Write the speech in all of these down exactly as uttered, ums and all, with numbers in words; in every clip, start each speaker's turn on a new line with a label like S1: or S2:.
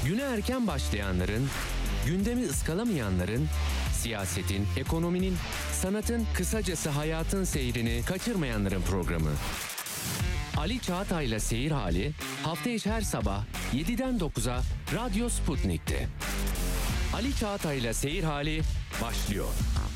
S1: Güne erken başlayanların, gündemi ıskalamayanların, siyasetin, ekonominin, sanatın, kısacası hayatın seyrini kaçırmayanların programı. Ali Çağatay'la Seyir Hali hafta içi her sabah yediden dokuza Radyo Sputnik'te. Ali Çağatay'la Seyir Hali başlıyor.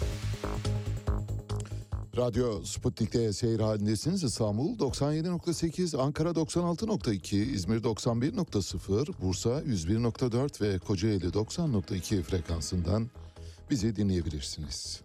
S2: Radyo Sputnik'te seyir halindesiniz. İstanbul doksan yedi nokta sekiz, Ankara doksan altı nokta iki, İzmir doksan bir nokta sıfır, Bursa yüz bir nokta dört ve Kocaeli doksan nokta iki frekansından bizi dinleyebilirsiniz.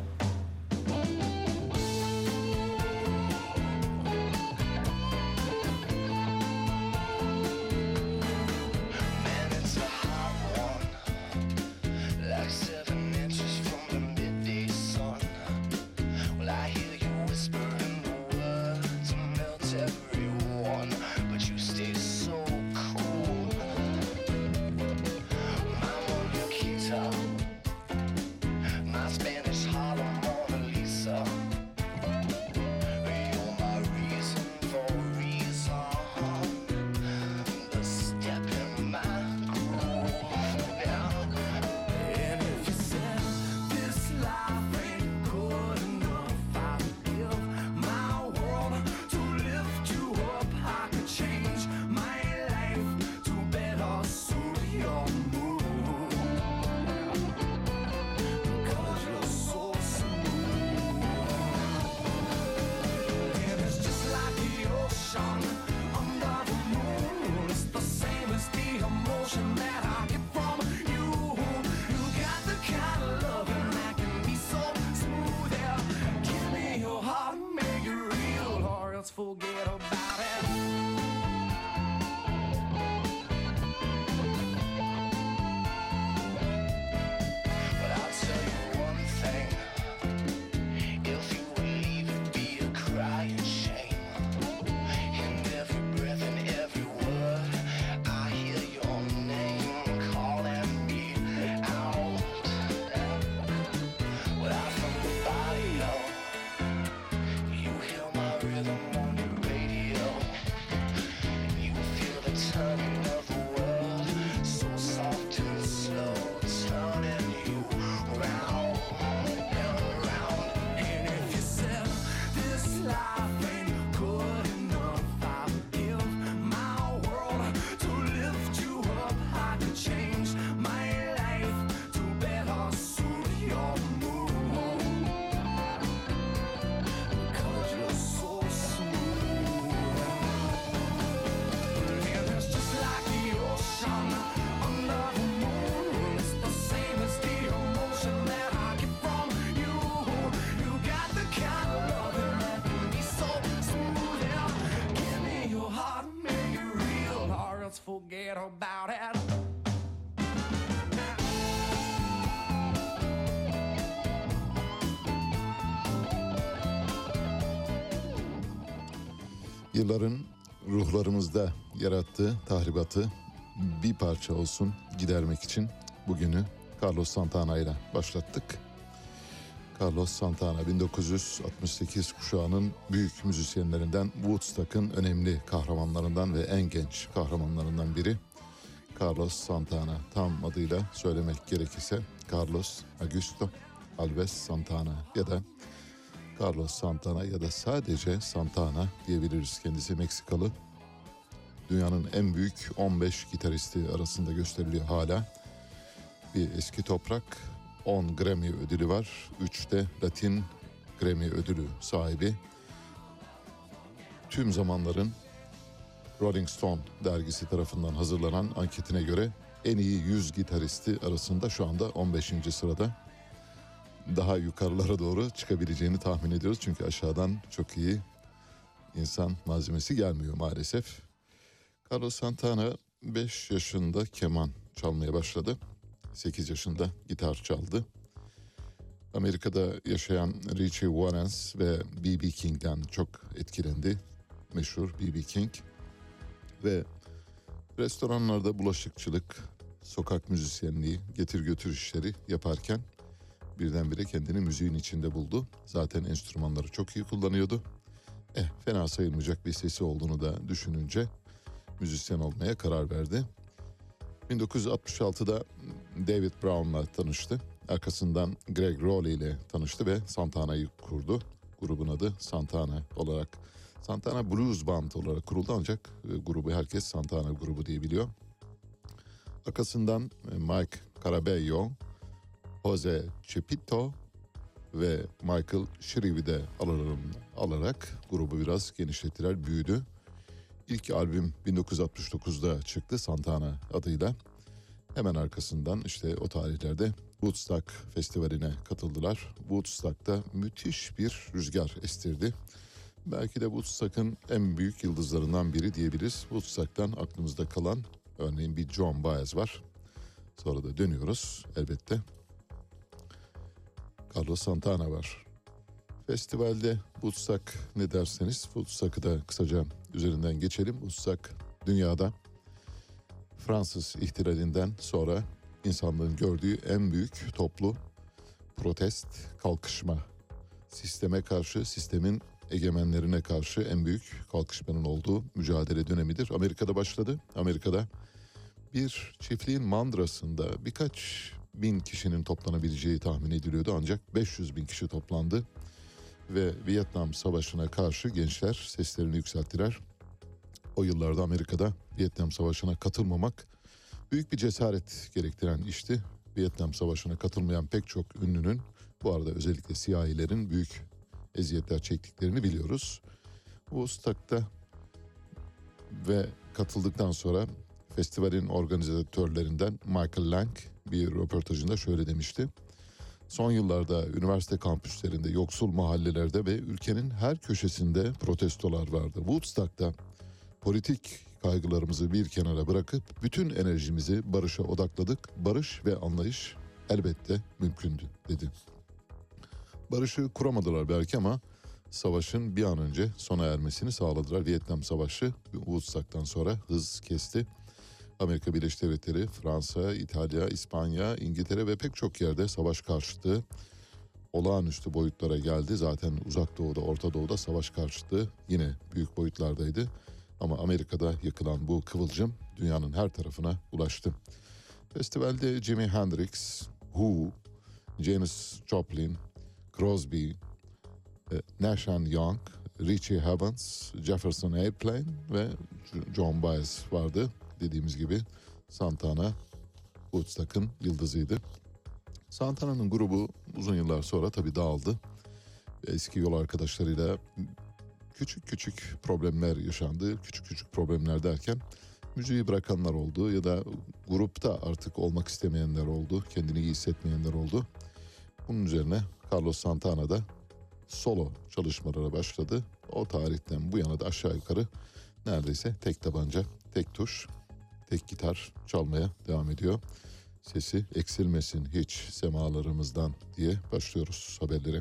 S3: Forget about it.
S2: Yılların ruhlarımızda yarattığı tahribatı bir parça olsun gidermek için bugünü Carlos Santana ile başlattık. Carlos Santana bin dokuz yüz altmış sekiz kuşağının büyük müzisyenlerinden, Woodstock'ın önemli kahramanlarından ve en genç kahramanlarından biri. Carlos Santana, tam adıyla söylemek gerekirse Carlos Augusto Alves Santana ya da Carlos Santana ya da sadece Santana diyebiliriz. Kendisi Meksikalı. Dünyanın en büyük on beş gitaristi arasında gösteriliyor hala. Bir eski toprak. on Grammy ödülü var. üç de Latin Grammy ödülü sahibi. Tüm zamanların Rolling Stone dergisi tarafından hazırlanan anketine göre en iyi yüz gitaristi arasında şu anda on beşinci sırada. Daha yukarılara doğru çıkabileceğini tahmin ediyoruz. Çünkü aşağıdan çok iyi insan malzemesi gelmiyor maalesef. Carlos Santana beş yaşında keman çalmaya başladı. sekiz yaşında gitar çaldı. Amerika'da yaşayan Richie Valens ve B B King'den çok etkilendi. Meşhur B B King. Ve restoranlarda bulaşıkçılık, sokak müzisyenliği, getir götür işleri yaparken birdenbire kendini müziğin içinde buldu. Zaten enstrümanları çok iyi kullanıyordu. Eh, fena sayılmayacak bir sesi olduğunu da düşününce müzisyen olmaya karar verdi. bin dokuz yüz altmış altıda David Brown'la tanıştı. Arkasından Greg Rowley ile tanıştı ve Santana'yı kurdu. Grubun adı Santana olarak. Santana Blues Band olarak kuruldu ancak e, grubu herkes Santana grubu diye biliyor. Arkasından e, Mike Carabello, Jose Chepito ve Michael Shrivi'yi de alarak grubu biraz genişlettiler, büyüdü. İlk albüm bin dokuz yüz altmış dokuzda çıktı Santana adıyla. Hemen arkasından işte o tarihlerde Woodstock Festivali'ne katıldılar. Woodstock'ta müthiş bir rüzgar estirdi. Belki de Woodstock'ın en büyük yıldızlarından biri diyebiliriz. Woodstock'tan aklımızda kalan örneğin bir Joan Baez var. Sonra da dönüyoruz elbette. Carlos Santana var. Festivalde Woodstock ne derseniz Woodstock'ı da kısaca üzerinden geçelim. Woodstock dünyada Fransız ihtilalinden sonra insanlığın gördüğü en büyük toplu protest, kalkışma. Sisteme karşı, sistemin egemenlerine karşı en büyük kalkışmanın olduğu mücadele dönemidir. Amerika'da başladı. Amerika'da bir çiftliğin mandrasında birkaç bin kişinin toplanabileceği tahmin ediliyordu. Ancak beş yüz bin kişi toplandı ve Vietnam Savaşı'na karşı gençler seslerini yükselttiler. O yıllarda Amerika'da Vietnam Savaşı'na katılmamak büyük bir cesaret gerektiren işti. Vietnam Savaşı'na katılmayan pek çok ünlünün, bu arada özellikle siyahilerin büyük eziyetler çektiklerini biliyoruz. Woodstock'ta ve katıldıktan sonra festivalin organizatörlerinden Michael Lang bir röportajında şöyle demişti. Son yıllarda üniversite kampüslerinde, yoksul mahallelerde ve ülkenin her köşesinde protestolar vardı. Woodstock'ta politik kaygılarımızı bir kenara bırakıp bütün enerjimizi barışa odakladık. Barış ve anlayış elbette mümkündü dedi. Barışı kuramadılar belki ama savaşın bir an önce sona ermesini sağladılar. Vietnam Savaşı Woodstock'tan sonra hız kesti. Amerika Birleşik Devletleri, Fransa, İtalya, İspanya, İngiltere ve pek çok yerde savaş karşıtı olağanüstü boyutlara geldi. Zaten Uzak Doğu'da, Orta Doğu'da savaş karşıtı yine büyük boyutlardaydı. Ama Amerika'da yakılan bu kıvılcım dünyanın her tarafına ulaştı. Festivalde Jimi Hendrix, Who, Janis Joplin, Crosby, Nash and Young, Richie Havens, Jefferson Airplane ve Joan Baez vardı. Dediğimiz gibi Santana Woodstock'ın yıldızıydı. Santana'nın grubu uzun yıllar sonra tabii dağıldı. Eski yol arkadaşlarıyla küçük küçük problemler yaşandı. Küçük küçük problemler derken müziği bırakanlar oldu ya da grupta artık olmak istemeyenler oldu. Kendini iyi hissetmeyenler oldu. Bunun üzerine Carlos Santana da solo çalışmalara başladı. O tarihten bu yana da aşağı yukarı neredeyse tek tabanca, tek tuş, tek gitar çalmaya devam ediyor. Sesi eksilmesin hiç semalarımızdan diye başlıyoruz haberlere.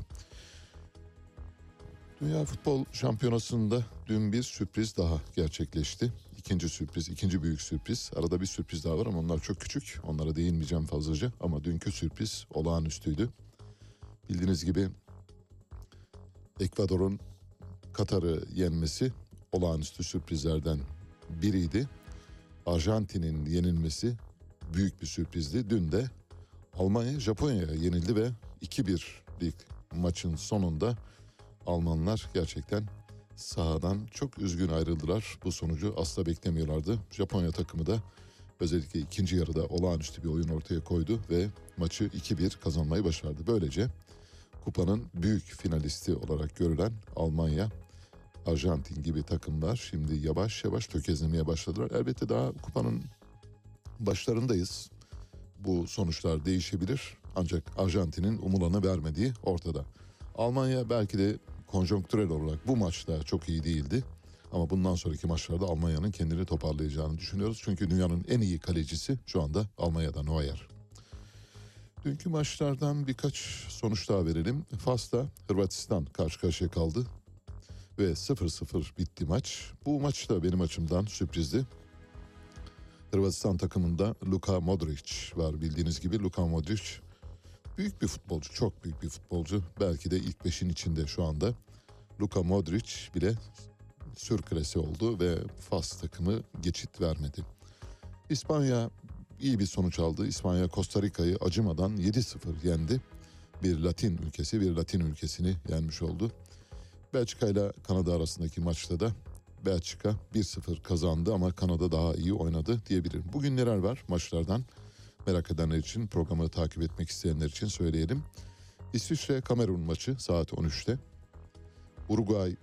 S2: Dünya Futbol Şampiyonası'nda dün bir sürpriz daha gerçekleşti. İkinci sürpriz, ikinci büyük sürpriz. Arada bir sürpriz daha var ama onlar çok küçük. Onlara değinmeyeceğim fazlaca ama dünkü sürpriz olağanüstüydü. Bildiğiniz gibi Ekvador'un Katar'ı yenmesi olağanüstü sürprizlerden biriydi. Arjantin'in yenilmesi büyük bir sürprizdi. Dün de Almanya Japonya'ya yenildi ve iki birlik maçın sonunda Almanlar gerçekten sahadan çok üzgün ayrıldılar. Bu sonucu asla beklemiyorlardı. Japonya takımı da özellikle ikinci yarıda olağanüstü bir oyun ortaya koydu ve maçı iki bir kazanmayı başardı. Böylece kupanın büyük finalisti olarak görülen Almanya, Arjantin gibi takımlar şimdi yavaş yavaş tökezlemeye başladılar. Elbette daha kupanın başlarındayız. Bu sonuçlar değişebilir. Ancak Arjantin'in umulanı vermediği ortada. Almanya belki de konjonktürel olarak bu maçta çok iyi değildi. Ama bundan sonraki maçlarda Almanya'nın kendini toparlayacağını düşünüyoruz. Çünkü dünyanın en iyi kalecisi şu anda Almanya'da Neuer. Dünkü maçlardan birkaç sonuç daha verelim. Fas'ta Hırvatistan karşı karşıya kaldı ve sıfır sıfır bitti maç. Bu maç da benim açımdan sürprizdi. Hırvatistan takımında Luka Modric var bildiğiniz gibi. Luka Modric büyük bir futbolcu, çok büyük bir futbolcu. Belki de ilk beşin içinde şu anda. Luka Modric bile sürklase oldu ve Fas takımı geçit vermedi. İspanya iyi bir sonuç aldı. İspanya Costa Rica'yı acımadan yedi sıfır yendi. Bir Latin ülkesi bir Latin ülkesini yenmiş oldu. Belçika ile Kanada arasındaki maçta da Belçika bir sıfır kazandı ama Kanada daha iyi oynadı diyebilirim. Bugün neler var maçlardan? Merak edenler için, programı takip etmek isteyenler için söyleyelim. İsviçre Kamerun maçı saat on üçte. Uruguay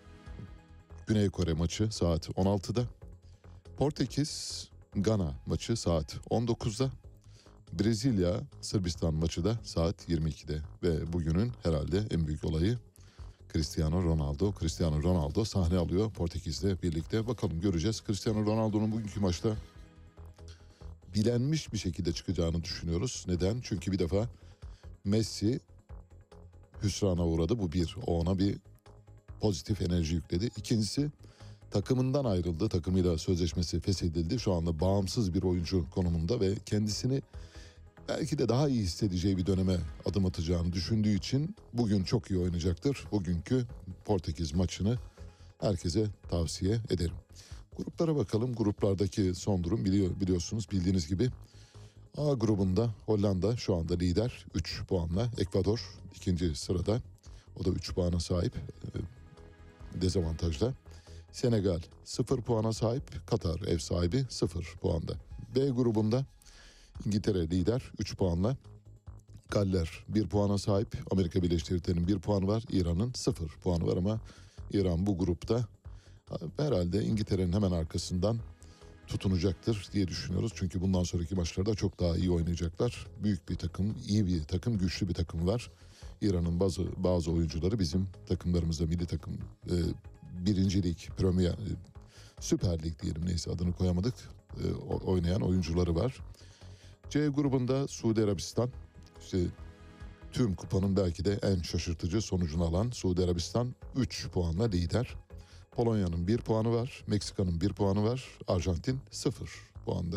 S2: Güney Kore maçı saat on altıda. Portekiz Gana maçı saat on dokuzda. Brezilya Sırbistan maçı da saat yirmi ikide. Ve bugünün herhalde en büyük olayı Cristiano Ronaldo. Cristiano Ronaldo sahne alıyor Portekiz'le birlikte. Bakalım göreceğiz. Cristiano Ronaldo'nun bugünkü maçta bilenmiş bir şekilde çıkacağını düşünüyoruz. Neden? Çünkü bir defa Messi hüsrana uğradı. Bu bir. O ona bir pozitif enerji yükledi. İkincisi takımından ayrıldı. Takımıyla sözleşmesi feshedildi. Şu anda bağımsız bir oyuncu konumunda ve kendisini belki de daha iyi hissedeceği bir döneme adım atacağını düşündüğü için bugün çok iyi oynayacaktır. Bugünkü Portekiz maçını herkese tavsiye ederim. Gruplara bakalım. Gruplardaki son durum biliyor, biliyorsunuz bildiğiniz gibi. A grubunda Hollanda şu anda lider üç puanla. Ekvador ikinci sırada. O da üç puana sahip. Dezavantajda. Senegal sıfır puana sahip. Katar ev sahibi sıfır puanda. B grubunda İngiltere lider üç puanla. Galler bir puana sahip. Amerika Birleşik Devletleri'nin bir puanı var. İran'ın sıfır puanı var ama İran bu grupta herhalde İngiltere'nin hemen arkasından tutunacaktır diye düşünüyoruz. Çünkü bundan sonraki maçlarda çok daha iyi oynayacaklar. Büyük bir takım, iyi bir takım, güçlü bir takım var. İran'ın bazı bazı oyuncuları bizim takımlarımızda milli takım e, birinci lig, Premier, e, Süper Lig diyelim neyse adını koyamadık. E, oynayan oyuncuları var. C grubunda Suudi Arabistan, işte tüm kupanın belki de en şaşırtıcı sonucunu alan Suudi Arabistan üç puanla lider. Polonya'nın bir puanı var, Meksika'nın bir puanı var, Arjantin sıfır puanda.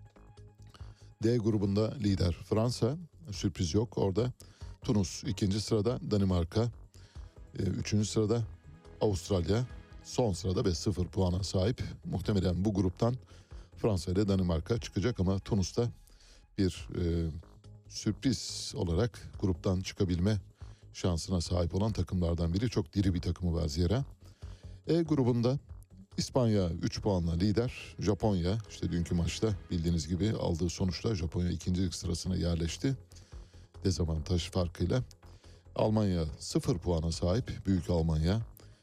S2: D grubunda lider Fransa, sürpriz yok orada. Tunus ikinci sırada, Danimarka e, üçüncü sırada, Avustralya son sırada ve sıfır puana sahip. Muhtemelen bu gruptan Fransa ile Danimarka çıkacak ama Tunus'ta bir e, sürpriz olarak gruptan çıkabilme şansına sahip olan takımlardan biri. Çok diri bir takımı var zira. E grubunda İspanya üç puanla lider. Japonya işte dünkü maçta bildiğiniz gibi aldığı sonuçla Japonya ikincilik sırasına yerleşti. Dezavantaj farkıyla. Almanya sıfır puana sahip. Büyük Almanya.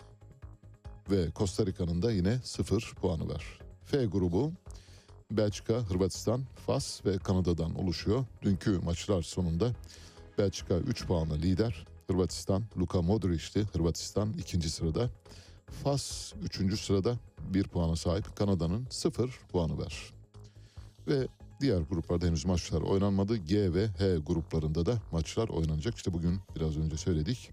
S2: Ve Costa Rica'nın da yine sıfır puanı var. F grubu Belçika, Hırvatistan, Fas ve Kanada'dan oluşuyor. Dünkü maçlar sonunda Belçika üç puanla lider. Hırvatistan, Luka Modric'ti. Hırvatistan ikinci sırada. Fas üçüncü sırada bir puana sahip. Kanada'nın sıfır puanı var. Ve diğer gruplarda henüz maçlar oynanmadı. G ve H gruplarında da maçlar oynanacak. İşte bugün biraz önce söyledik.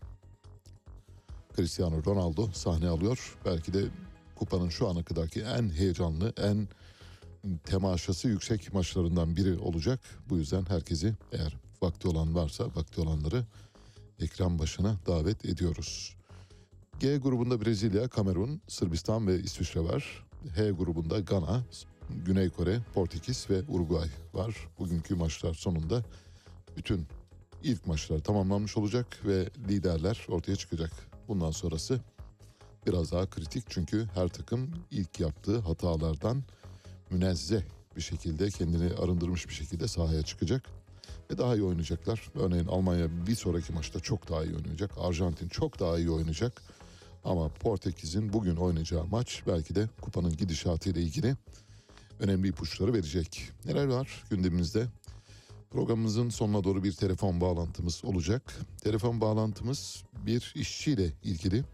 S2: Cristiano Ronaldo sahne alıyor. Belki de kupanın şu ana kadarki en heyecanlı, en temaşası yüksek maçlarından biri olacak. Bu yüzden herkesi eğer vakti olan varsa vakti olanları ekran başına davet ediyoruz. G grubunda Brezilya, Kamerun, Sırbistan ve İsviçre var. H grubunda Gana, Güney Kore, Portekiz ve Uruguay var. Bugünkü maçlar sonunda bütün ilk maçlar tamamlanmış olacak ve liderler ortaya çıkacak. Bundan sonrası biraz daha kritik çünkü her takım ilk yaptığı hatalardan münezzeh bir şekilde kendini arındırmış bir şekilde sahaya çıkacak ve daha iyi oynayacaklar. Örneğin Almanya bir sonraki maçta çok daha iyi oynayacak. Arjantin çok daha iyi oynayacak. Ama Portekiz'in bugün oynayacağı maç belki de kupanın gidişatı ile ilgili önemli ipuçları verecek. Neler var gündemimizde? Programımızın sonuna doğru bir telefon bağlantımız olacak. Telefon bağlantımız bir işçiyle ilgili.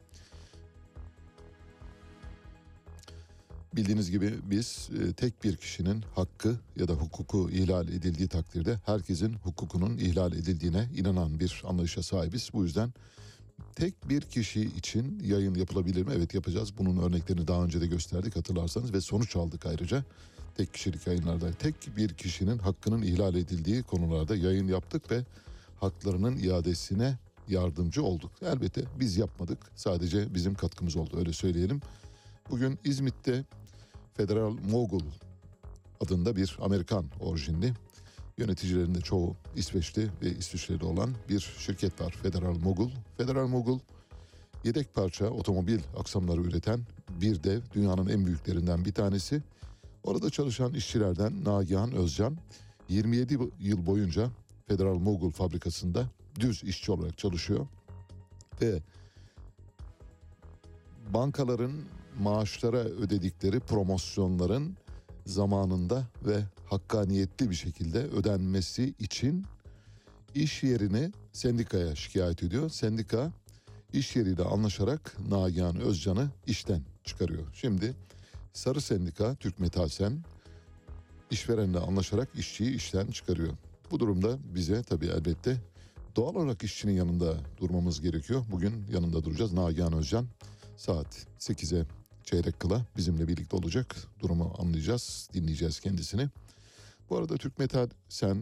S2: Bildiğiniz gibi biz e, tek bir kişinin hakkı ya da hukuku ihlal edildiği takdirde herkesin hukukunun ihlal edildiğine inanan bir anlayışa sahibiz. Bu yüzden tek bir kişi için yayın yapılabilir mi? Evet, yapacağız. Bunun örneklerini daha önce de gösterdik hatırlarsanız ve sonuç aldık ayrıca. Tek kişilik yayınlarda tek bir kişinin hakkının ihlal edildiği konularda yayın yaptık ve haklarının iadesine yardımcı olduk. Elbette biz yapmadık. Sadece bizim katkımız oldu, öyle söyleyelim. Bugün İzmit'te Federal Mogul adında bir Amerikan orijinli, yöneticilerinde çoğu İsveçli ve İsviçreli olan bir şirket var, Federal Mogul. Federal Mogul yedek parça otomobil aksamları üreten bir dev, dünyanın en büyüklerinden bir tanesi. Orada çalışan işçilerden Nagihan Özcan yirmi yedi yıl boyunca Federal Mogul fabrikasında düz işçi olarak çalışıyor ve bankaların maaşlara ödedikleri promosyonların zamanında ve hakkaniyetli bir şekilde ödenmesi için iş yerini sendikaya şikayet ediyor. Sendika iş yeriyle anlaşarak Nagihan Özcan'ı işten çıkarıyor. Şimdi Sarı Sendika, Türk Metal Sen, işverenle anlaşarak işçiyi işten çıkarıyor. Bu durumda bize tabii elbette doğal olarak işçinin yanında durmamız gerekiyor. Bugün yanında duracağız. Nagihan Özcan saat sekize çeyrek kala bizimle birlikte olacak. Durumu anlayacağız, dinleyeceğiz kendisini. Bu arada Türk Metal Sen,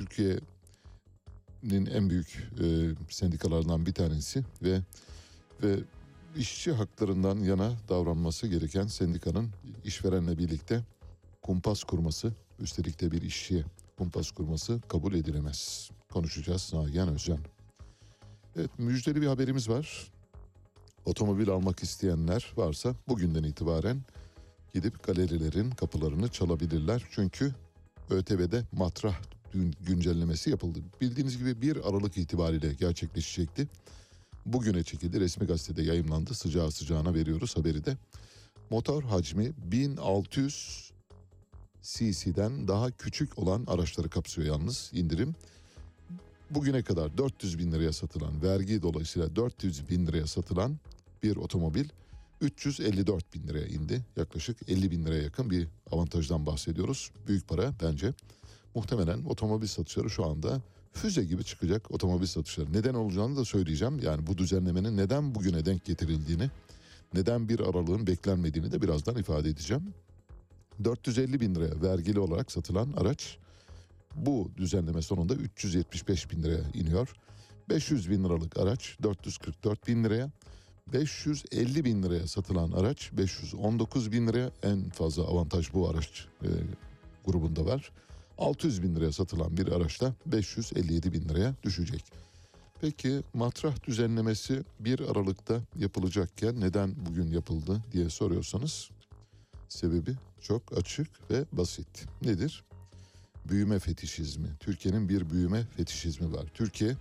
S2: Türkiye'nin en büyük e, sendikalarından bir tanesi ve ve işçi haklarından yana davranması gereken sendikanın işverenle birlikte kumpas kurması, üstelik de bir işçiye kumpas kurması kabul edilemez. Konuşacağız Nagihan Özcan. Evet, müjdeli bir haberimiz var. Otomobil almak isteyenler varsa bugünden itibaren gidip galerilerin kapılarını çalabilirler. Çünkü ÖTV'de matrah güncellemesi yapıldı. Bildiğiniz gibi bir Aralık itibariyle gerçekleşecekti. Bugüne çekildi, resmi gazetede yayımlandı. Sıcağı sıcağına veriyoruz haberi de. Motor hacmi bin altı yüz cc'den daha küçük olan araçları kapsıyor yalnız indirim. Bugüne kadar dört yüz bin liraya satılan, vergi dolayısıyla dört yüz bin liraya satılan bir otomobil üç yüz elli dört bin liraya indi. Yaklaşık elli bin liraya yakın bir avantajdan bahsediyoruz. Büyük para bence. Muhtemelen otomobil satışları şu anda füze gibi çıkacak otomobil satışları. Neden olacağını da söyleyeceğim. Yani bu düzenlemenin neden bugüne denk getirildiğini, neden bir aralığın beklenmediğini de birazdan ifade edeceğim. dört yüz elli bin liraya vergili olarak satılan araç bu düzenleme sonunda üç yüz yetmiş beş bin liraya iniyor. beş yüz bin liralık araç dört yüz kırk dört bin liraya, beş yüz elli bin liraya satılan araç beş yüz on dokuz bin liraya, en fazla avantaj bu araç e, grubunda var. altı yüz bin liraya satılan bir araçta beş yüz elli yedi bin liraya düşecek. Peki matrah düzenlemesi bir Aralık'ta yapılacakken neden bugün yapıldı diye soruyorsanız sebebi çok açık ve basit. Nedir? Büyüme fetişizmi. Türkiye'nin bir büyüme fetişizmi var. Türkiye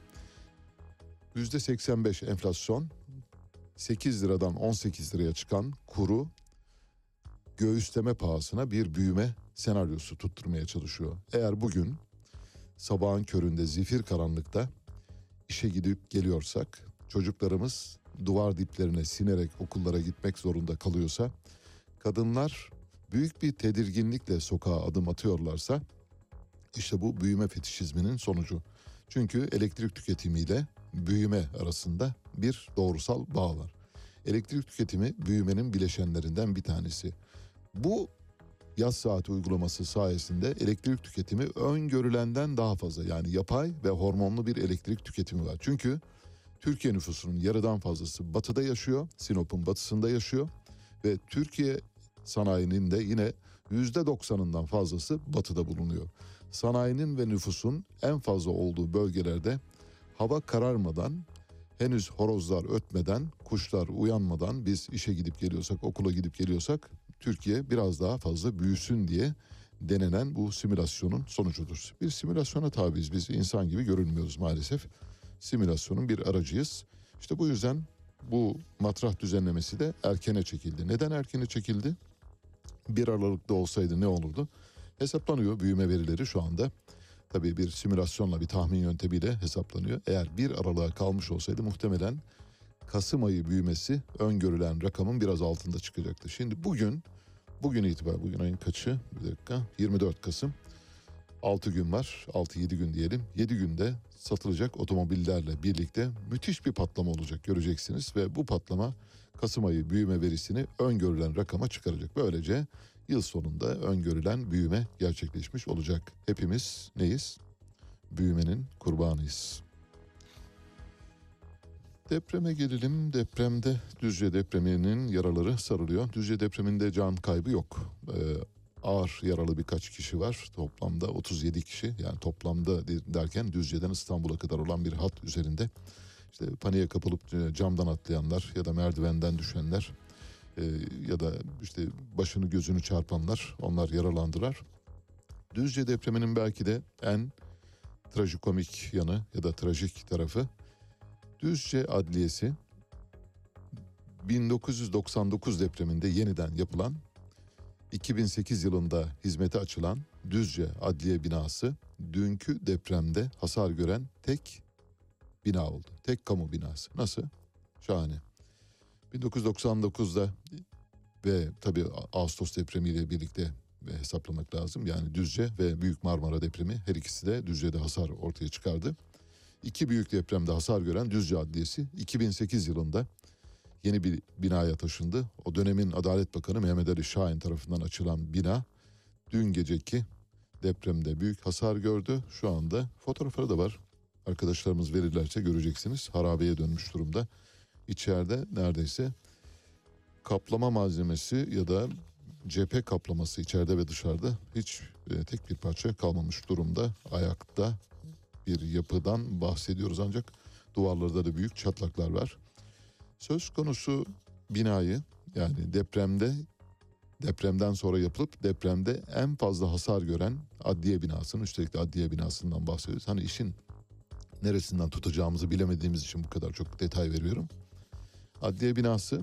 S2: yüzde seksen beş enflasyon, sekiz liradan on sekiz liraya çıkan kuru göğüsleme pahasına bir büyüme senaryosu tutturmaya çalışıyor. Eğer bugün sabahın köründe zifir karanlıkta işe gidip geliyorsak, çocuklarımız duvar diplerine sinerek okullara gitmek zorunda kalıyorsa, kadınlar büyük bir tedirginlikle sokağa adım atıyorlarsa, işte bu büyüme fetişizminin sonucu. Çünkü elektrik tüketimiyle büyüme arasında bir doğrusal bağ var. Elektrik tüketimi büyümenin bileşenlerinden bir tanesi. Bu yaz saati uygulaması sayesinde elektrik tüketimi öngörülenden daha fazla, yani yapay ve hormonlu bir elektrik tüketimi var. Çünkü Türkiye nüfusunun yarıdan fazlası batıda yaşıyor, Sinop'un batısında yaşıyor ve Türkiye sanayinin de yine yüzde doksanından fazlası batıda bulunuyor. Sanayinin ve nüfusun en fazla olduğu bölgelerde hava kararmadan, henüz horozlar ötmeden, kuşlar uyanmadan biz işe gidip geliyorsak, okula gidip geliyorsak Türkiye biraz daha fazla büyüsün diye denenen bu simülasyonun sonucudur. Bir simülasyona tabiiz, biz insan gibi görünmüyoruz maalesef. Simülasyonun bir aracıyız. İşte bu yüzden bu matrah düzenlemesi de erkene çekildi. Neden erkene çekildi? bir Aralık'ta olsaydı ne olurdu? Hesaplanıyor büyüme verileri şu anda. Tabii bir simülasyonla, bir tahmin yöntemiyle hesaplanıyor. Eğer bir Aralık'a kalmış olsaydı muhtemelen Kasım ayı büyümesi öngörülen rakamın biraz altında çıkacaktı. Şimdi bugün, bugün itibariyle, bugün ayın kaçı? Bir dakika, yirmi dört Kasım. altı gün var, altı yedi gün diyelim. yedi günde satılacak otomobillerle birlikte müthiş bir patlama olacak, göreceksiniz. Ve bu patlama Kasım ayı büyüme verisini öngörülen rakama çıkaracak. Böylece yıl sonunda öngörülen büyüme gerçekleşmiş olacak. Hepimiz neyiz? Büyümenin kurbanıyız. Depreme gelelim. Depremde Düzce depreminin yaraları sarılıyor. Düzce depreminde can kaybı yok. Ee, ağır yaralı birkaç kişi var. Toplamda otuz yedi kişi, yani toplamda derken Düzce'den İstanbul'a kadar olan bir hat üzerinde. İşte paniğe kapılıp camdan atlayanlar ya da merdivenden düşenler e, ya da işte başını gözünü çarpanlar, onlar yaralandılar. Düzce depreminin belki de en trajikomik yanı ya da trajik tarafı, Düzce Adliyesi bin dokuz yüz doksan dokuz depreminde yeniden yapılan, iki bin sekiz yılında hizmete açılan Düzce Adliye binası dünkü depremde hasar gören tek bina oldu. Tek kamu binası. Nasıl? Şahane. bin dokuz yüz doksan dokuzda ve tabii Ağustos depremiyle birlikte hesaplamak lazım. Yani Düzce ve Büyük Marmara depremi, her ikisi de Düzce'de hasar ortaya çıkardı. İki büyük depremde hasar gören Düzce Adliyesi iki bin sekiz yılında yeni bir binaya taşındı. O dönemin Adalet Bakanı Mehmet Ali Şahin tarafından açılan bina dün geceki depremde büyük hasar gördü. Şu anda fotoğrafları da var. Arkadaşlarımız verirlerse göreceksiniz. Harabeye dönmüş durumda. İçeride neredeyse kaplama malzemesi ya da cephe kaplaması içeride ve dışarıda hiç e, tek bir parça kalmamış durumda. Ayakta bir yapıdan bahsediyoruz, ancak duvarlarda da büyük çatlaklar var. Söz konusu binayı, yani depremde depremden sonra yapılıp depremde en fazla hasar gören adliye binasının, üstelik de adliye binasından bahsediyoruz. Hani işin neresinden tutacağımızı bilemediğimiz için bu kadar çok detay veriyorum. Adliye binası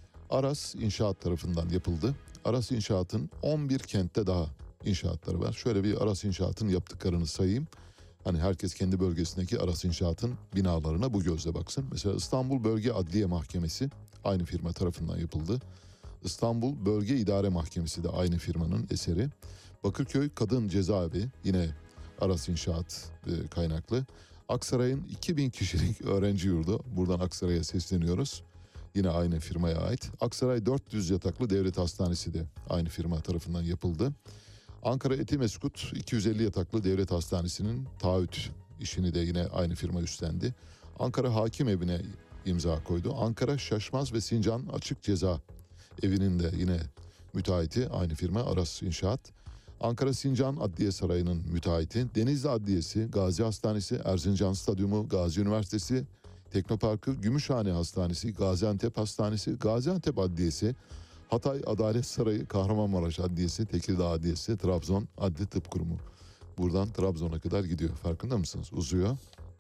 S2: Aras İnşaat tarafından yapıldı. Aras İnşaat'ın on bir kentte daha inşaatları var. Şöyle bir Aras İnşaat'ın yaptıklarını sayayım. Hani herkes kendi bölgesindeki Aras İnşaat'ın binalarına bu gözle baksın. Mesela İstanbul Bölge Adliye Mahkemesi aynı firma tarafından yapıldı. İstanbul Bölge İdare Mahkemesi de aynı firmanın eseri. Bakırköy Kadın Cezaevi yine Aras İnşaat e, kaynaklı. Aksaray'ın iki bin kişilik öğrenci yurdu. Buradan Aksaray'a sesleniyoruz. Yine aynı firmaya ait. Aksaray dört yüz yataklı devlet hastanesi de aynı firma tarafından yapıldı. Ankara Etimeskut iki yüz elli yataklı devlet hastanesinin taahhüt işini de yine aynı firma üstlendi. Ankara Hakim Evi'ne imza koydu. Ankara Şaşmaz ve Sincan Açık Ceza Evi'nin de yine müteahhiti aynı firma Aras İnşaat. Ankara Sincan Adliye Sarayı'nın müteahhiti, Denizli Adliyesi, Gazi Hastanesi, Erzincan Stadyumu, Gazi Üniversitesi, Teknoparkı, Gümüşhane Hastanesi, Gaziantep Hastanesi, Gaziantep Adliyesi, Hatay Adalet Sarayı, Kahramanmaraş Adliyesi, Tekirdağ Adliyesi, Trabzon Adli Tıp Kurumu. Buradan Trabzon'a kadar gidiyor. Farkında mısınız? Uzuyor.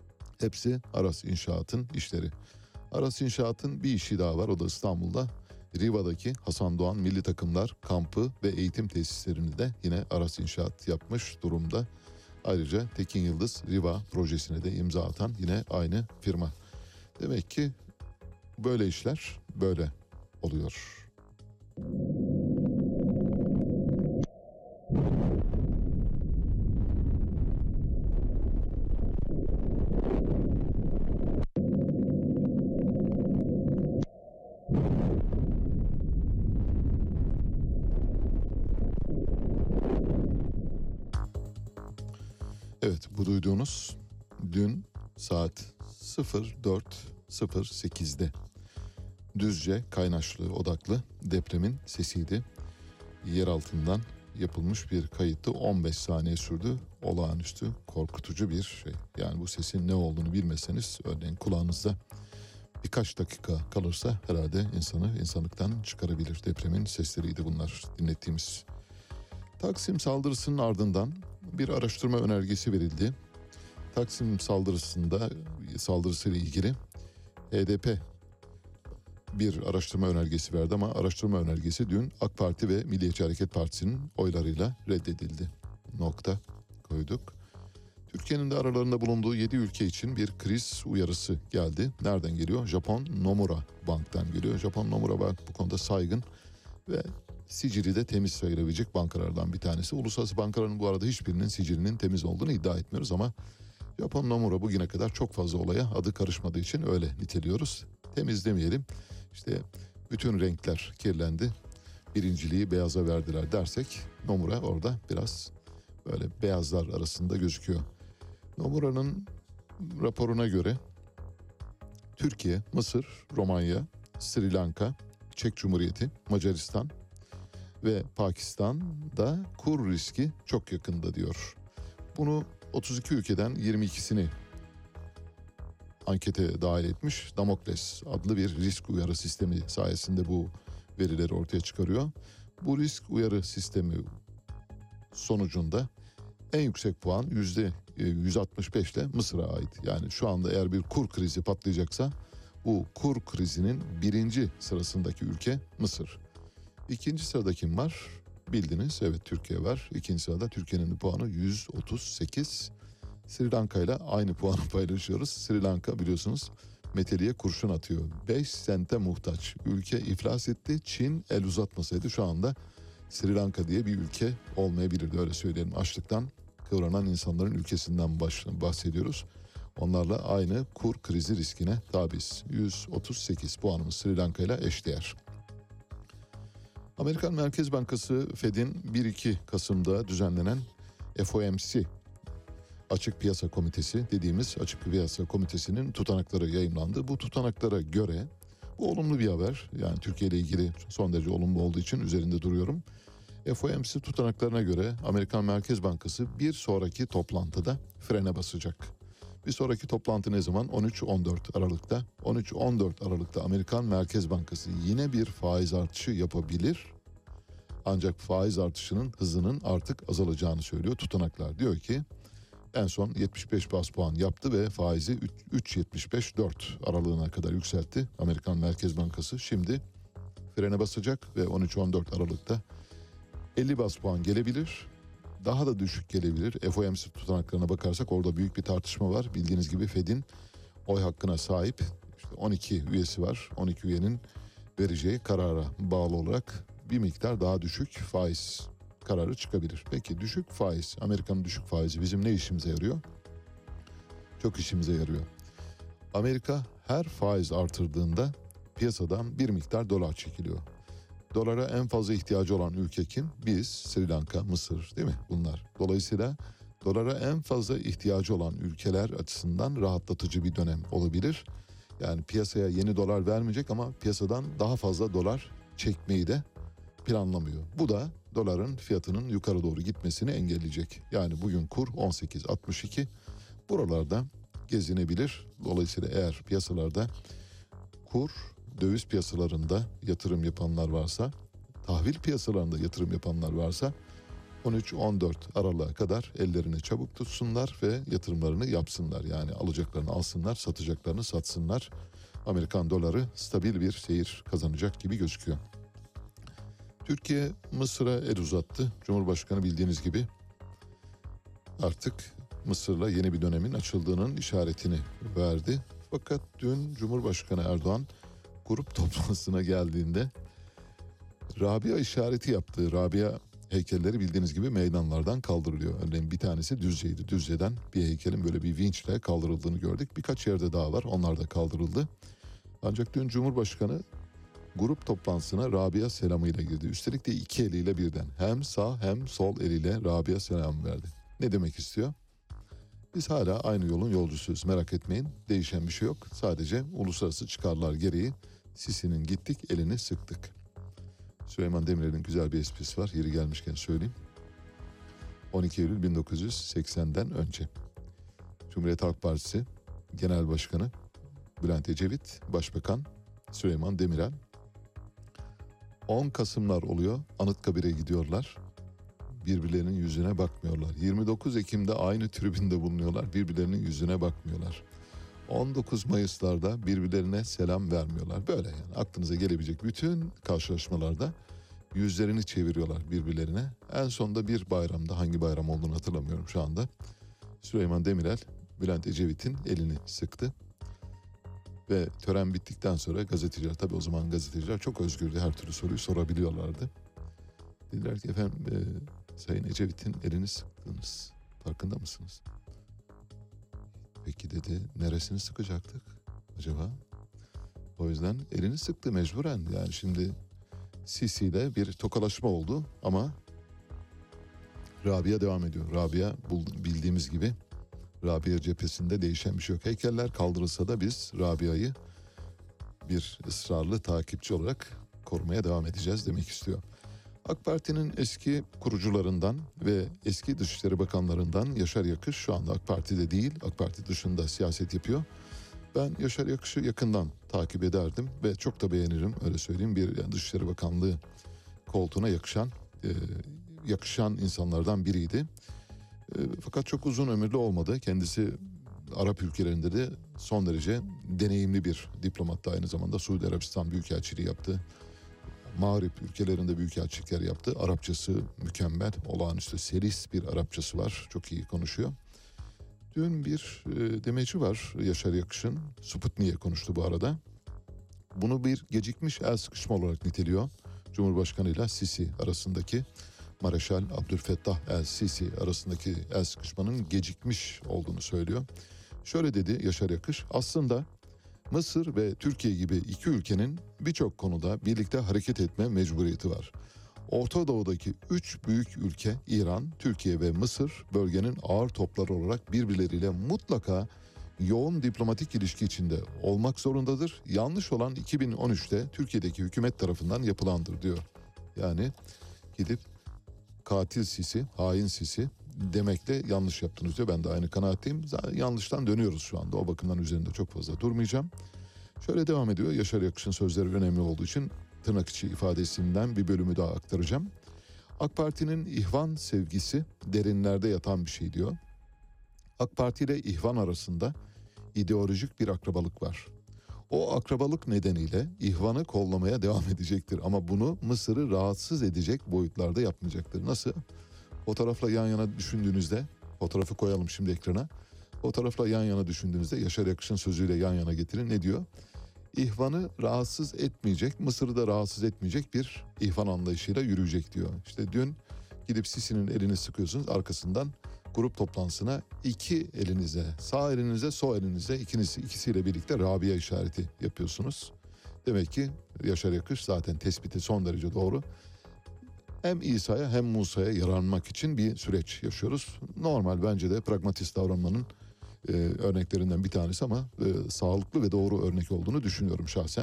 S2: Hepsi Aras İnşaat'ın işleri. Aras İnşaat'ın bir işi daha var. O da İstanbul'da Riva'daki Hasan Doğan Milli Takımlar Kampı ve Eğitim Tesislerini de yine Aras İnşaat yapmış durumda. Ayrıca Tekin Yıldız Riva projesine de imza atan yine aynı firma. Demek ki böyle işler böyle oluyor. Evet, bu duyduğunuz dün saat sıfır dört sıfır sekizde Düzce Kaynaşlı odaklı depremin sesiydi. Yer altından yapılmış bir kayıttı. on beş saniye sürdü. Olağanüstü korkutucu bir şey. Yani bu sesin ne olduğunu bilmeseniz, örneğin kulağınızda birkaç dakika kalırsa herhalde insanı insanlıktan çıkarabilir. Depremin sesleriydi bunlar dinlettiğimiz. Taksim saldırısının ardından bir araştırma önergesi verildi. Taksim saldırısında saldırısıyla ilgili H D P bir araştırma önergesi verdi ama araştırma önergesi dün AK Parti ve Milliyetçi Hareket Partisi'nin oylarıyla reddedildi. Nokta koyduk. Türkiye'nin de aralarında bulunduğu yedi ülke için bir kriz uyarısı geldi. Nereden geliyor? Japon Nomura Bank'tan geliyor. Japon Nomura Bank bu konuda saygın ve sicili de temiz sayılabilecek bankalardan bir tanesi. Uluslararası bankaların bu arada hiçbirinin sicilinin temiz olduğunu iddia etmiyoruz ama Japon Nomura bugüne kadar çok fazla olaya adı karışmadığı için öyle niteliyoruz. Temiz demeyelim. İşte bütün renkler kirlendi. Birinciliği beyaza verdiler dersek Nomura orada biraz böyle beyazlar arasında gözüküyor. Nomura'nın raporuna göre Türkiye, Mısır, Romanya, Sri Lanka, Çek Cumhuriyeti, Macaristan ve Pakistan'da kur riski çok yakında diyor. Bunu otuz iki ülkeden yirmi ikisini ankete dahil etmiş. Damokles adlı bir risk uyarı sistemi sayesinde bu verileri ortaya çıkarıyor. Bu risk uyarı sistemi sonucunda en yüksek puan yüzde yüz altmış beş ile Mısır'a ait. Yani şu anda eğer bir kur krizi patlayacaksa bu kur krizinin birinci sırasındaki ülke Mısır. İkinci sırada kim var? Bildiniz, evet, Türkiye var. İkinci sırada Türkiye'nin puanı yüz otuz sekiz. Sri Lanka ile aynı puanı paylaşıyoruz. Sri Lanka biliyorsunuz meteliğe kurşun atıyor. beş sente muhtaç. Ülke iflas etti. Çin el uzatmasaydı şu anda Sri Lanka diye bir ülke olmayabilirdi, öyle söyleyelim. Açlıktan kıvranan insanların ülkesinden bahsediyoruz. Onlarla aynı kur krizi riskine tabiiz. yüz otuz sekiz puanımız Sri Lanka ile eşdeğer. Amerikan Merkez Bankası Fed'in bir iki Kasım'da düzenlenen F O M C Açık Piyasa Komitesi dediğimiz Açık Piyasa Komitesi'nin tutanakları yayımlandı. Bu tutanaklara göre bu olumlu bir haber. Yani Türkiye ile ilgili son derece olumlu olduğu için üzerinde duruyorum. F O M C tutanaklarına göre Amerikan Merkez Bankası bir sonraki toplantıda frene basacak. Bir sonraki toplantı ne zaman? on üç on dört Aralık'ta. on üç on dört Aralık'ta Amerikan Merkez Bankası yine bir faiz artışı yapabilir. Ancak faiz artışının hızının artık azalacağını söylüyor tutanaklar. Diyor ki en son yetmiş beş bas puan yaptı ve faizi üç yetmiş beş dört aralığına kadar yükseltti Amerikan Merkez Bankası. Şimdi frene basacak ve on üç on dört Aralık'ta elli bas puan gelebilir. Daha da düşük gelebilir. F O M C tutanaklarına bakarsak orada büyük bir tartışma var. Bildiğiniz gibi Fed'in oy hakkına sahip işte on iki üyesi var. on iki üyenin vereceği karara bağlı olarak bir miktar daha düşük faiz kararı çıkabilir. Peki düşük faiz, Amerika'nın düşük faizi bizim ne işimize yarıyor? Çok işimize yarıyor. Amerika her faiz artırdığında piyasadan bir miktar dolar çekiliyor. Dolara en fazla ihtiyacı olan ülke kim? Biz, Sri Lanka, Mısır, değil mi bunlar? Dolayısıyla dolara en fazla ihtiyacı olan ülkeler açısından rahatlatıcı bir dönem olabilir. Yani piyasaya yeni dolar vermeyecek ama piyasadan daha fazla dolar çekmeyi de planlamıyor. Bu da doların fiyatının yukarı doğru gitmesini engelleyecek. Yani bugün kur on sekiz altmış iki, buralarda gezinebilir. Dolayısıyla eğer piyasalarda kur, döviz piyasalarında yatırım yapanlar varsa, tahvil piyasalarında yatırım yapanlar varsa on üç on dört Aralık'a kadar ellerini çabuk tutsunlar ve yatırımlarını yapsınlar. Yani alacaklarını alsınlar, satacaklarını satsınlar. Amerikan doları stabil bir seyir kazanacak gibi gözüküyor. Türkiye Mısır'a el uzattı. Cumhurbaşkanı bildiğiniz gibi artık Mısır'la yeni bir dönemin açıldığının işaretini verdi. Fakat dün Cumhurbaşkanı Erdoğan grup toplantısına geldiğinde Rabia işareti yaptı. Rabia heykelleri bildiğiniz gibi meydanlardan kaldırılıyor. Örneğin bir tanesi Düzce'ydi. Düzce'den bir heykelin böyle bir vinçle kaldırıldığını gördük. Birkaç yerde daha var. Onlar da kaldırıldı. Ancak dün Cumhurbaşkanı grup toplantısına Rabia selamıyla girdi. Üstelik de iki eliyle birden. Hem sağ hem sol eliyle Rabia selam verdi. Ne demek istiyor? Biz hala aynı yolun yolcusuyuz, merak etmeyin. Değişen bir şey yok. Sadece uluslararası çıkarlar gereği Sisi'nin gittik elini sıktık. Süleyman Demirel'in güzel bir esprisi var. Yeri gelmişken söyleyeyim. on iki Eylül bin dokuz yüz seksenden önce Cumhuriyet Halk Partisi Genel Başkanı Bülent Ecevit, Başbakan Süleyman Demirel, on Kasımlar oluyor, Anıtkabir'e gidiyorlar. Birbirlerinin yüzüne bakmıyorlar. yirmi dokuz Ekim'de aynı tribünde bulunuyorlar. Birbirlerinin yüzüne bakmıyorlar. on dokuz Mayıs'larda birbirlerine selam vermiyorlar. Böyle yani aklınıza gelebilecek bütün karşılaşmalarda yüzlerini çeviriyorlar birbirlerine. En sonunda bir bayramda, hangi bayram olduğunu hatırlamıyorum şu anda, Süleyman Demirel Bülent Ecevit'in elini sıktı. Ve tören bittikten sonra gazeteciler, tabii o zaman gazeteciler çok özgürdü, her türlü soruyu sorabiliyorlardı. Dediler ki efendim e, Sayın Ecevit'in elini sıktınız, farkında mısınız? Peki dedi, neresini sıkacaktık acaba? O yüzden elini sıktı mecburen. Yani şimdi Sisi'de bir tokalaşma oldu ama Rabia devam ediyor. Rabia bildiğimiz gibi Rabia cephesinde değişen bir şey yok. Heykeller kaldırılsa da biz Rabia'yı bir ısrarlı takipçi olarak korumaya devam edeceğiz demek istiyor. AK Parti'nin eski kurucularından ve eski Dışişleri Bakanlarından Yaşar Yakış şu anda AK Parti'de değil, AK Parti dışında siyaset yapıyor. Ben Yaşar Yakış'ı yakından takip ederdim ve çok da beğenirim, öyle söyleyeyim. Bir yani Dışişleri Bakanlığı koltuğuna yakışan, e, yakışan insanlardan biriydi. E, fakat çok uzun ömürlü olmadı. Kendisi Arap ülkelerinde de son derece deneyimli bir diplomattı. Aynı zamanda Suudi Arabistan Büyükelçiliği yaptı. Mağrip ülkelerinde büyükelçilikler yaptı. Arapçası mükemmel, olağanüstü seris bir Arapçası var. Çok iyi konuşuyor. Dün bir e, demeci var Yaşar Yakış'ın. Sputnik'e konuştu bu arada. Bunu bir gecikmiş el sıkışma olarak niteliyor. Cumhurbaşkanı ile Sisi arasındaki, Mareşal Abdülfettah el Sisi arasındaki el sıkışmanın gecikmiş olduğunu söylüyor. Şöyle dedi Yaşar Yakış: aslında Mısır ve Türkiye gibi iki ülkenin birçok konuda birlikte hareket etme mecburiyeti var. Orta Doğu'daki üç büyük ülke İran, Türkiye ve Mısır bölgenin ağır topları olarak birbirleriyle mutlaka yoğun diplomatik ilişki içinde olmak zorundadır. Yanlış olan iki bin on üçte Türkiye'deki hükümet tarafından yapılandır diyor. Yani gidip katil Sisi, hain Sisi demekle yanlış yaptınız diyor. Ben de aynı kanaatteyim. Zaten yanlıştan dönüyoruz şu anda. O bakımdan üzerinde çok fazla durmayacağım. Şöyle devam ediyor. Yaşar Yakış'ın sözleri önemli olduğu için tırnak içi ifadesinden bir bölümü daha aktaracağım. AK Parti'nin ihvan sevgisi derinlerde yatan bir şey diyor. AK Parti ile ihvan arasında ideolojik bir akrabalık var. O akrabalık nedeniyle ihvanı kollamaya devam edecektir. Ama bunu Mısır'ı rahatsız edecek boyutlarda yapmayacaktır. Nasıl? Fotoğrafla yan yana düşündüğünüzde, fotoğrafı koyalım şimdi ekrana. Fotoğrafla yan yana düşündüğünüzde Yaşar Yakış'ın sözüyle yan yana getirin. Ne diyor? İhvanı rahatsız etmeyecek, Mısır'ı da rahatsız etmeyecek bir ihvan anlayışıyla yürüyecek diyor. İşte dün gidip Sisi'nin elini sıkıyorsunuz, arkasından grup toplantısına iki elinize, sağ elinize, sol elinize, ikiniz, ikisiyle birlikte Rabia işareti yapıyorsunuz. Demek ki Yaşar Yakış zaten tespiti son derece doğru. Hem İsa'ya hem Musa'ya yaranmak için bir süreç yaşıyoruz. Normal, bence de pragmatist davranmanın e, örneklerinden bir tanesi ama e, sağlıklı ve doğru örnek olduğunu düşünüyorum şahsen.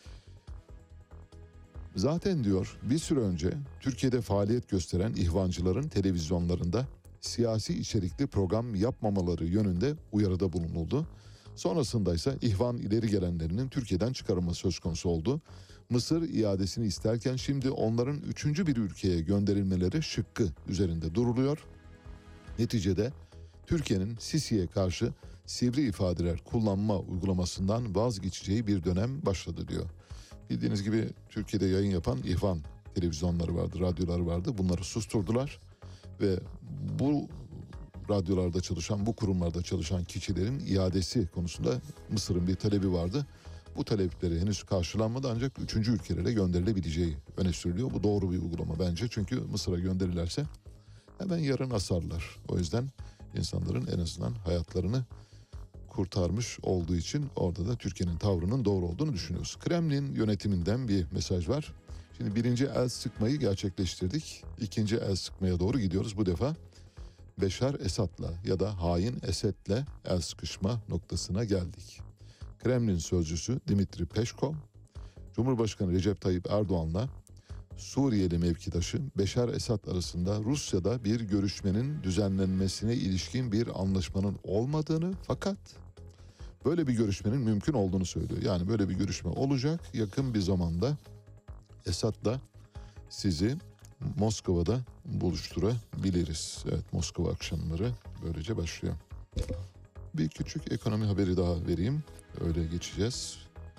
S2: Zaten diyor bir süre önce Türkiye'de faaliyet gösteren ihvancıların televizyonlarında siyasi içerikli program yapmamaları yönünde uyarıda bulunuldu. Sonrasında ise ihvan ileri gelenlerinin Türkiye'den çıkarılması söz konusu oldu. Mısır iadesini isterken şimdi onların üçüncü bir ülkeye gönderilmeleri şıkkı üzerinde duruluyor. Neticede Türkiye'nin Sisi'ye karşı sivri ifadeler kullanma uygulamasından vazgeçeceği bir dönem başladı diyor. Bildiğiniz gibi Türkiye'de yayın yapan ihvan televizyonları vardı, radyoları vardı. Bunları susturdular ve bu radyolarda çalışan, bu kurumlarda çalışan kişilerin iadesi konusunda Mısır'ın bir talebi vardı. Bu talepleri henüz karşılanmadı, ancak üçüncü ülkelere gönderilebileceği öne sürülüyor. Bu doğru bir uygulama bence, çünkü Mısır'a gönderirlerse hemen yarın asarlar. O yüzden insanların en azından hayatlarını kurtarmış olduğu için orada da Türkiye'nin tavrının doğru olduğunu düşünüyoruz. Kremlin yönetiminden bir mesaj var. Şimdi birinci el sıkmayı gerçekleştirdik. İkinci el sıkmaya doğru gidiyoruz. Bu defa Beşar Esad'la ya da hain Esed'le el sıkışma noktasına geldik. Kremlin sözcüsü Dimitri Peşkov, Cumhurbaşkanı Recep Tayyip Erdoğan'la Suriyeli mevkidaşı Beşar Esad arasında Rusya'da bir görüşmenin düzenlenmesine ilişkin bir anlaşmanın olmadığını, fakat böyle bir görüşmenin mümkün olduğunu söylüyor. Yani böyle bir görüşme olacak yakın bir zamanda, Esad'la sizi Moskova'da buluşturabiliriz. Evet, Moskova akşamları böylece başlıyor. Bir küçük ekonomi haberi daha vereyim. Öyle geçeceğiz.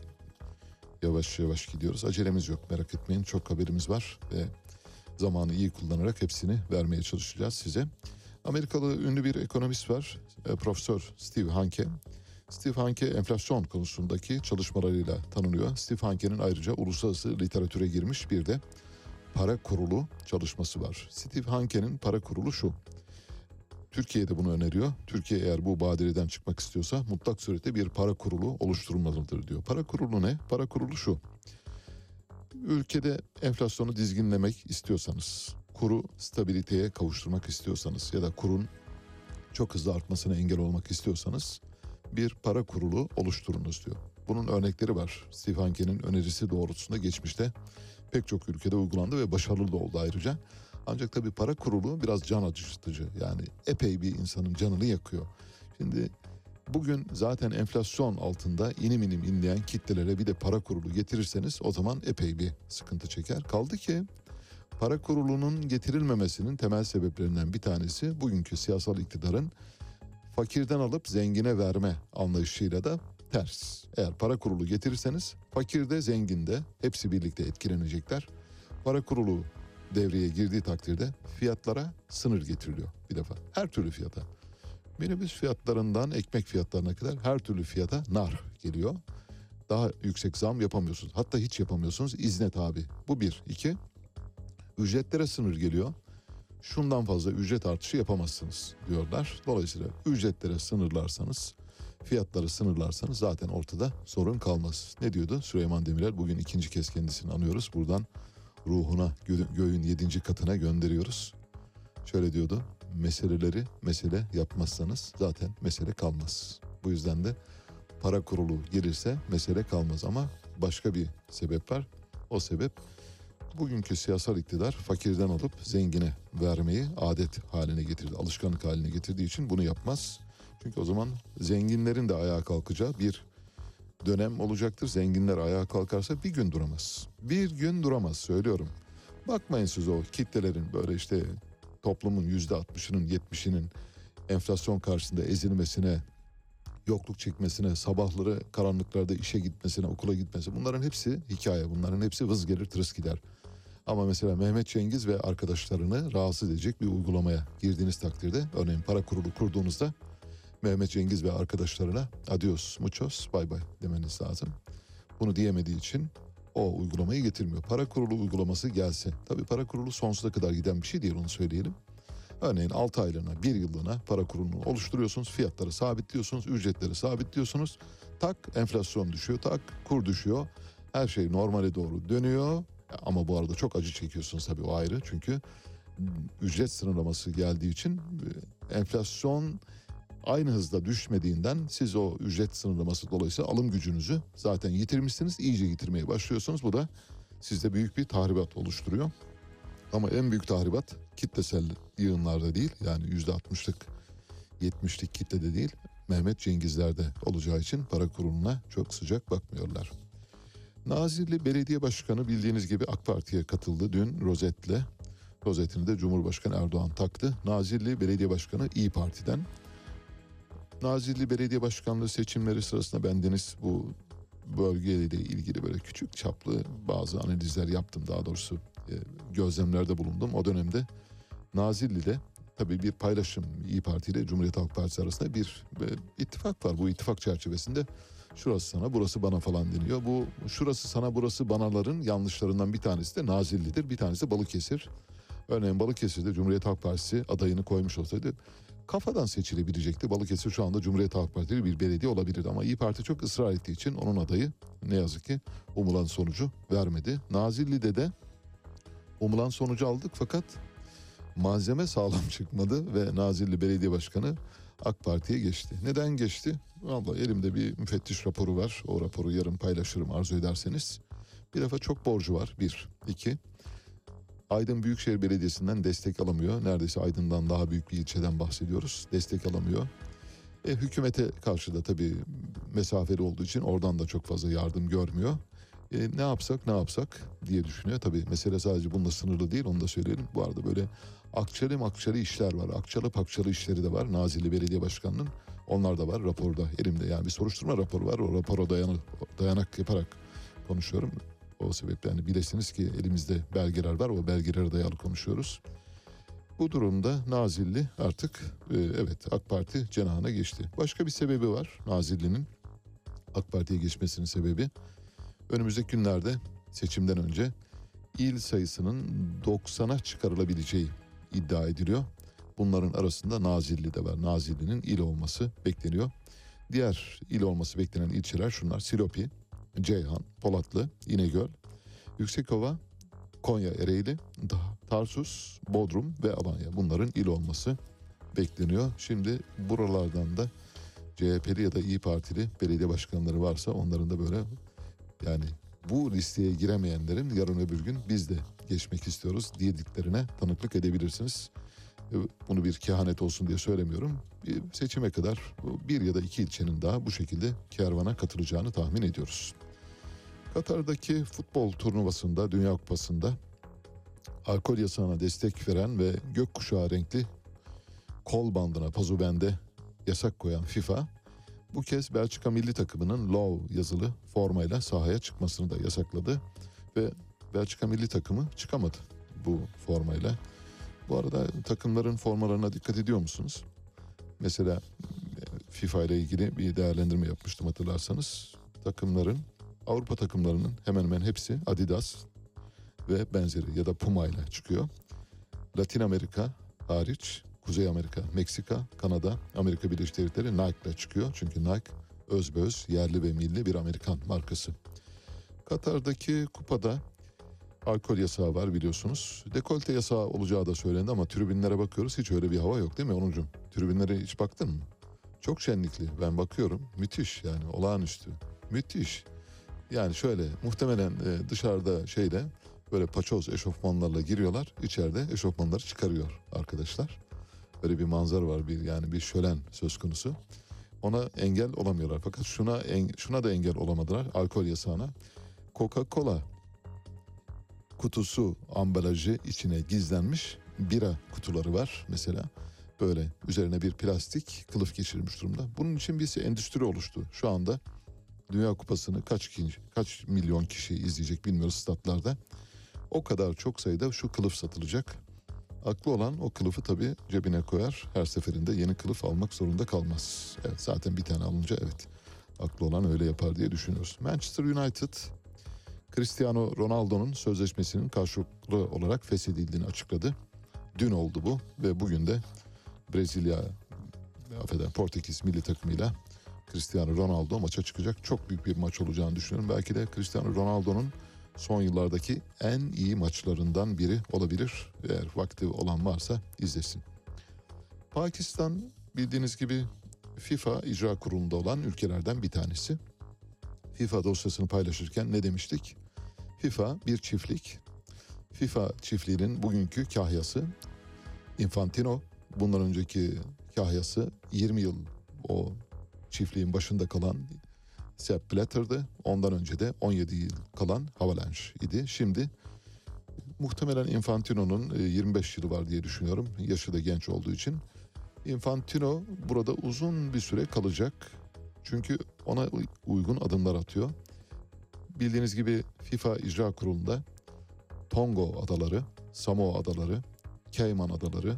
S2: Yavaş yavaş gidiyoruz. Acelemiz yok, merak etmeyin. Çok haberimiz var ve zamanı iyi kullanarak hepsini vermeye çalışacağız size. Amerikalı ünlü bir ekonomist var. Profesör Steve Hanke. Steve Hanke enflasyon konusundaki çalışmalarıyla tanınıyor. Steve Hanke'nin ayrıca uluslararası literatüre girmiş bir de para kurulu çalışması var. Steve Hanke'nin para kurulu şu: Türkiye'de bunu öneriyor. Türkiye eğer bu badireden çıkmak istiyorsa mutlak surette bir para kurulu oluşturulmalıdır diyor. Para kurulu ne? Para kurulu şu: ülkede enflasyonu dizginlemek istiyorsanız, kuru stabiliteye kavuşturmak istiyorsanız ya da kurun çok hızlı artmasına engel olmak istiyorsanız bir para kurulu oluşturunuz diyor. Bunun örnekleri var. Steve Hanke'nin önerisi doğrultusunda geçmişte Pek çok ülkede uygulandı ve başarılı da oldu ayrıca. Ancak tabii para kurulu biraz can acıtıcı. Yani epey bir insanın canını yakıyor. Şimdi bugün zaten enflasyon altında inim inim inleyen kitlelere bir de para kurulu getirirseniz o zaman epey bir sıkıntı çeker. Kaldı ki para kurulunun getirilmemesinin temel sebeplerinden bir tanesi bugünkü siyasal iktidarın fakirden alıp zengine verme anlayışıyla da ters. Eğer para kurulu getirirseniz fakir de zengin de hepsi birlikte etkilenecekler. Para kurulu devreye girdiği takdirde fiyatlara sınır getiriliyor bir defa. Her türlü fiyata. Minibüs fiyatlarından ekmek fiyatlarına kadar her türlü fiyata nar geliyor. Daha yüksek zam yapamıyorsunuz. Hatta hiç yapamıyorsunuz. İzne tabi. Bu bir. İki, ücretlere sınır geliyor. Şundan fazla ücret artışı yapamazsınız diyorlar. Dolayısıyla ücretlere sınırlarsanız, fiyatları sınırlarsanız zaten ortada sorun kalmaz. Ne diyordu Süleyman Demirel? Bugün ikinci kez kendisini anıyoruz. Buradan ruhuna, gö- göğün yedinci katına gönderiyoruz. Şöyle diyordu: meseleleri mesele yapmazsanız zaten mesele kalmaz. Bu yüzden de para kurulu gelirse mesele kalmaz ama başka bir sebep var. O sebep bugünkü siyasal iktidar fakirden alıp zengine vermeyi adet haline getirdi. Alışkanlık haline getirdiği için bunu yapmaz. Çünkü o zaman zenginlerin de ayağa kalkacağı bir dönem olacaktır. Zenginler ayağa kalkarsa bir gün duramaz. Bir gün duramaz söylüyorum. Bakmayın siz o kitlelerin böyle işte toplumun yüzde altmışının yetmişinin enflasyon karşısında ezilmesine, yokluk çekmesine, sabahları karanlıklarda işe gitmesine, okula gitmesine, bunların hepsi hikaye. Bunların hepsi vız gelir tırıs gider. Ama mesela Mehmet Cengiz ve arkadaşlarını rahatsız edecek bir uygulamaya girdiğiniz takdirde, örneğin para kurulu kurduğunuzda Mehmet Cengiz ve arkadaşlarına adios, muchos, bay bay demeniz lazım. Bunu diyemediği için o uygulamayı getirmiyor. Para kurulu uygulaması gelse, tabii para kurulu sonsuza kadar giden bir şey değil, onu söyleyelim. Örneğin altı aylığına, bir yıllığına para kurulunu oluşturuyorsunuz, fiyatları sabitliyorsunuz, ücretleri sabitliyorsunuz. Tak enflasyon düşüyor, tak kur düşüyor. Her şey normale doğru dönüyor. Ama bu arada çok acı çekiyorsunuz tabii, o ayrı. Çünkü ücret sınırlaması geldiği için enflasyon aynı hızda düşmediğinden siz o ücret sınırlaması dolayısıyla alım gücünüzü zaten yitirmişsiniz. İyice yitirmeye başlıyorsunuz. Bu da sizde büyük bir tahribat oluşturuyor. Ama en büyük tahribat kitlesel yığınlarda değil, yani yüzde altmışlık yetmişlik kitlede değil, Mehmet Cengizler'de olacağı için para kuruluna çok sıcak bakmıyorlar. Nazilli Belediye Başkanı bildiğiniz gibi AK Parti'ye katıldı dün rozetle. Rozetini de Cumhurbaşkanı Erdoğan taktı. Nazilli Belediye Başkanı İyi Parti'den. Nazilli Belediye Başkanlığı seçimleri sırasında bendeniz bu bölgeyle ilgili böyle küçük çaplı bazı analizler yaptım, daha doğrusu e, gözlemlerde bulundum. O dönemde Nazilli'de tabii bir paylaşım, İyi Parti ile Cumhuriyet Halk Partisi arasında bir e, ittifak var. Bu ittifak çerçevesinde şurası sana burası bana falan deniyor. Bu şurası sana burası banaların yanlışlarından bir tanesi de Nazilli'dir, bir tanesi de Balıkesir. Örneğin Balıkesir'de Cumhuriyet Halk Partisi adayını koymuş olsaydı kafadan seçilebilecekti. Balıkesir şu anda Cumhuriyet Halk Partili bir belediye olabilirdi ama İyi Parti çok ısrar ettiği için onun adayı ne yazık ki umulan sonucu vermedi. Nazilli'de de umulan sonucu aldık fakat malzeme sağlam çıkmadı ve Nazilli Belediye Başkanı AK Parti'ye geçti. Neden geçti? Vallahi elimde bir müfettiş raporu var. O raporu yarın paylaşırım arzu ederseniz. Bir defa çok borcu var. Bir. İki. Aydın Büyükşehir Belediyesi'nden destek alamıyor. Neredeyse Aydın'dan daha büyük bir ilçeden bahsediyoruz. Destek alamıyor. E, hükümete karşı da tabii mesafeli olduğu için oradan da çok fazla yardım görmüyor. E, ne yapsak ne yapsak diye düşünüyor. Tabii mesele sadece bununla sınırlı değil, onu da söyleyelim. Bu arada böyle akçalı makçalı işler var. Akçalı pakçalı işleri de var Nazilli Belediye Başkanı'nın. Onlar da var raporda elimde. Yani bir soruşturma raporu var. O rapora dayanak, dayanak yaparak konuşuyorum. O sebeple hani bilesiniz ki elimizde belgeler var. O belgelere dayalı konuşuyoruz. Bu durumda Nazilli artık e, evet AK Parti cenahına geçti. Başka bir sebebi var Nazilli'nin AK Parti'ye geçmesinin sebebi. Önümüzdeki günlerde seçimden önce il sayısının doksana çıkarılabileceği iddia ediliyor. Bunların arasında Nazilli de var. Nazilli'nin il olması bekleniyor. Diğer il olması beklenen ilçeler şunlar: Silopi, Ceyhan, Polatlı, İnegöl, Yüksekova, Konya Ereğli, Tarsus, Bodrum ve Alanya. Bunların il olması bekleniyor. Şimdi buralardan da C H P'li ya da İyi Partili belediye başkanları varsa onların da böyle yani bu listeye giremeyenlerin yarın öbür gün biz de geçmek istiyoruz diyediklerine tanıklık edebilirsiniz. Bunu bir kehanet olsun diye söylemiyorum. Bir seçime kadar bir ya da iki ilçenin daha bu şekilde kervana katılacağını tahmin ediyoruz. Katar'daki futbol turnuvasında, Dünya Kupası'nda alkol yasağına destek veren ve gökkuşağı renkli kol bandına, pazubende yasak koyan FIFA, bu kez Belçika milli takımının Love yazılı formayla sahaya çıkmasını da yasakladı ve Belçika milli takımı çıkamadı bu formayla. Bu arada takımların formalarına dikkat ediyor musunuz? Mesela FIFA ile ilgili bir değerlendirme yapmıştım hatırlarsanız. Takımların, Avrupa takımlarının hemen hemen hepsi Adidas ve benzeri ya da Puma ile çıkıyor. Latin Amerika hariç, Kuzey Amerika, Meksika, Kanada, Amerika Birleşik Devletleri Nike ile çıkıyor. Çünkü Nike özbeöz yerli ve milli bir Amerikan markası. Katar'daki kupada alkol yasağı var biliyorsunuz. Dekolte yasağı olacağı da söylendi ama tribünlere bakıyoruz, hiç öyle bir hava yok değil mi Onurcuğum? Tribünlere hiç baktın mı? Çok şenlikli, ben bakıyorum, müthiş yani, olağanüstü, müthiş. Yani şöyle muhtemelen dışarıda şeyle böyle paçoz eşofmanlarla giriyorlar, içeride eşofmanları çıkarıyor arkadaşlar. Böyle bir manzara var, bir yani bir şölen söz konusu. Ona engel olamıyorlar. Fakat şuna şuna da engel olamadılar, alkol yasağına. Coca-Cola kutusu, ambalajı içine gizlenmiş bira kutuları var mesela. Böyle üzerine bir plastik kılıf geçirilmiş durumda. Bunun için bir endüstri oluştu. Şu anda Dünya Kupası'nı kaç kişi, kaç milyon kişi izleyecek bilmiyoruz statlarda. O kadar çok sayıda şu kılıf satılacak. Aklı olan o kılıfı tabii cebine koyar. Her seferinde yeni kılıf almak zorunda kalmaz. Evet, zaten bir tane alınca evet, aklı olan öyle yapar diye düşünüyoruz. Manchester United, Cristiano Ronaldo'nun sözleşmesinin karşılıklı olarak feshedildiğini açıkladı. Dün oldu bu ve bugün de Brezilya, affedersin, Portekiz milli takımıyla Cristiano Ronaldo maça çıkacak. Çok büyük bir maç olacağını düşünüyorum. Belki de Cristiano Ronaldo'nun son yıllardaki en iyi maçlarından biri olabilir. Eğer vakti olan varsa izlesin. Pakistan bildiğiniz gibi FIFA icra kurulunda olan ülkelerden bir tanesi. FIFA dosyasını paylaşırken ne demiştik? FIFA bir çiftlik. FIFA çiftliğinin bugünkü kahyası Infantino. Bundan önceki kahyası yirmi yıl o çiftliğin başında kalan Sepp Blatter'dı. Ondan önce de on yedi yıl kalan Havelange idi. Şimdi muhtemelen Infantino'nun yirmi beş yılı var diye düşünüyorum. Yaşı da genç olduğu için. Infantino burada uzun bir süre kalacak. Çünkü ona uygun adımlar atıyor. Bildiğiniz gibi FIFA İcra Kurulu'nda Tonga Adaları, Samoa Adaları, Cayman Adaları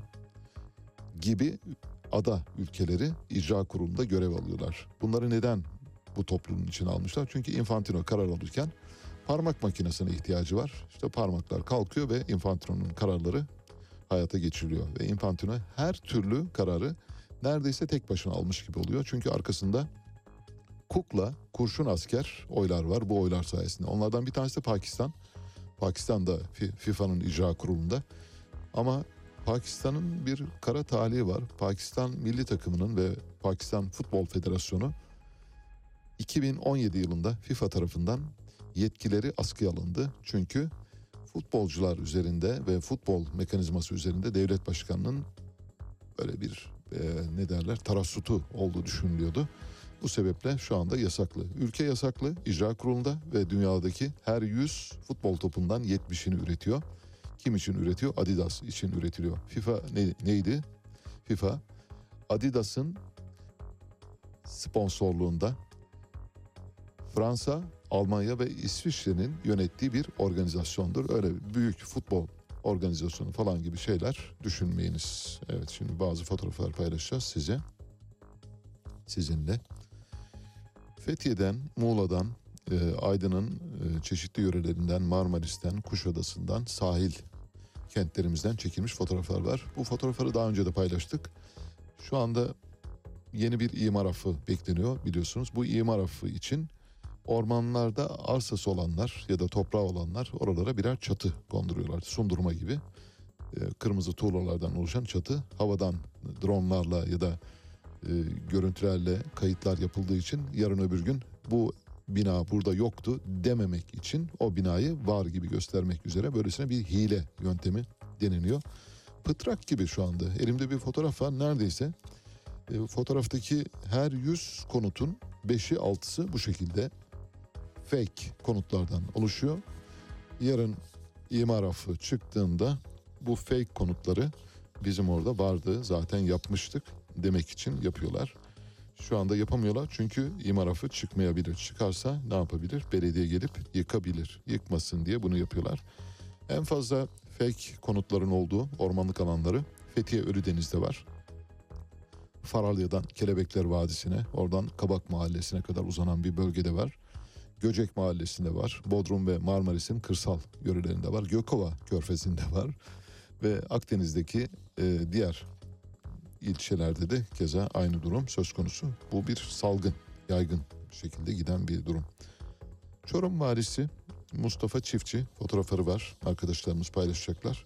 S2: gibi ada ülkeleri icra kurulunda görev alıyorlar. Bunları neden bu toplumun içine almışlar? Çünkü Infantino karar alırken parmak makinesine ihtiyacı var. İşte parmaklar kalkıyor ve Infantino'nun kararları hayata geçiriliyor. Ve Infantino her türlü kararı neredeyse tek başına almış gibi oluyor. Çünkü arkasında kukla, kurşun asker oylar var bu oylar sayesinde. Onlardan bir tanesi de Pakistan. Pakistan da FIFA'nın icra kurulunda. Ama Pakistan'ın bir kara talihi var. Pakistan milli takımının ve Pakistan Futbol Federasyonu iki bin on yedi yılında FIFA tarafından yetkileri askıya alındı. Çünkü futbolcular üzerinde ve futbol mekanizması üzerinde devlet başkanının böyle bir e, ne derler tarassutu olduğu düşünülüyordu. Bu sebeple şu anda yasaklı. Ülke yasaklı, icra kurulunda ve dünyadaki her yüz futbol topundan yetmişini üretiyor. Kim için üretiyor? Adidas için üretiliyor. FIFA ne, neydi? FIFA Adidas'ın sponsorluğunda Fransa, Almanya ve İsviçre'nin yönettiği bir organizasyondur. Öyle büyük futbol organizasyonu falan gibi şeyler düşünmeyiniz. Evet, şimdi bazı fotoğraflar paylaşacağız size. Sizinle. Fethiye'den, Muğla'dan, e, Aydın'ın e, çeşitli yörelerinden, Marmaris'ten, Kuşadası'ndan, sahil kentlerimizden çekilmiş fotoğraflar var. Bu fotoğrafları daha önce de paylaştık. Şu anda yeni bir imar affı bekleniyor biliyorsunuz. Bu imar affı için ormanlarda arsası olanlar ya da toprağı olanlar oralara birer çatı konduruyorlar. Sundurma gibi e, kırmızı tuğlalardan oluşan çatı havadan dronlarla ya da e, görüntülerle kayıtlar yapıldığı için yarın öbür gün bu bina burada yoktu dememek için o binayı var gibi göstermek üzere böylesine bir hile yöntemi deneniyor. Pıtrak gibi şu anda elimde bir fotoğraf var, neredeyse e, fotoğraftaki her yüz konutun beşi altısı bu şekilde fake konutlardan oluşuyor. Yarın imar affı çıktığında bu fake konutları bizim orada vardı zaten yapmıştık demek için yapıyorlar. Şu anda yapamıyorlar çünkü imar affı çıkmayabilir. Çıkarsa ne yapabilir? Belediye gelip yıkabilir. Yıkmasın diye bunu yapıyorlar. En fazla fake konutların olduğu ormanlık alanları Fethiye Ölüdeniz'de var. Faralya'dan Kelebekler Vadisi'ne, oradan Kabak Mahallesi'ne kadar uzanan bir bölgede var. Göcek Mahallesi'nde var. Bodrum ve Marmaris'in kırsal yörelerinde var. Gökova Körfezi'nde var. Ve Akdeniz'deki e, diğer ilçelerde de keza aynı durum söz konusu. Bu bir salgın, yaygın bir şekilde giden bir durum. Çorum valisi Mustafa Çiftçi fotoğrafları var. Arkadaşlarımız paylaşacaklar.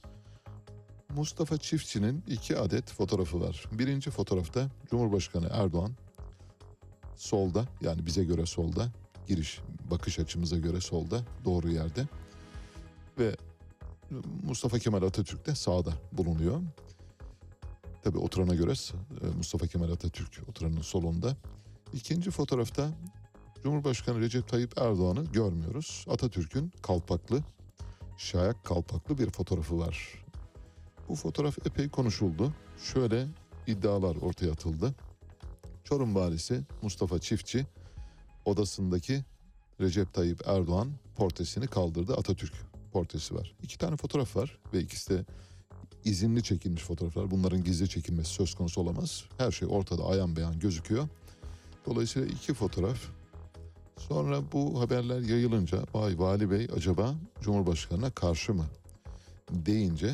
S2: Mustafa Çiftçi'nin iki adet fotoğrafı var. Birinci fotoğrafta Cumhurbaşkanı Erdoğan solda, yani bize göre solda, giriş bakış açımıza göre solda, doğru yerde. Ve Mustafa Kemal Atatürk de sağda bulunuyor. Tabii oturana göre Mustafa Kemal Atatürk oturanın solunda. İkinci fotoğrafta Cumhurbaşkanı Recep Tayyip Erdoğan'ı görmüyoruz. Atatürk'ün kalpaklı, şayak kalpaklı bir fotoğrafı var. Bu fotoğraf epey konuşuldu. Şöyle iddialar ortaya atıldı. Çorum valisi Mustafa Çiftçi odasındaki Recep Tayyip Erdoğan portresini kaldırdı. Atatürk portresi var. İki tane fotoğraf var ve ikisi de izinli çekilmiş fotoğraflar. Bunların gizli çekilmesi söz konusu olamaz. Her şey ortada ayan beyan gözüküyor. Dolayısıyla iki fotoğraf. Sonra bu haberler yayılınca vay Vali Bey acaba Cumhurbaşkanı'na karşı mı deyince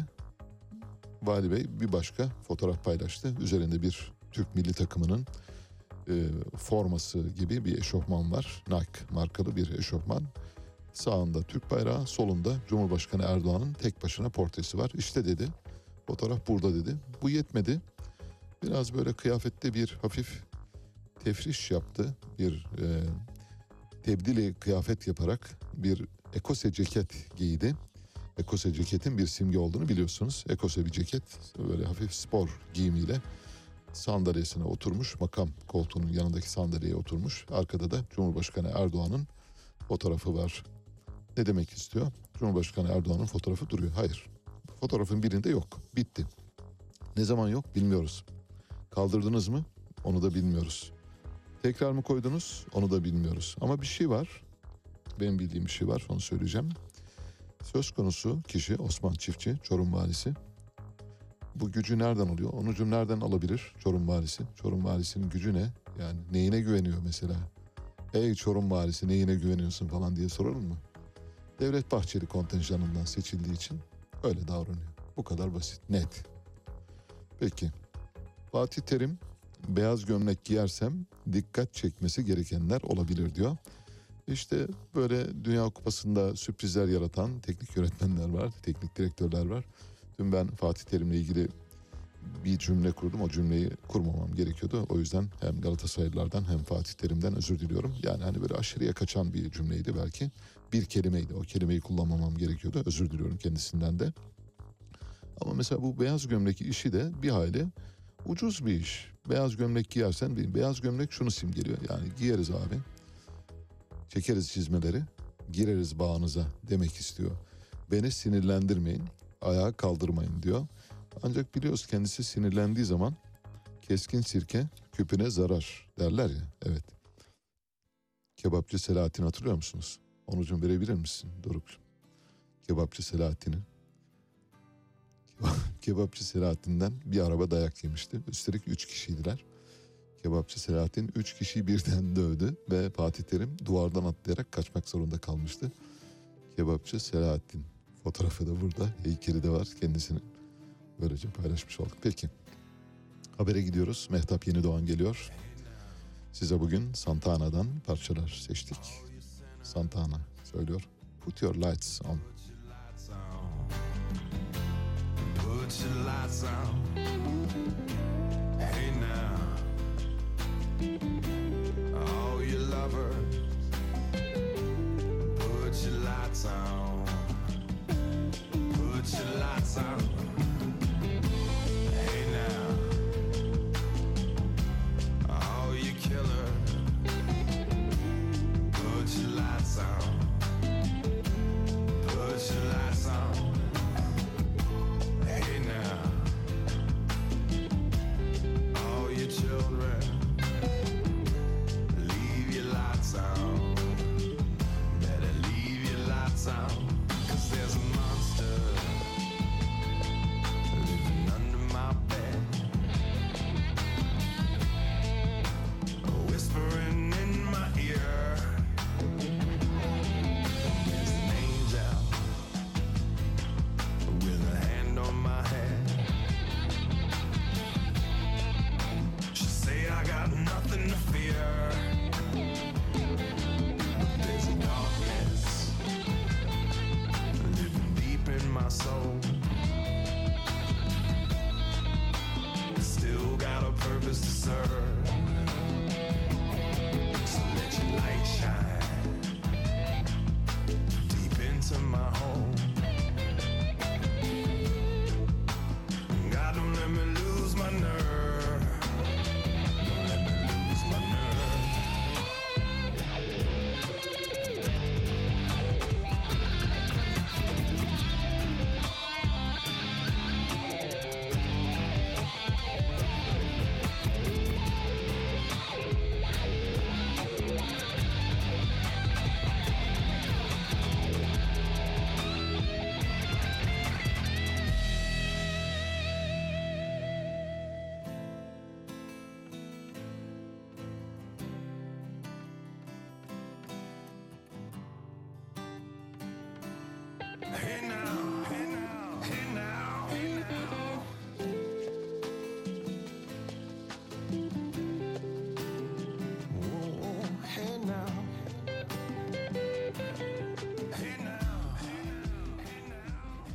S2: Vali Bey bir başka fotoğraf paylaştı. Üzerinde bir Türk milli takımının e, forması gibi bir eşofman var. Nike markalı bir eşofman. Sağında Türk bayrağı, solunda Cumhurbaşkanı Erdoğan'ın tek başına portresi var. İşte dedi, fotoğraf burada dedi. Bu yetmedi. Biraz böyle kıyafette bir hafif tefriş yaptı. Bir e, tebdili kıyafet yaparak bir ekose ceket giydi. Ekose ceketin bir simge olduğunu biliyorsunuz. Ekose bir ceket, böyle hafif spor giyimiyle sandalyesine oturmuş. Makam koltuğunun yanındaki sandalyeye oturmuş. Arkada da Cumhurbaşkanı Erdoğan'ın fotoğrafı var. Ne demek istiyor? Cumhurbaşkanı Erdoğan'ın fotoğrafı duruyor. Hayır. Fotoğrafın birinde yok. Bitti. Ne zaman yok bilmiyoruz. Kaldırdınız mı? Onu da bilmiyoruz. Tekrar mı koydunuz? Onu da bilmiyoruz. Ama bir şey var. Benim bildiğim bir şey var. Onu söyleyeceğim. Söz konusu kişi Osman Çiftçi, Çorum valisi. Bu gücü nereden alıyor? Onu nereden alabilir Çorum valisi? Çorum valisinin gücü ne? Yani neyine güveniyor mesela? Ey Çorum valisi neyine güveniyorsun falan diye soralım mı? Devlet Bahçeli kontenjanından seçildiği için öyle davranıyor. Bu kadar basit, net. Peki, Fatih Terim beyaz gömlek giyersem dikkat çekmesi gerekenler olabilir diyor. İşte böyle Dünya Kupası'nda sürprizler yaratan teknik yönetmenler var, teknik direktörler var. Dün ben Fatih Terim'le ilgili bir cümle kurdum. O cümleyi kurmamam gerekiyordu. O yüzden hem Galatasaraylılardan hem Fatih Terim'den özür diliyorum. Yani hani böyle aşırıya kaçan bir cümleydi belki. Bir kelimeydi. O kelimeyi kullanmamam gerekiyordu. Özür diliyorum kendisinden de. Ama mesela bu beyaz gömlek işi de bir hayli ucuz bir iş. Beyaz gömlek giyersen, bir beyaz gömlek şunu simgeliyor. Yani giyeriz abi. Çekeriz çizmeleri. Gireriz bağınıza demek istiyor. Beni sinirlendirmeyin. Ayağa kaldırmayın diyor. Ancak biliyoruz kendisi sinirlendiği zaman keskin sirke küpüne zarar derler ya. Evet. Kebapçı Selahattin hatırlıyor musunuz? Onucum verebilir misin Doruk'cum? Kebapçı Selahattin'i. Kebapçı Selahattin'den bir araba dayak yemişti. Üstelik üç kişiydiler. Kebapçı Selahattin üç kişiyi birden dövdü ve Fatih Terim duvardan atlayarak kaçmak zorunda kalmıştı. Kebapçı Selahattin fotoğrafı da burada, heykeli de var kendisinin. Böylece paylaşmış olduk. Peki. Habere gidiyoruz. Mehtap Yenidoğan geliyor. Size bugün Santana'dan parçalar seçtik. Santana söylüyor. Put your lights on.
S3: Put your lights on. Hey now. All your lovers soul. Still got a purpose to serve. So let your light shine deep into my home. God, don't let me lose my nerve. Don't let me lose my nerve. Hey now, hey now, hey now, hey now. Whoa, hey now. Hey now, hey now, hey now.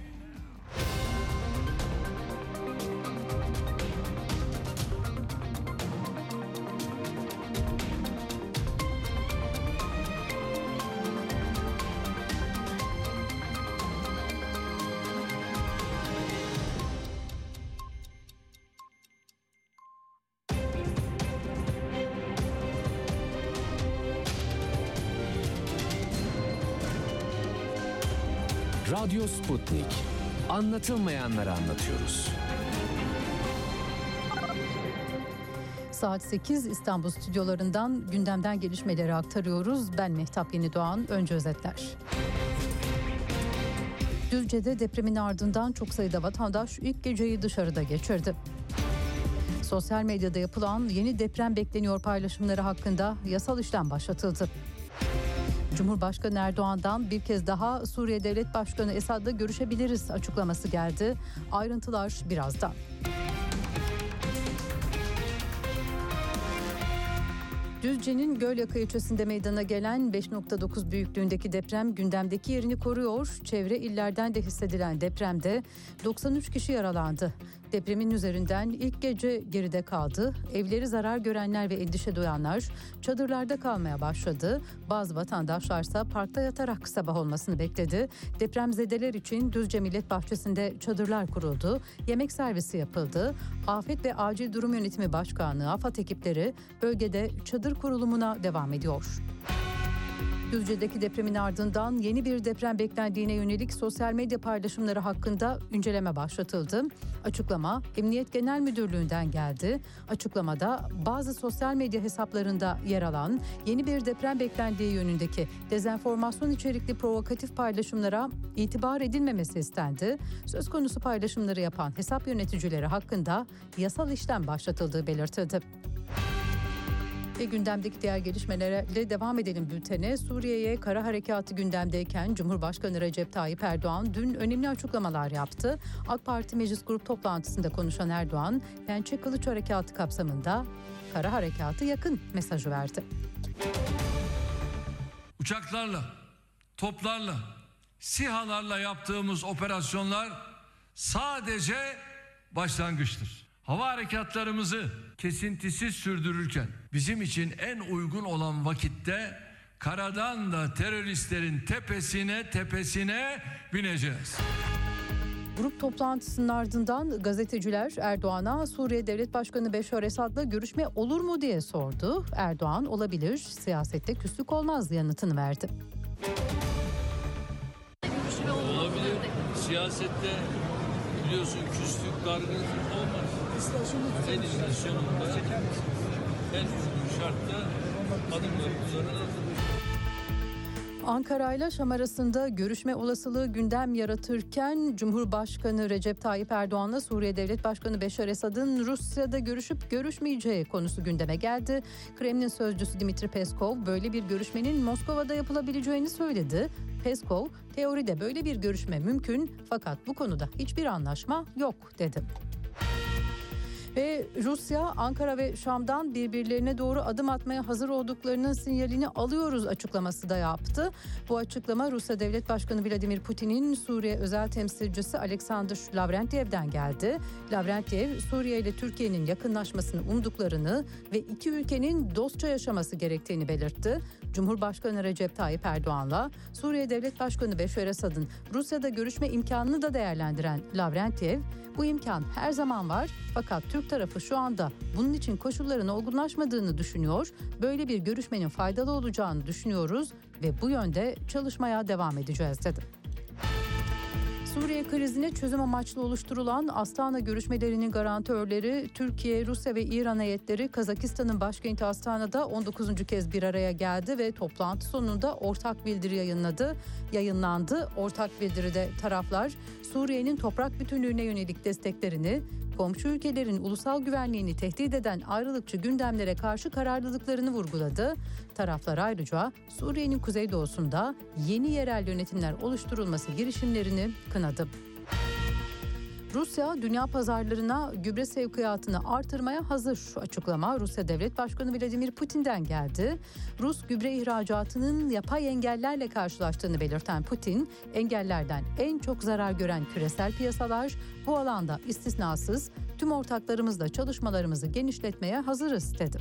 S1: Radyo Sputnik. Anlatılmayanları anlatıyoruz.
S4: Saat sekiz İstanbul stüdyolarından gündemden gelişmeleri aktarıyoruz. Ben Mehtap Yenidoğan. Önce özetler. Düzce'de depremin ardından çok sayıda vatandaş ilk geceyi dışarıda geçirdi. Sosyal medyada yapılan yeni deprem bekleniyor paylaşımları hakkında yasal işlem başlatıldı. Cumhurbaşkanı Erdoğan'dan bir kez daha Suriye Devlet Başkanı Esad'la görüşebiliriz açıklaması geldi. Ayrıntılar birazdan. Düzce'nin Gölyaka ilçesinde meydana gelen beş nokta dokuz büyüklüğündeki deprem gündemdeki yerini koruyor. Çevre illerden de hissedilen depremde doksan üç kişi yaralandı. Depremin üzerinden ilk gece geride kaldı. Evleri zarar görenler ve endişe duyanlar çadırlarda kalmaya başladı. Bazı vatandaşlarsa parkta yatarak sabah olmasını bekledi. Depremzedeler için Düzce Millet Bahçesi'nde çadırlar kuruldu. Yemek servisi yapıldı. Afet ve Acil Durum Yönetimi Başkanlığı AFAD ekipleri bölgede çadır kurulumuna devam ediyor. Düzce'deki depremin ardından yeni bir deprem beklendiğine yönelik sosyal medya paylaşımları hakkında inceleme başlatıldı. Açıklama Emniyet Genel Müdürlüğü'nden geldi. Açıklamada bazı sosyal medya hesaplarında yer alan yeni bir deprem beklendiği yönündeki dezenformasyon içerikli provokatif paylaşımlara itibar edilmemesi istendi. Söz konusu paylaşımları yapan hesap yöneticileri hakkında yasal işlem başlatıldığı belirtildi. Ve gündemdeki diğer gelişmelerle devam edelim bültene. Suriye'ye kara harekatı gündemdeyken Cumhurbaşkanı Recep Tayyip Erdoğan dün önemli açıklamalar yaptı. AK Parti Meclis Grup toplantısında konuşan Erdoğan, Pençe Kılıç Harekatı kapsamında kara harekatı yakın mesajı verdi.
S5: Uçaklarla, toplarla, SİHA'larla yaptığımız operasyonlar sadece başlangıçtır. Hava harekatlarımızı kesintisiz sürdürürken bizim için en uygun olan vakitte karadan da teröristlerin tepesine tepesine bineceğiz.
S4: Grup toplantısının ardından gazeteciler Erdoğan'a Suriye Devlet Başkanı Beşar Esad'la görüşme olur mu diye sordu. Erdoğan olabilir, siyasette küslük olmaz yanıtını verdi.
S5: Olabilir, siyasette biliyorsun küslük, dargınlık olmaz. En iyisi sonunda, en uygun şartta adımlarımızı alırız.
S4: Ankara ile Şam arasında görüşme olasılığı gündem yaratırken Cumhurbaşkanı Recep Tayyip Erdoğan'la Suriye Devlet Başkanı Beşar Esad'ın Rusya'da görüşüp görüşmeyeceği konusu gündeme geldi. Kremlin sözcüsü Dmitri Peskov böyle bir görüşmenin Moskova'da yapılabileceğini söyledi. Peskov, teoride böyle bir görüşme mümkün fakat bu konuda hiçbir anlaşma yok dedi. Ve Rusya, Ankara ve Şam'dan birbirlerine doğru adım atmaya hazır olduklarının sinyalini alıyoruz açıklaması da yaptı. Bu açıklama Rusya Devlet Başkanı Vladimir Putin'in Suriye özel temsilcisi Alexander Lavrentyev'den geldi. Lavrentyev, Suriye ile Türkiye'nin yakınlaşmasını umduklarını ve iki ülkenin dostça yaşaması gerektiğini belirtti. Cumhurbaşkanı Recep Tayyip Erdoğan'la Suriye Devlet Başkanı Beşar Esad'ın Rusya'da görüşme imkanını da değerlendiren Lavrentyev, bu imkan her zaman var fakat Türk tarafı şu anda bunun için koşulların olgunlaşmadığını düşünüyor, böyle bir görüşmenin faydalı olacağını düşünüyoruz ve bu yönde çalışmaya devam edeceğiz dedi. Suriye krizine çözüm amaçlı oluşturulan Astana görüşmelerinin garantörleri Türkiye, Rusya ve İran heyetleri Kazakistan'ın başkenti Astana'da on dokuzuncu kez bir araya geldi ve toplantı sonunda ortak bildiri yayınladı. Yayınlandı. Ortak bildiride taraflar Suriye'nin toprak bütünlüğüne yönelik desteklerini, komşu ülkelerin ulusal güvenliğini tehdit eden ayrılıkçı gündemlere karşı kararlılıklarını vurguladı. Taraflar ayrıca Suriye'nin kuzeydoğusunda yeni yerel yönetimler oluşturulması girişimlerini kınadı. Rusya dünya pazarlarına gübre sevkiyatını artırmaya hazır. Şu açıklama Rusya Devlet Başkanı Vladimir Putin'den geldi. Rus gübre ihracatının yapay engellerle karşılaştığını belirten Putin, engellerden en çok zarar gören küresel piyasalar, bu alanda istisnasız tüm ortaklarımızla çalışmalarımızı genişletmeye hazırız dedi.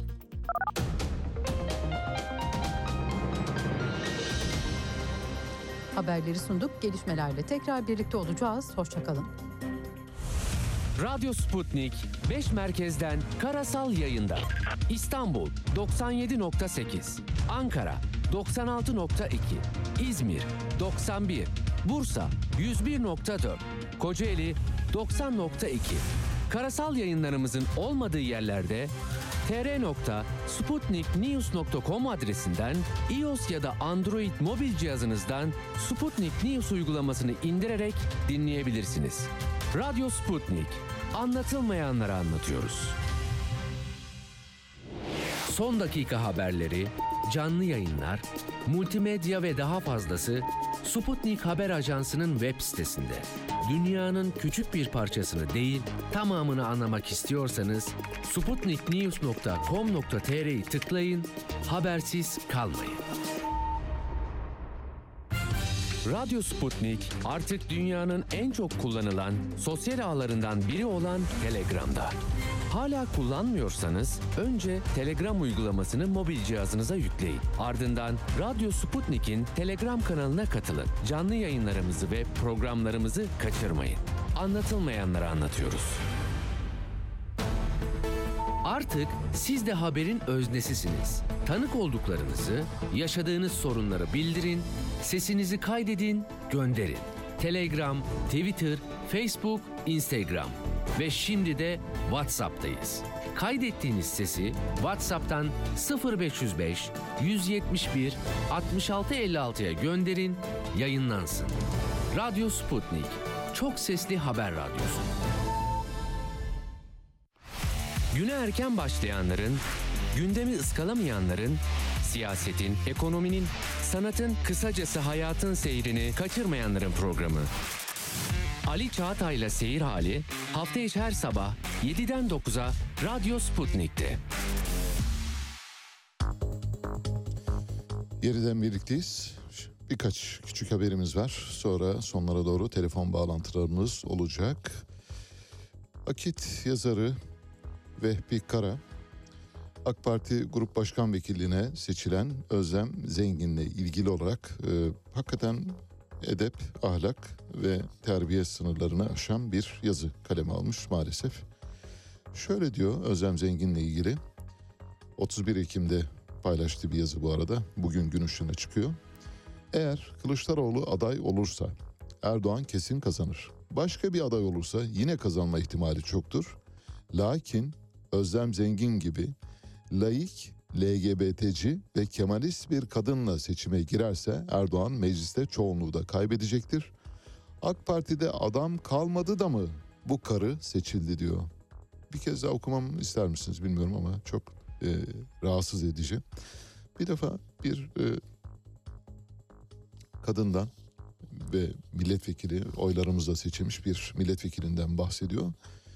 S4: Haberleri sunduk. Gelişmelerle tekrar birlikte olacağız. Hoşça kalın.
S1: Radyo Sputnik beş merkezden karasal yayında. İstanbul doksan yedi nokta sekiz, Ankara doksan altı nokta iki, İzmir doksan bir, Bursa yüz bir nokta dört, Kocaeli doksan nokta iki. Karasal yayınlarımızın olmadığı yerlerde t r nokta sputnik news nokta com adresinden iOS ya da Android mobil cihazınızdan Sputnik News uygulamasını indirerek dinleyebilirsiniz. Radyo Sputnik. Anlatılmayanları anlatıyoruz. Son dakika haberleri, canlı yayınlar, multimedya ve daha fazlası Sputnik Haber Ajansı'nın web sitesinde. Dünyanın küçük bir parçasını değil, tamamını anlamak istiyorsanız sputnik news nokta com nokta t r'yi tıklayın, habersiz kalmayın. Radyo Sputnik artık dünyanın en çok kullanılan sosyal ağlarından biri olan Telegram'da. Hala kullanmıyorsanız önce Telegram uygulamasını mobil cihazınıza yükleyin. Ardından Radyo Sputnik'in Telegram kanalına katılın. Canlı yayınlarımızı ve programlarımızı kaçırmayın. Anlatılmayanları anlatıyoruz. Artık siz de haberin öznesisiniz. Tanık olduklarınızı, yaşadığınız sorunları bildirin, sesinizi kaydedin, gönderin. Telegram, Twitter, Facebook, Instagram ve şimdi de WhatsApp'tayız. Kaydettiğiniz sesi WhatsApp'tan sıfır beş yüz beş yüz yetmiş bir altmış altı elli altıya gönderin, yayınlansın. Radyo Sputnik, çok sesli haber radyosu. Güne erken başlayanların, gündemi ıskalamayanların, siyasetin, ekonominin, sanatın, kısacası hayatın seyrini kaçırmayanların programı. Ali Çağatay'la Seyir Hali hafta içi her sabah yediden dokuza Radyo Sputnik'te.
S2: Yeniden birlikteyiz. Birkaç küçük haberimiz var. Sonra sonlara doğru telefon bağlantılarımız olacak. Akit yazarı Vehbi Kara, AK Parti Grup Başkan Vekilliğine seçilen Özlem Zengin'le ilgili olarak e, hakikaten edep, ahlak ve terbiye sınırlarını aşan bir yazı kaleme almış maalesef. Şöyle diyor Özlem Zengin'le ilgili, otuz bir Ekim'de paylaştığı bir yazı bu arada, bugün gün ışığına çıkıyor. Eğer Kılıçdaroğlu aday olursa Erdoğan kesin kazanır. Başka bir aday olursa yine kazanma ihtimali çoktur. Lakin Özlem Zengin gibi laik, L G B T'ci ve Kemalist bir kadınla seçime girerse Erdoğan mecliste çoğunluğu da kaybedecektir. AK Parti'de adam kalmadı da mı bu karı seçildi diyor. Bir kez daha okumam ister misiniz bilmiyorum ama çok e, rahatsız edici. Bir defa bir e, kadından ve milletvekili, oylarımızla seçilmiş bir milletvekilinden bahsediyor.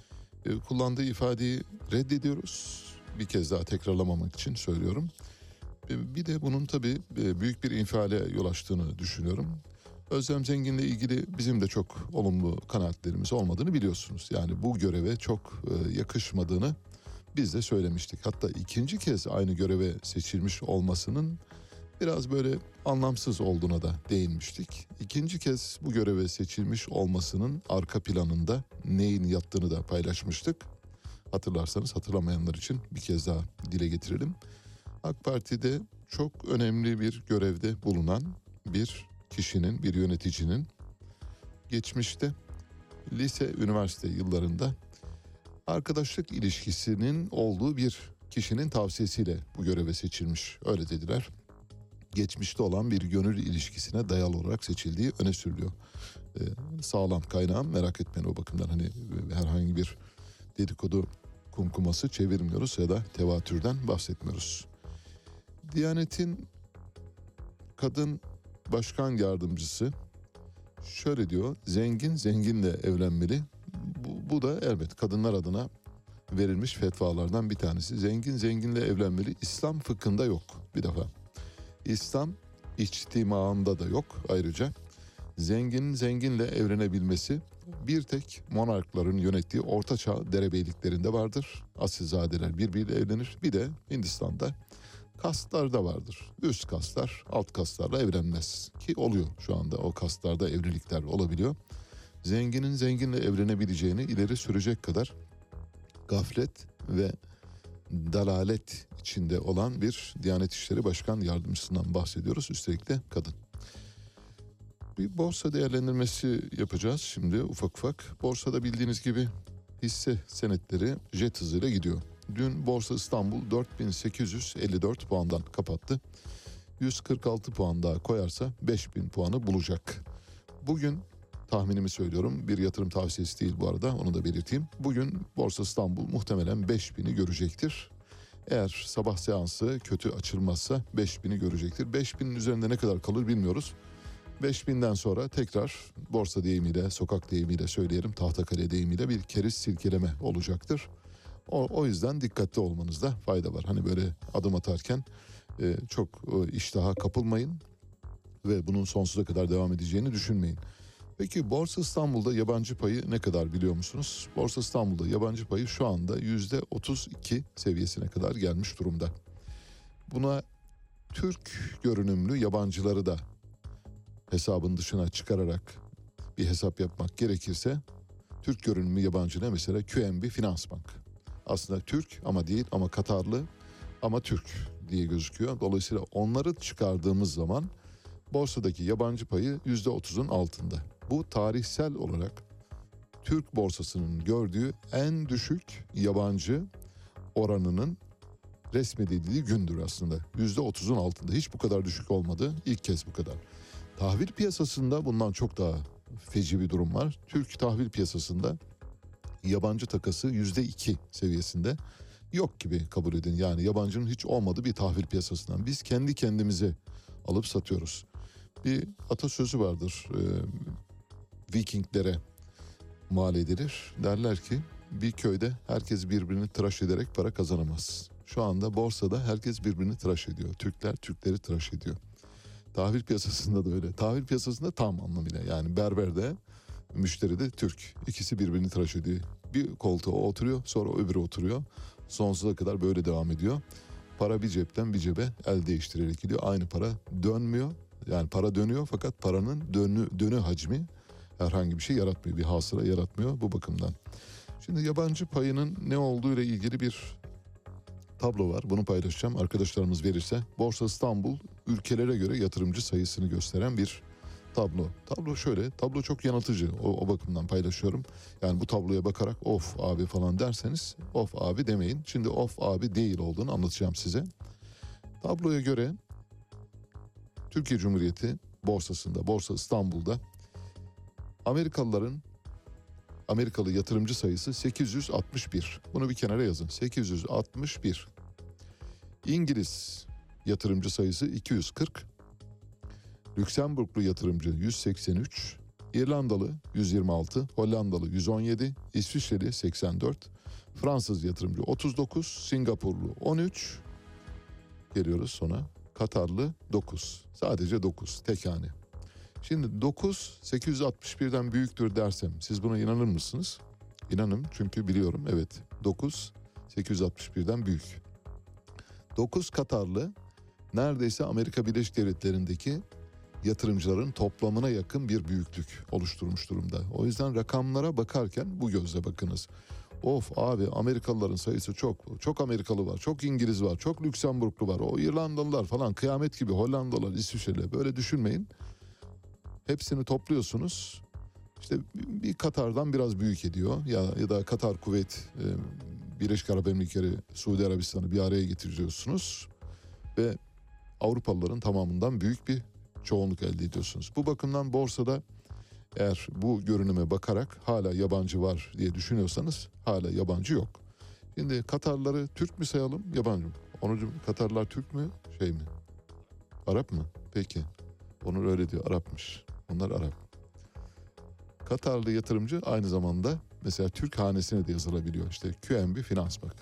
S2: e, kullandığı ifadeyi reddediyoruz. Bir kez daha tekrarlamamak için söylüyorum. E, bir de bunun tabii e, büyük bir infiale yol açtığını düşünüyorum. Özlem Zengin'le ilgili bizim de çok olumlu kanaatlerimiz olmadığını biliyorsunuz. Yani bu göreve çok e, yakışmadığını biz de söylemiştik. Hatta ikinci kez aynı göreve seçilmiş olmasının biraz böyle anlamsız olduğuna da değinmiştik. İkinci kez bu göreve seçilmiş olmasının arka planında neyin yattığını da paylaşmıştık. Hatırlarsanız, hatırlamayanlar için bir kez daha dile getirelim. AK Parti'de çok önemli bir görevde bulunan bir kişinin, bir yöneticinin geçmişte lise, üniversite yıllarında arkadaşlık ilişkisinin olduğu bir kişinin tavsiyesiyle bu göreve seçilmiş. Öyle dediler. Geçmişte olan bir gönül ilişkisine dayalı olarak seçildiği öne sürülüyor. Ee, sağlam kaynağım, merak etmeyin o bakımdan, hani herhangi bir dedikodu kumkuması çevirmiyoruz ya da tevatürden bahsetmiyoruz. Diyanet'in kadın başkan yardımcısı şöyle diyor: zengin zenginle evlenmeli. Bu, bu da elbet kadınlar adına verilmiş fetvalardan bir tanesi. Zengin zenginle evlenmeli. İslam fıkhında yok bir defa. İslam içtimaında da yok ayrıca. Zenginin zenginle evlenebilmesi bir tek monarkların yönettiği ortaçağ derebeyliklerinde vardır. Asilzadeler birbiriyle evlenir. Bir de Hindistan'da kastlarda vardır. Üst kastlar alt kastlarla evlenmez. Ki oluyor şu anda, o kastlarda evlilikler olabiliyor. Zenginin zenginle evlenebileceğini ileri sürecek kadar gaflet ve dalalet içinde olan bir Diyanet İşleri Başkan Yardımcısından bahsediyoruz. Üstelik de kadın. Bir borsa değerlendirmesi yapacağız şimdi ufak ufak. Borsada bildiğiniz gibi hisse senetleri jet hızıyla gidiyor. Dün Borsa İstanbul dört bin sekiz yüz elli dört puandan kapattı. yüz kırk altı puan daha koyarsa beş bin puanı bulacak. Bugün tahminimi söylüyorum, bir yatırım tavsiyesi değil bu arada, onu da belirteyim. Bugün Borsa İstanbul muhtemelen beş bini görecektir. Eğer sabah seansı kötü açılmazsa beş bini görecektir. beş binin üzerinde ne kadar kalır bilmiyoruz. beş binden sonra tekrar borsa deyimiyle, sokak deyimiyle söyleyelim, tahtakale deyimiyle bir keriz silkeleme olacaktır. O, o yüzden dikkatli olmanızda fayda var. Hani böyle adım atarken e, çok e, iştaha kapılmayın ve bunun sonsuza kadar devam edeceğini düşünmeyin. Peki Borsa İstanbul'da yabancı payı ne kadar biliyor musunuz? Borsa İstanbul'da yabancı payı şu anda yüzde otuz iki seviyesine kadar gelmiş durumda. Buna Türk görünümlü yabancıları da hesabın dışına çıkararak bir hesap yapmak gerekirse, Türk görünümlü yabancı ne mesela? Q N B Finans Bank. Aslında Türk ama değil, ama Katarlı ama Türk diye gözüküyor. Dolayısıyla onları çıkardığımız zaman borsadaki yabancı payı yüzde otuzun altında. Bu tarihsel olarak Türk borsasının gördüğü en düşük yabancı oranının resmedildiği gündür aslında. yüzde otuzun altında. Hiç bu kadar düşük olmadı. İlk kez bu kadar. Tahvil piyasasında bundan çok daha feci bir durum var. Türk tahvil piyasasında yabancı takası yüzde iki seviyesinde, yok gibi kabul edin. Yani yabancının hiç olmadığı bir tahvil piyasasından biz kendi kendimize alıp satıyoruz. Bir atasözü vardır. E, Vikinglere mal edilir. Derler ki bir köyde herkes birbirini tıraş ederek para kazanamaz. Şu anda borsada herkes birbirini tıraş ediyor. Türkler Türkleri tıraş ediyor. Tahvil piyasasında da öyle. Tahvil piyasasında tam anlamıyla, yani berberde, müşteri de Türk. İkisi birbirini tıraş ediyor. Bir koltuğa oturuyor, sonra öbürü oturuyor. Sonsuza kadar böyle devam ediyor. Para bir cepten bir cebe el değiştirerek gidiyor. Aynı para dönmüyor. Yani para dönüyor fakat paranın dönü, dönü hacmi herhangi bir şey yaratmıyor. Bir hasıla yaratmıyor bu bakımdan. Şimdi yabancı payının ne olduğu ile ilgili bir tablo var. Bunu paylaşacağım. Arkadaşlarımız verirse. Borsa İstanbul ülkelere göre yatırımcı sayısını gösteren bir tablo. Tablo şöyle. Tablo çok yanıltıcı. O, o bakımdan paylaşıyorum. Yani bu tabloya bakarak of abi falan derseniz of abi demeyin. Şimdi of abi değil olduğunu anlatacağım size. Tabloya göre Türkiye Cumhuriyeti borsasında, Borsa İstanbul'da Amerikalıların Amerikalı yatırımcı sayısı sekiz yüz altmış bir. Bunu bir kenara yazın. sekiz yüz altmış bir. İngiliz yatırımcı sayısı iki yüz kırk. Lüksemburglu yatırımcı yüz seksen üç. İrlandalı yüz yirmi altı, Hollandalı yüz on yedi, İsviçreli seksen dört, Fransız yatırımcı otuz dokuz, Singapurlu on üç, geliyoruz sonra Katarlı dokuz, sadece dokuz, tek hane. Şimdi dokuz sekiz yüz altmış birden büyüktür dersem siz buna inanır mısınız? İnanın, çünkü biliyorum, evet, dokuz sekiz yüz altmış birden büyük. dokuz Katarlı neredeyse Amerika Birleşik Devletleri'ndeki yatırımcıların toplamına yakın bir büyüklük oluşturmuş durumda. O yüzden rakamlara bakarken bu gözle bakınız. Of abi, Amerikalıların sayısı çok. Çok Amerikalı var, çok İngiliz var, çok Lüksemburglu var. O İrlandalılar falan kıyamet gibi, Hollandalılar, İsviçreli, böyle düşünmeyin. Hepsini topluyorsunuz. İşte bir Katar'dan biraz büyük ediyor. Ya, ya da Katar, Kuveyt, e, Birleşik Arap Emirlikleri, Suudi Arabistan'ı bir araya getiriyorsunuz. Ve Avrupalıların tamamından büyük bir çoğunluk elde ediyorsunuz. Bu bakımdan borsada eğer bu görünüme bakarak hala yabancı var diye düşünüyorsanız hala yabancı yok. Şimdi Katarları Türk mü sayalım, yabancı mı? Onurcuğum, Katarlar Türk mü, şey mi? Arap mı? Peki. Onur öyle diyor, Arapmış. Onlar Arap. Katarlı yatırımcı aynı zamanda mesela Türk hanesine de yazılabiliyor. İşte Q N B Finans bak.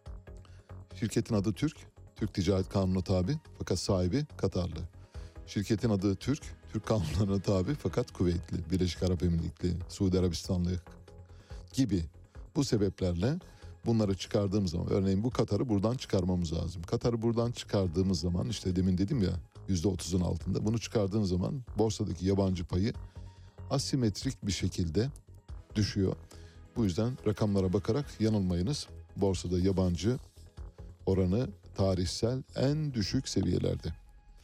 S2: Şirketin adı Türk, Türk Ticaret Kanunu'na tabi fakat sahibi Katarlı. Şirketin adı Türk, Türk kanunlarına tabi fakat Kuveytli, Birleşik Arap Emirlikleri, Suudi Arabistanlı gibi. Bu sebeplerle bunları çıkardığımız zaman, örneğin bu Katar'ı buradan çıkarmamız lazım. Katar'ı buradan çıkardığımız zaman, işte demin dedim ya, yüzde otuzun altında, bunu çıkardığın zaman borsadaki yabancı payı asimetrik bir şekilde düşüyor. Bu yüzden rakamlara bakarak yanılmayınız. Borsada yabancı oranı tarihsel en düşük seviyelerde.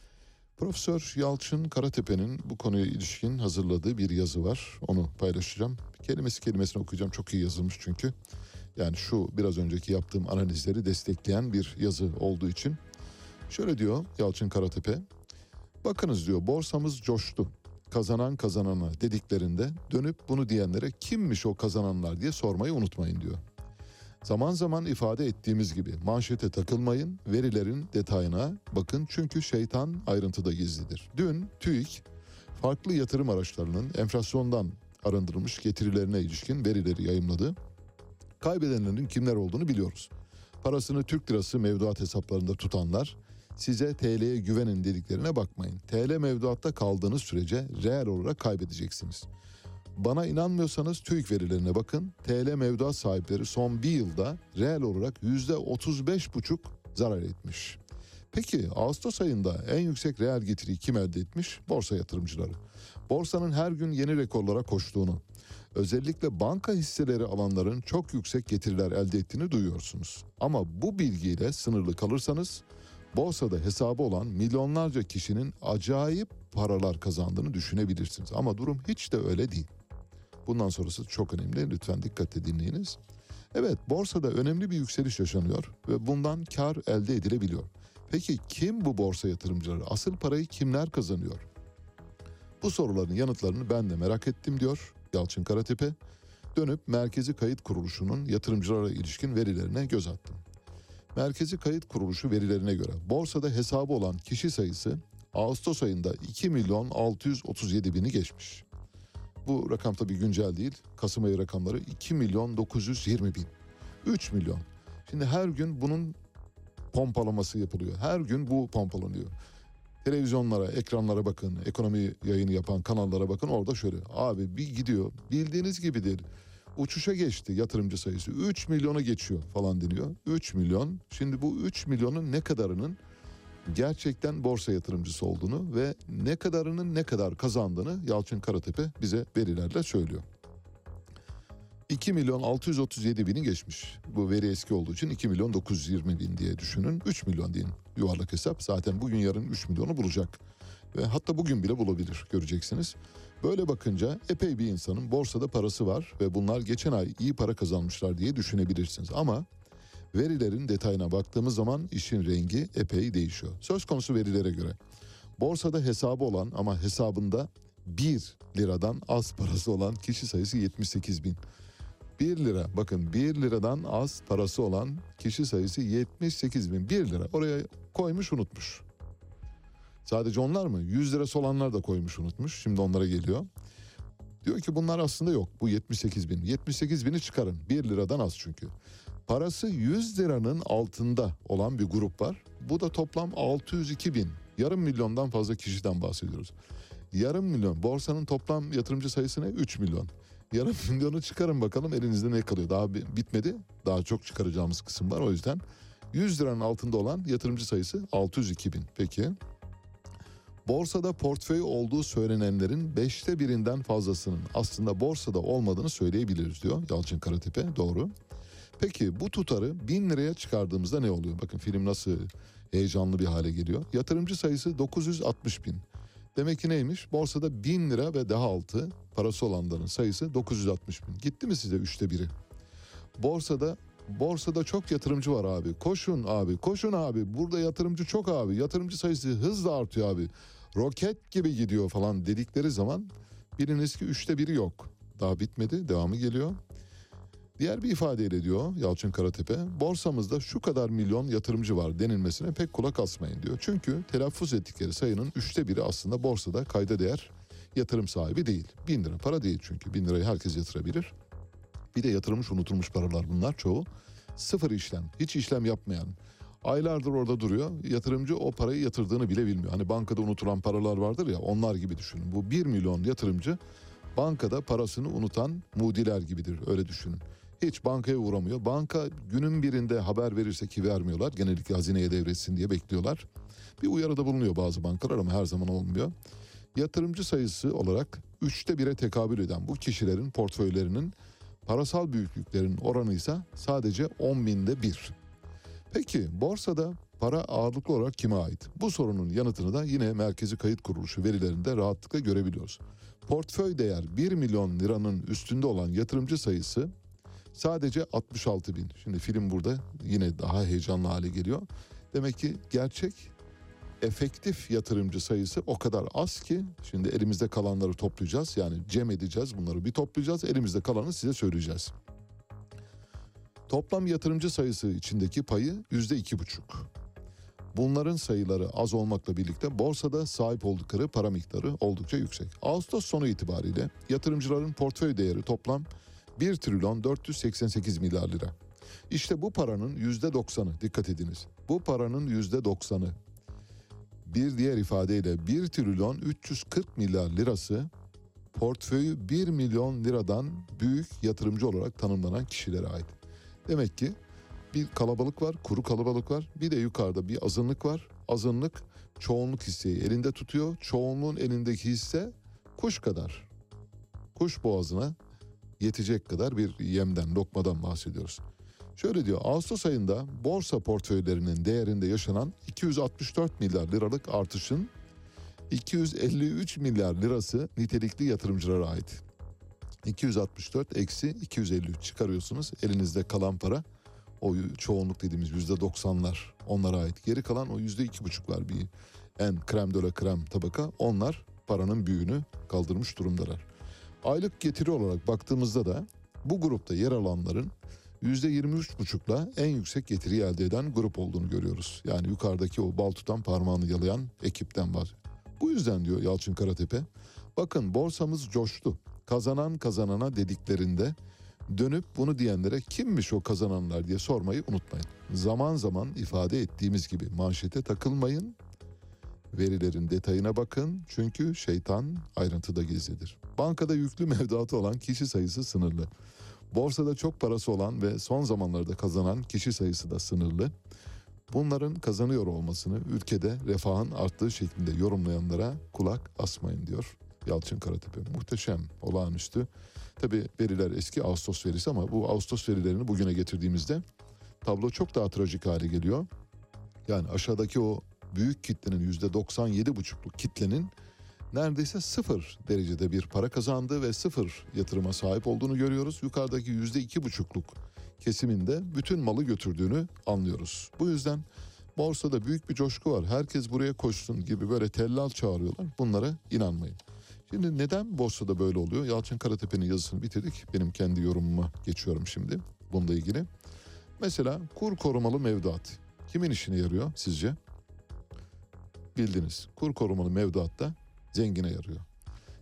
S2: Profesör Yalçın Karatepe'nin bu konuya ilişkin hazırladığı bir yazı var. Onu paylaşacağım. Kelimesi kelimesine okuyacağım. Çok iyi yazılmış çünkü. Yani şu biraz önceki yaptığım analizleri destekleyen bir yazı olduğu için. Şöyle diyor Yalçın Karatepe. Bakınız diyor, borsamız coştu. Kazanan kazanana dediklerinde dönüp bunu diyenlere kimmiş o kazananlar diye sormayı unutmayın diyor. Zaman zaman ifade ettiğimiz gibi manşete takılmayın, verilerin detayına bakın çünkü şeytan ayrıntıda gizlidir. Dün TÜİK farklı yatırım araçlarının enflasyondan arındırılmış getirilerine ilişkin verileri yayımladı. Kaybedenlerin kimler olduğunu biliyoruz. Parasını Türk lirası mevduat hesaplarında tutanlar, size T L'ye güvenin dediklerine bakmayın. T L mevduatta kaldığınız sürece reel olarak kaybedeceksiniz. Bana inanmıyorsanız TÜİK verilerine bakın. T L mevduat sahipleri son bir yılda reel olarak yüzde otuz beş buçuk zarar etmiş. Peki Ağustos ayında en yüksek reel getiriyi kim elde etmiş? Borsa yatırımcıları. Borsanın her gün yeni rekorlara koştuğunu, özellikle banka hisseleri alanların çok yüksek getiriler elde ettiğini duyuyorsunuz. Ama bu bilgiyle sınırlı kalırsanız borsada hesabı olan milyonlarca kişinin acayip paralar kazandığını düşünebilirsiniz. Ama durum hiç de öyle değil. Bundan sonrası çok önemli. Lütfen dikkatle dinleyiniz. Evet, borsada önemli bir yükseliş yaşanıyor ve bundan kar elde edilebiliyor. Peki kim bu borsa yatırımcıları? Asıl parayı kimler kazanıyor? Bu soruların yanıtlarını ben de merak ettim diyor Yalçın Karatepe. Dönüp Merkezi Kayıt Kuruluşu'nun yatırımcılara ilişkin verilerine göz attım. Merkezi Kayıt Kuruluşu verilerine göre borsada hesabı olan kişi sayısı Ağustos ayında iki milyon altı yüz otuz yedi bini geçmiş. Bu rakam tabii güncel değil. Kasım ayı rakamları iki milyon dokuz yüz yirmi bin. üç milyon. Şimdi her gün bunun pompalaması yapılıyor. Her gün bu pompalanıyor. Televizyonlara, ekranlara bakın, ekonomi yayını yapan kanallara bakın, orada şöyle. Abi bir gidiyor, bildiğiniz gibidir. Uçuşa geçti yatırımcı sayısı. üç milyona geçiyor falan deniyor. üç milyon. Şimdi bu üç milyonun ne kadarının gerçekten borsa yatırımcısı olduğunu ve ne kadarının ne kadar kazandığını Yalçın Karatepe bize verilerle söylüyor. iki milyon altı yüz otuz yedi bini geçmiş. Bu veri eski olduğu için iki milyon dokuz yüz yirmi bin diye düşünün. üç milyon diyelim yuvarlak hesap. Zaten bugün yarın üç milyonu bulacak. Ve hatta bugün bile bulabilir, göreceksiniz. Böyle bakınca epey bir insanın borsada parası var ve bunlar geçen ay iyi para kazanmışlar diye düşünebilirsiniz. Ama verilerin detayına baktığımız zaman işin rengi epey değişiyor. Söz konusu verilere göre borsada hesabı olan ama hesabında bir liradan az parası olan kişi sayısı yetmiş sekiz bin. bir lira, bakın bir liradan az parası olan kişi sayısı yetmiş sekiz bin. bir lira oraya koymuş unutmuş. Sadece onlar mı? yüz lirası olanlar da koymuş unutmuş. Şimdi onlara geliyor. Diyor ki bunlar aslında yok. Bu yetmiş sekiz bin. yetmiş sekiz bini çıkarın. bir liradan az çünkü. Parası yüz liranın altında olan bir grup var. Bu da toplam altı yüz iki bin. Yarım milyondan fazla kişiden bahsediyoruz. Yarım milyon. Borsanın toplam yatırımcı sayısı ne? üç milyon. Yarım milyonu çıkarın bakalım elinizde ne kalıyor? Daha bitmedi. Daha çok çıkaracağımız kısım var. O yüzden yüz liranın altında olan yatırımcı sayısı altı yüz iki bin. Peki borsada portföy olduğu söylenenlerin beşte birinden fazlasının aslında borsada olmadığını söyleyebiliriz diyor Yalçın Karatepe. Doğru. Peki bu tutarı bin liraya çıkardığımızda ne oluyor? Bakın film nasıl heyecanlı bir hale geliyor. Yatırımcı sayısı dokuz yüz altmış bin. Demek ki neymiş? Borsada bin lira ve daha altı parası olanların sayısı dokuz yüz altmış bin. Gitti mi size üçte biri? Borsada borsada çok yatırımcı var abi. Koşun abi, koşun abi. Burada yatırımcı çok abi. Yatırımcı sayısı hızla artıyor abi. Roket gibi gidiyor falan dedikleri zaman biliniz ki üçte biri yok. Daha bitmedi, devamı geliyor. Diğer bir ifadeyle diyor Yalçın Karatepe, borsamızda şu kadar milyon yatırımcı var denilmesine pek kulak asmayın diyor. Çünkü telaffuz ettikleri sayının üçte biri aslında borsada kayda değer yatırım sahibi değil. Bin lira para değil çünkü. Bin lirayı herkes yatırabilir. Bir de yatırılmış unutulmuş paralar bunlar çoğu. Sıfır işlem, hiç işlem yapmayan. Aylardır orada duruyor. Yatırımcı o parayı yatırdığını bile bilmiyor. Hani bankada unutulan paralar vardır ya, onlar gibi düşünün. Bu bir milyon yatırımcı bankada parasını unutan mudiler gibidir, öyle düşünün. Hiç bankaya uğramıyor. Banka günün birinde haber verirse ki vermiyorlar. Genellikle hazineye devretsin diye bekliyorlar. Bir uyarıda bulunuyor bazı bankalar ama her zaman olmuyor. Yatırımcı sayısı olarak üçte bire tekabül eden bu kişilerin portföylerinin parasal büyüklüklerinin oranı ise sadece on binde bir. Peki borsada para ağırlıklı olarak kime ait? Bu sorunun yanıtını da yine Merkezi Kayıt Kuruluşu verilerinde rahatlıkla görebiliyoruz. Portföy değer bir milyon liranın üstünde olan yatırımcı sayısı sadece altmış altı bin. Şimdi film burada yine daha heyecanlı hale geliyor. Demek ki gerçek efektif yatırımcı sayısı o kadar az ki şimdi elimizde kalanları toplayacağız. Yani cem edeceğiz, bunları bir toplayacağız. Elimizde kalanı size söyleyeceğiz. Toplam yatırımcı sayısı içindeki payı yüzde iki buçuk. Bunların sayıları az olmakla birlikte borsada sahip oldukları para miktarı oldukça yüksek. Ağustos sonu itibariyle yatırımcıların portföy değeri toplam bir trilyon dört yüz seksen sekiz milyar lira. İşte bu paranın yüzde doksanı, dikkat ediniz. Bu paranın yüzde doksanı, bir diğer ifadeyle bir trilyon üç yüz kırk milyar lirası portföyü bir milyon liradan büyük yatırımcı olarak tanımlanan kişilere ait. Demek ki bir kalabalık var, kuru kalabalık var. Bir de yukarıda bir azınlık var. Azınlık çoğunluk hisseyi elinde tutuyor. Çoğunluğun elindeki hisse kuş kadar. Kuş boğazına yetecek kadar bir yemden, lokmadan bahsediyoruz. Şöyle diyor, Ağustos ayında borsa portföylerinin değerinde yaşanan iki yüz altmış dört milyar liralık artışın iki yüz elli üç milyar lirası nitelikli yatırımcılara ait. iki yüz altmış dört eksi iki yüz elli üç çıkarıyorsunuz. Elinizde kalan para, o çoğunluk dediğimiz yüzde doksanlar onlara ait. Geri kalan o yüzde iki buçuklar, bir en krem de la krem tabaka, onlar paranın büyüğünü kaldırmış durumdalar. Aylık getiri olarak baktığımızda da bu grupta yer alanların yüzde yirmi üç buçukla en yüksek getiri elde eden grup olduğunu görüyoruz. Yani yukarıdaki o bal tutan parmağını yalayan ekipten var. Bu yüzden diyor Yalçın Karatepe, bakın borsamız coştu. Kazanan kazanana dediklerinde dönüp bunu diyenlere kimmiş o kazananlar diye sormayı unutmayın. Zaman zaman ifade ettiğimiz gibi manşete takılmayın. Verilerin detayına bakın, çünkü şeytan ayrıntıda gizlidir. Bankada yüklü mevduatı olan kişi sayısı sınırlı. Borsada çok parası olan ve son zamanlarda kazanan kişi sayısı da sınırlı. Bunların kazanıyor olmasını ülkede refahın arttığı şeklinde yorumlayanlara kulak asmayın diyor Yalçın Karatepe. Muhteşem, olağanüstü. Tabii veriler eski Ağustos verisi ama bu Ağustos verilerini bugüne getirdiğimizde tablo çok daha trajik hale geliyor. Yani aşağıdaki o büyük kitlenin yüzde doksan yedi buçukluk kitlenin neredeyse sıfır derecede bir para kazandığı ve sıfır yatırıma sahip olduğunu görüyoruz. Yukarıdaki yüzde iki buçukluk kesiminde bütün malı götürdüğünü anlıyoruz. Bu yüzden borsada büyük bir coşku var. Herkes buraya koşsun gibi böyle tellal çağırıyorlar. Bunlara inanmayın. Şimdi neden borsada böyle oluyor? Yalçın Karatepe'nin yazısını bitirdik. Benim kendi yorumuma geçiyorum şimdi bununla ilgili. Mesela kur korumalı mevduat. Kimin işine yarıyor sizce? Bildiniz. Kur korumalı mevduat da zengine yarıyor.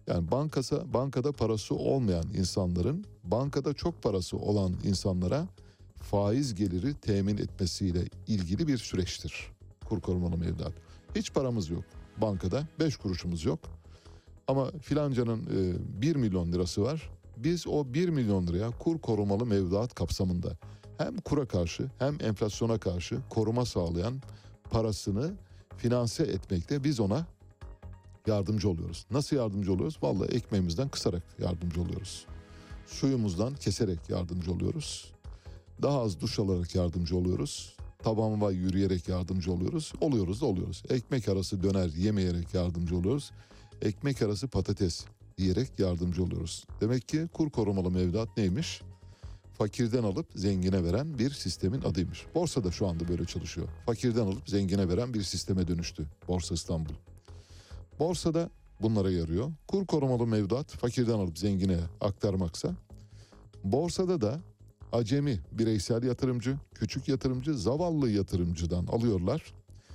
S2: Yani bankası, bankada parası olmayan insanların bankada çok parası olan insanlara faiz geliri temin etmesiyle ilgili bir süreçtir kur korumalı mevduat. Hiç paramız yok bankada, beş kuruşumuz yok. Ama filancanın e, bir milyon lirası var. Biz o bir milyon liraya kur korumalı mevduat kapsamında hem kura karşı hem enflasyona karşı koruma sağlayan parasını finanse etmekte biz ona yardımcı oluyoruz. Nasıl yardımcı oluyoruz? Vallahi ekmeğimizden kısarak yardımcı oluyoruz. Suyumuzdan keserek yardımcı oluyoruz. Daha az duş alarak yardımcı oluyoruz. Tabanva yürüyerek yardımcı oluyoruz. Oluyoruz da oluyoruz. Ekmek arası döner yemeyerek yardımcı oluyoruz. Ekmek arası patates yiyerek yardımcı oluyoruz. Demek ki kur korumalı mevduat neymiş? Fakirden alıp zengine veren bir sistemin adıymış. Borsa da şu anda böyle çalışıyor. Fakirden alıp zengine veren bir sisteme dönüştü Borsa İstanbul. Borsada bunlara yarıyor. Kur korumalı mevduat fakirden alıp zengine aktarmaksa, borsada da acemi bireysel yatırımcı, küçük yatırımcı, zavallı yatırımcıdan alıyorlar.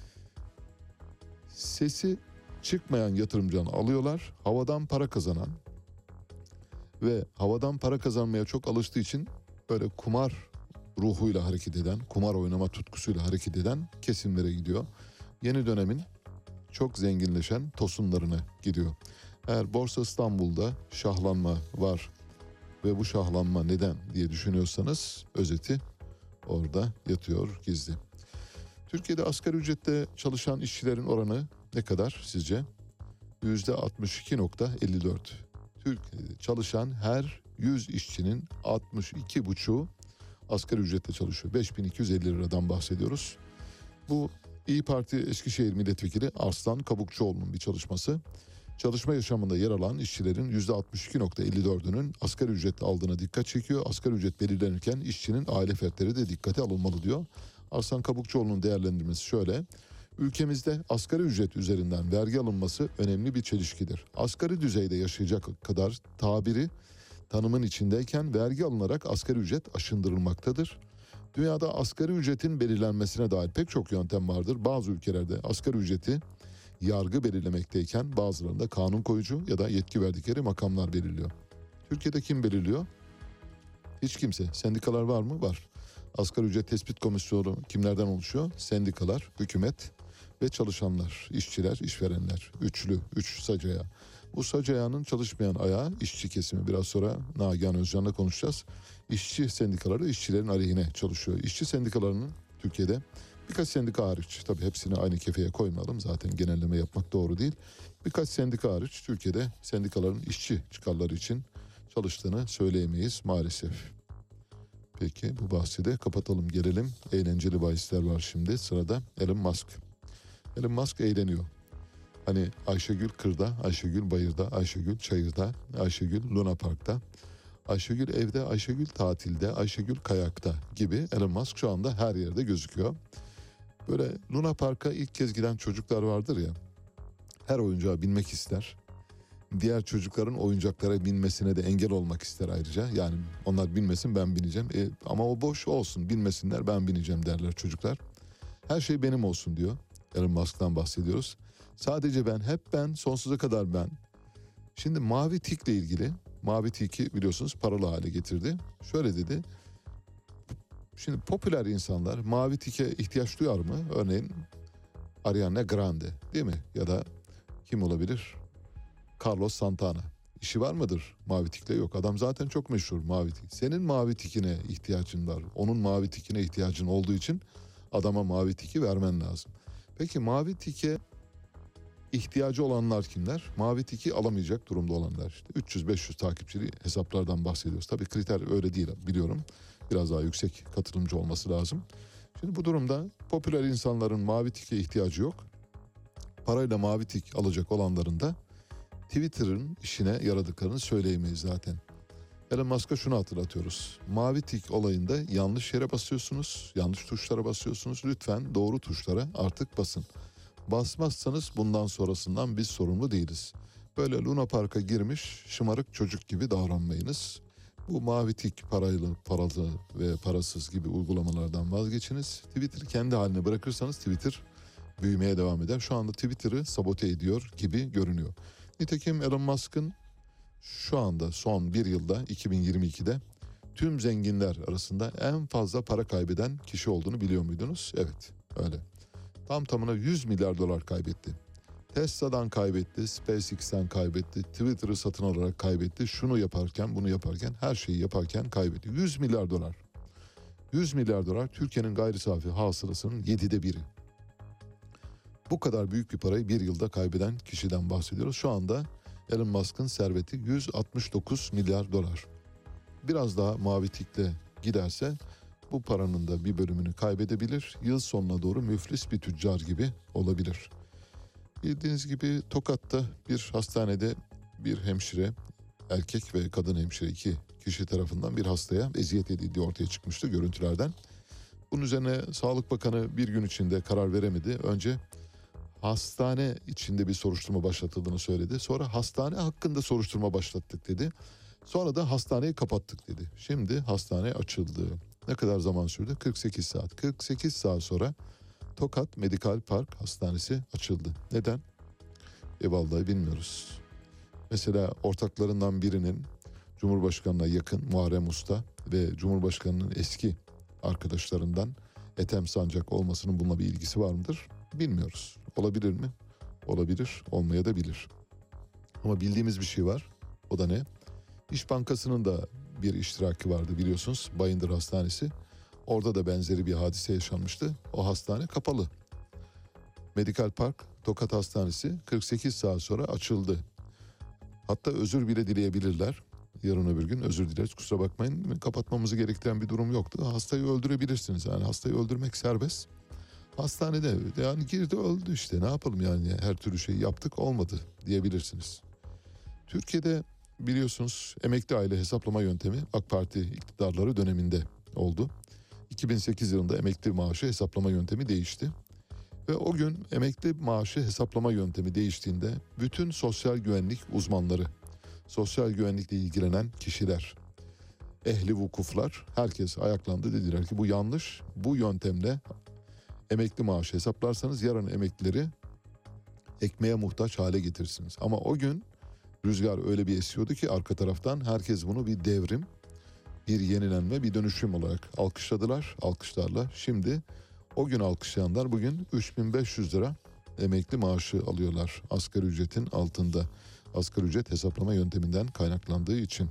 S2: Sesi çıkmayan yatırımcıdan alıyorlar. Havadan para kazanan ve havadan para kazanmaya çok alıştığı için böyle kumar ruhuyla hareket eden, kumar oynama tutkusuyla hareket eden kesimlere gidiyor. Yeni dönemin çok zenginleşen tosunlarına gidiyor. Eğer Borsa İstanbul'da şahlanma var ve bu şahlanma neden diye düşünüyorsanız özeti orada yatıyor gizli. Türkiye'de asgari ücrette çalışan işçilerin oranı ne kadar sizce? yüzde altmış iki nokta elli dört. Türkiye'de çalışan her yüz işçinin altmış iki buçuğu asgari ücretle çalışıyor. beş bin iki yüz elli liradan bahsediyoruz. Bu İYİ Parti Eskişehir Milletvekili Arslan Kabukçuoğlu'nun bir çalışması. Çalışma yaşamında yer alan işçilerin yüzde altmış iki nokta elli dördünün asgari ücretle aldığına dikkat çekiyor. Asgari ücret belirlenirken işçinin aile fertleri de dikkate alınmalı diyor. Arslan Kabukçuoğlu'nun değerlendirmesi şöyle: ülkemizde asgari ücret üzerinden vergi alınması önemli bir çelişkidir. Asgari düzeyde yaşayacak kadar tabiri tanımın içindeyken vergi alınarak asgari ücret aşındırılmaktadır. Dünyada asgari ücretin belirlenmesine dair pek çok yöntem vardır. Bazı ülkelerde asgari ücreti yargı belirlemekteyken bazılarında kanun koyucu ya da yetki verdikleri makamlar belirliyor. Türkiye'de kim belirliyor? Hiç kimse. Sendikalar var mı? Var. Asgari ücret tespit komisyonu kimlerden oluşuyor? Sendikalar, hükümet ve çalışanlar, işçiler, işverenler. Üçlü, üç sac ayağı. Bu sac ayağının çalışmayan ayağı işçi kesimi. Biraz sonra Nagihan Özcan'la konuşacağız. İşçi sendikaları işçilerin aleyhine çalışıyor. İşçi sendikalarının Türkiye'de birkaç sendika hariç, tabii hepsini aynı kefeye koymayalım, zaten genelleme yapmak doğru değil. Birkaç sendika hariç Türkiye'de sendikaların işçi çıkarları için çalıştığını söyleyemeyiz maalesef. Peki bu bahsi de kapatalım, gelelim. Eğlenceli bahisler var şimdi sırada. Elon Musk. Elon Musk eğleniyor. Hani Ayşegül kırda, Ayşegül bayırda, Ayşegül çayırda, Ayşegül Luna Park'ta, Ayşegül evde, Ayşegül tatilde, Ayşegül kayakta gibi Elon Musk şu anda her yerde gözüküyor. Böyle Luna Park'a ilk kez giden çocuklar vardır ya, her oyuncağa binmek ister. Diğer çocukların oyuncaklara binmesine de engel olmak ister ayrıca. Yani onlar binmesin, ben bineceğim. E, ama o boş olsun, binmesinler, ben bineceğim derler çocuklar. Her şey benim olsun diyor. Elon Musk'tan bahsediyoruz. Sadece ben, hep ben, sonsuza kadar ben. Şimdi mavi tikle ilgili, mavi tiki biliyorsunuz paralı hale getirdi. Şöyle dedi: şimdi popüler insanlar mavi tike ihtiyaç duyar mı? Örneğin Ariana Grande değil mi? Ya da kim olabilir? Carlos Santana. İşi var mıdır mavi tikle? Yok. Adam zaten çok meşhur mavi tik. Senin mavi tikine ihtiyacın var. Onun mavi tikine ihtiyacın olduğu için adama mavi tiki vermen lazım. Peki mavi tike ihtiyacı olanlar kimler? Mavi tiki alamayacak durumda olanlar. İşte üç yüz beş yüz takipçili hesaplardan bahsediyoruz. Tabii kriter öyle değil, biliyorum. Biraz daha yüksek katılımcı olması lazım. Şimdi bu durumda popüler insanların mavi tike ihtiyacı yok. Parayla mavi tik alacak olanların da Twitter'ın işine yaradıklarını söyleyemeyiz zaten. Elon Musk'a şunu hatırlatıyoruz: mavi tik olayında yanlış yere basıyorsunuz, yanlış tuşlara basıyorsunuz. Lütfen doğru tuşlara artık basın. Basmazsanız bundan sonrasından biz sorumlu değiliz. Böyle Luna Park'a girmiş şımarık çocuk gibi davranmayınız. Bu mavi tik parayla, paralı ve parasız gibi uygulamalardan vazgeçiniz. Twitter'ı kendi haline bırakırsanız Twitter büyümeye devam eder. Şu anda Twitter'ı sabote ediyor gibi görünüyor. Nitekim Elon Musk'ın şu anda son bir yılda iki bin yirmi ikide tüm zenginler arasında en fazla para kaybeden kişi olduğunu biliyor muydunuz? Evet, öyle. Tam tamına yüz milyar dolar kaybetti. Tesla'dan kaybetti, SpaceX'ten kaybetti, Twitter'ı satın alarak kaybetti. Şunu yaparken, bunu yaparken, her şeyi yaparken kaybetti. yüz milyar dolar. yüz milyar dolar Türkiye'nin gayri safi hasılasının yedide biri. Bu kadar büyük bir parayı bir yılda kaybeden kişiden bahsediyoruz. Şu anda Elon Musk'ın serveti yüz altmış dokuz milyar dolar. Biraz daha mavi tikle giderse bu paranın da bir bölümünü kaybedebilir. Yıl sonuna doğru müflis bir tüccar gibi olabilir. Bildiğiniz gibi Tokat'ta bir hastanede bir hemşire, erkek ve kadın hemşire iki kişi tarafından bir hastaya eziyet edildiği ortaya çıkmıştı görüntülerden. Bunun üzerine Sağlık Bakanı bir gün içinde karar veremedi. Önce hastane içinde bir soruşturma başlatıldığını söyledi. Sonra hastane hakkında soruşturma başlattık dedi. Sonra da hastaneyi kapattık dedi. Şimdi hastane açıldı. Ne kadar zaman sürdü? kırk sekiz saat. kırk sekiz saat sonra Tokat Medikal Park Hastanesi açıldı. Neden? E vallahi bilmiyoruz. Mesela ortaklarından birinin Cumhurbaşkanı'na yakın Muharrem Usta ve Cumhurbaşkanı'nın eski arkadaşlarından Ethem Sancak olmasının bununla bir ilgisi var mıdır? Bilmiyoruz. Olabilir mi? Olabilir, olmaya da bilir. Ama bildiğimiz bir şey var. O da ne? İş Bankası'nın da bir iştiraki vardı biliyorsunuz. Bayındır Hastanesi. Orada da benzeri bir hadise yaşanmıştı. O hastane kapalı. Medikal Park Tokat Hastanesi kırk sekiz saat sonra açıldı. Hatta özür bile dileyebilirler. Yarın öbür gün özür dileriz, kusura bakmayın, kapatmamızı gerektiren bir durum yoktu. Hastayı öldürebilirsiniz, yani hastayı öldürmek serbest. Hastanede yani girdi öldü işte, ne yapalım yani, her türlü şeyi yaptık olmadı diyebilirsiniz. Türkiye'de biliyorsunuz emekli aile hesaplama yöntemi AK Parti iktidarları döneminde oldu. iki bin sekiz yılında emekli maaşı hesaplama yöntemi değişti. Ve o gün emekli maaşı hesaplama yöntemi değiştiğinde bütün sosyal güvenlik uzmanları, sosyal güvenlikle ilgilenen kişiler, ehli vukuflar, herkes ayaklandı, dediler ki bu yanlış. Bu yöntemle emekli maaşı hesaplarsanız yarın emeklileri ekmeğe muhtaç hale getirirsiniz. Ama o gün rüzgar öyle bir esiyordu ki arka taraftan herkes bunu bir devrim, bir yenilenme, bir dönüşüm olarak alkışladılar, alkışlarla. Şimdi o gün alkışlayanlar bugün üç bin beş yüz lira emekli maaşı alıyorlar asgari ücretin altında. Asgari ücret hesaplama yönteminden kaynaklandığı için.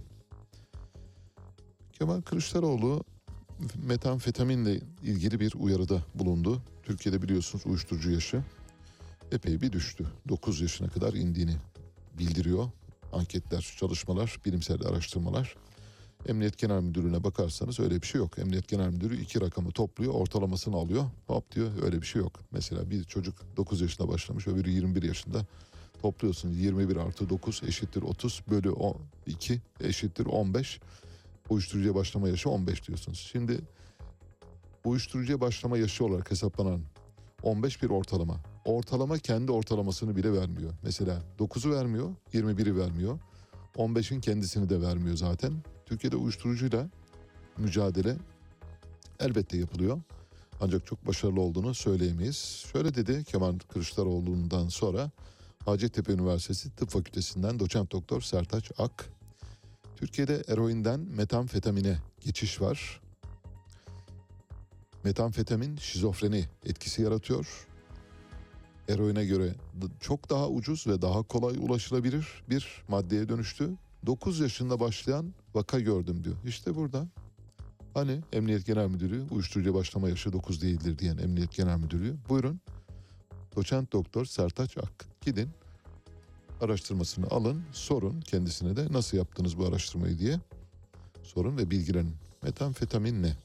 S2: Kemal Kılıçdaroğlu metamfetaminle ilgili bir uyarıda bulundu. Türkiye'de biliyorsunuz uyuşturucu yaşı epey bir düştü. dokuz yaşına kadar indiğini bildiriyor anketler, çalışmalar, bilimsel araştırmalar. Emniyet Genel Müdürlüğü'ne bakarsanız öyle bir şey yok. Emniyet Genel Müdürü iki rakamı topluyor, ortalamasını alıyor. Hop diyor, öyle bir şey yok. Mesela bir çocuk dokuz yaşında başlamış, öbürü yirmi bir yaşında. Topluyorsunuz, yirmi bir artı dokuz eşittir otuz bölü iki eşittir on beş. Uyuşturucuya başlama yaşı on beş diyorsunuz. Şimdi uyuşturucuya başlama yaşı olarak hesaplanan on beş bir ortalama. Ortalama kendi ortalamasını bile vermiyor. Mesela dokuzu vermiyor, yirmi biri vermiyor. on beşin kendisini de vermiyor zaten. Türkiye'de uyuşturucuyla mücadele elbette yapılıyor. Ancak çok başarılı olduğunu söyleyemeyiz. Şöyle dedi Kemal Kılıçdaroğlu'ndan sonra Hacettepe Üniversitesi Tıp Fakültesinden doçent doktor Sertaç Ak. Türkiye'de eroinden metamfetamine geçiş var. Metamfetamin şizofreni etkisi yaratıyor. Eroine göre çok daha ucuz ve daha kolay ulaşılabilir bir maddeye dönüştü. dokuz yaşında başlayan vaka gördüm diyor. İşte burada hani Emniyet Genel Müdürü uyuşturucuya başlama yaşı dokuz değildir diyen Emniyet Genel Müdürü. Buyurun doçent doktor Sertaç Ak, gidin araştırmasını alın, sorun kendisine de nasıl yaptınız bu araştırmayı diye sorun ve bilgilenin. Metamfetamin ne?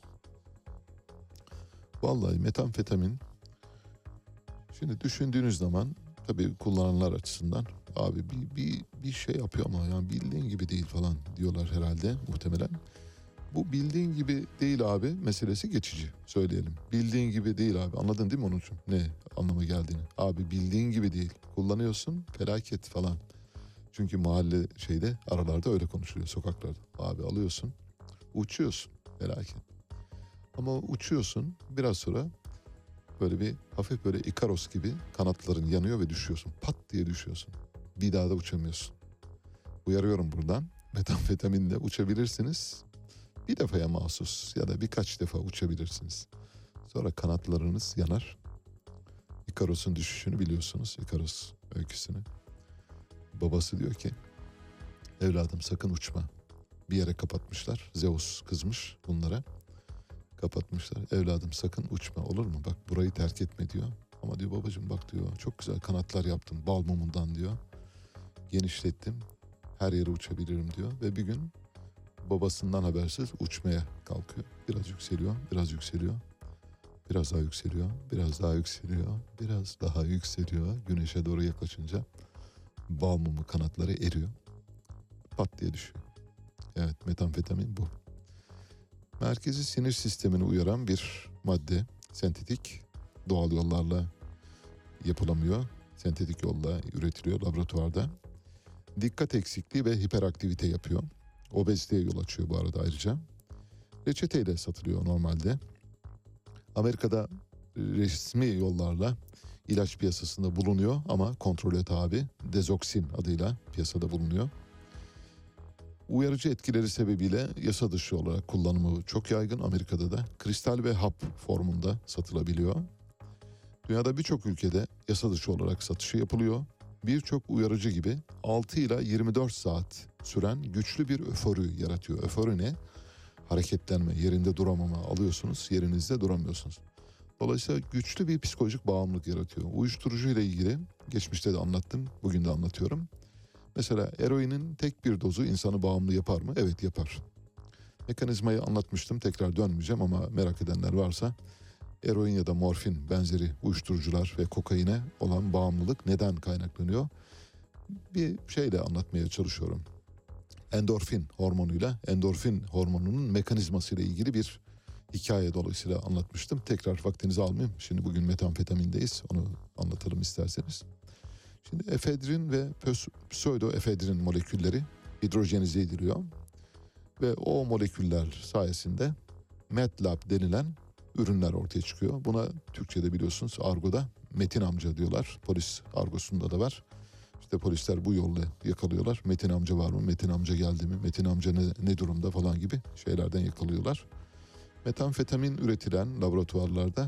S2: Vallahi metamfetamin, şimdi düşündüğünüz zaman tabii kullananlar açısından abi bir, bir, bir şey yapıyor ama yani bildiğin gibi değil falan diyorlar herhalde muhtemelen. Bu bildiğin gibi değil abi meselesi geçici, söyleyelim. Bildiğin gibi değil abi, anladın değil mi onun için ne anlama geldiğini? Abi bildiğin gibi değil, kullanıyorsun felaket falan. Çünkü mahalle şeyde aralarda öyle konuşuluyor, sokaklarda. Abi alıyorsun uçuyorsun felaket. Ama uçuyorsun biraz sonra böyle bir hafif böyle ikaros gibi kanatların yanıyor ve düşüyorsun. Pat diye düşüyorsun. bir daha da uçamıyorsun. Uyarıyorum buradan. Metamfetaminle uçabilirsiniz. Bir defaya mahsus ya da birkaç defa uçabilirsiniz. Sonra kanatlarınız yanar. İkaros'un düşüşünü biliyorsunuz. İkaros öyküsünü. Babası diyor ki evladım sakın uçma. Bir yere kapatmışlar. Zeus kızmış bunlara. Kapatmışlar. Evladım sakın uçma olur mu? Bak burayı terk etme diyor. Ama diyor babacığım bak diyor çok güzel kanatlar yaptım bal mumundan diyor. Genişlettim. Her yere uçabilirim diyor. Ve bir gün babasından habersiz uçmaya kalkıyor. Biraz yükseliyor, biraz yükseliyor. Biraz daha yükseliyor, biraz daha yükseliyor, biraz daha yükseliyor. Güneşe doğru yaklaşınca bal mumu kanatları eriyor. Pat diye düşüyor. Evet, metamfetamin bu. Merkezi sinir sistemini uyaran bir madde. Sentetik, doğal yollarla yapılamıyor. Sentetik yolla üretiliyor laboratuvarda. Dikkat eksikliği ve hiperaktivite yapıyor. Obeziteye yol açıyor bu arada ayrıca. Reçeteyle satılıyor normalde. Amerika'da resmi yollarla ilaç piyasasında bulunuyor ama kontrole tabi dezoksin adıyla piyasada bulunuyor. Uyarıcı etkileri sebebiyle yasa dışı olarak kullanımı çok yaygın. Amerika'da da kristal ve hap formunda satılabiliyor. Dünyada birçok ülkede yasa dışı olarak satışı yapılıyor. Birçok uyarıcı gibi altı ila yirmi dört saat süren güçlü bir öfori yaratıyor. Öfori ne? Hareketlenme, yerinde duramama alıyorsunuz, yerinizde duramıyorsunuz. Dolayısıyla güçlü bir psikolojik bağımlılık yaratıyor. Uyuşturucu ile ilgili geçmişte de anlattım, bugün de anlatıyorum. Mesela eroinin tek bir dozu insanı bağımlı yapar mı? Evet yapar. Mekanizmayı anlatmıştım, tekrar dönmeyeceğim ama merak edenler varsa eroin ya da morfin benzeri uyuşturucular ve kokaine olan bağımlılık neden kaynaklanıyor? Bir şeyle anlatmaya çalışıyorum. Endorfin hormonuyla endorfin hormonunun mekanizmasıyla ilgili bir hikaye dolayısıyla anlatmıştım. Tekrar vaktinizi almayayım. Şimdi bugün metamfetamindeyiz. Onu anlatalım isterseniz. Şimdi efedrin ve pseudoefedrin molekülleri hidrojenize ediliyor. Ve o moleküller sayesinde MATLAB denilen ürünler ortaya çıkıyor. Buna Türkçe'de biliyorsunuz argoda Metin amca diyorlar. Polis argosunda da var. İşte polisler bu yolla yakalıyorlar. Metin amca var mı? Metin amca geldi mi? Metin amca ne, ne durumda falan gibi şeylerden yakalıyorlar. Metamfetamin üretilen laboratuvarlarda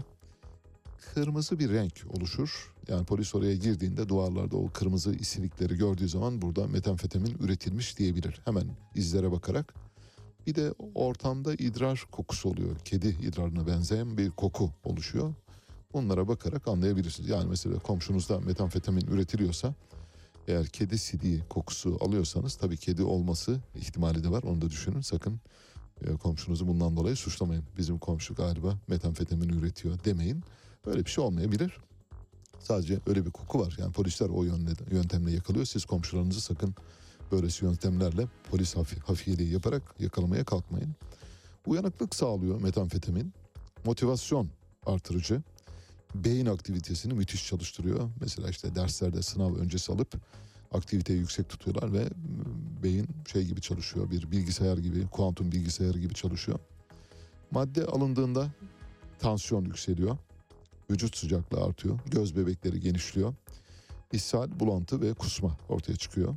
S2: kırmızı bir renk oluşur. Yani polis oraya girdiğinde duvarlarda o kırmızı isilikleri gördüğü zaman burada metamfetamin üretilmiş diyebilir. Hemen izlere bakarak. Bir de ortamda idrar kokusu oluyor. Kedi idrarına benzeyen bir koku oluşuyor. Bunlara bakarak anlayabilirsiniz. Yani mesela komşunuzda metamfetamin üretiliyorsa eğer kedi sidiği kokusu alıyorsanız tabii kedi olması ihtimali de var. Onu da düşünün. Sakın e, komşunuzu bundan dolayı suçlamayın. Bizim komşu galiba metamfetamin üretiyor demeyin. Böyle bir şey olmayabilir. Sadece öyle bir koku var. Yani polisler o yönle, yöntemle yakalıyor. Siz komşularınızı sakın böylesi yöntemlerle polis hafi, hafiyeliği yaparak yakalamaya kalkmayın. Uyanıklık sağlıyor metamfetamin. Motivasyon artırıcı. Beyin aktivitesini müthiş çalıştırıyor. Mesela işte derslerde sınav öncesi alıp aktiviteyi yüksek tutuyorlar ve beyin şey gibi çalışıyor. Bir bilgisayar gibi, kuantum bilgisayarı gibi çalışıyor. Madde alındığında tansiyon yükseliyor. Vücut sıcaklığı artıyor. Göz bebekleri genişliyor. İshal, bulantı ve kusma ortaya çıkıyor.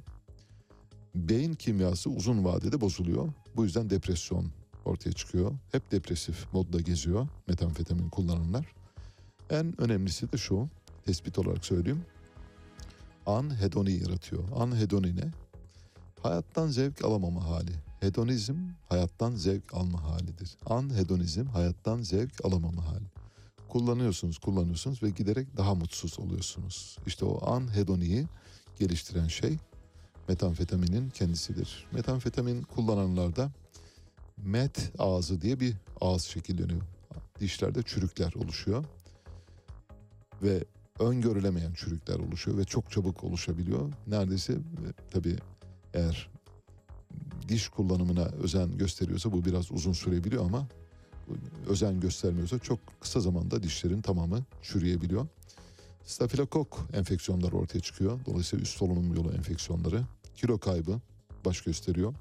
S2: Beyin kimyası uzun vadede bozuluyor. Bu yüzden depresyon ortaya çıkıyor. Hep depresif modda geziyor metamfetamin kullananlar. En önemlisi de şu, tespit olarak söyleyeyim. Anhedoni yaratıyor. Anhedoni ne? Hayattan zevk alamama hali. Hedonizm hayattan zevk alma halidir. Anhedonizm hayattan zevk alamama hali. Kullanıyorsunuz, kullanıyorsunuz ve giderek daha mutsuz oluyorsunuz. İşte o anhedoniyi geliştiren şey metamfetaminin kendisidir. Metamfetamin kullananlarda met ağzı diye bir ağız şekilleniyor. Dişlerde çürükler oluşuyor. Ve öngörülemeyen çürükler oluşuyor ve çok çabuk oluşabiliyor. Neredeyse tabii eğer diş kullanımına özen gösteriyorsa bu biraz uzun sürebiliyor ama özen göstermiyorsa çok kısa zamanda dişlerin tamamı çürüyebiliyor. Stafilokok enfeksiyonları ortaya çıkıyor. Dolayısıyla üst solunum yolu enfeksiyonları. Kilo kaybı baş gösteriyor.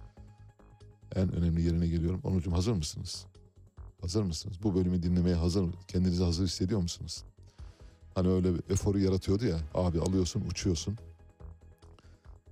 S2: En önemli yerine geliyorum. Onucuğum hazır mısınız? Hazır mısınız? Bu bölümü dinlemeye hazır mı? Kendinizi hazır hissediyor musunuz? Hani öyle bir eforu yaratıyordu ya. Abi alıyorsun uçuyorsun.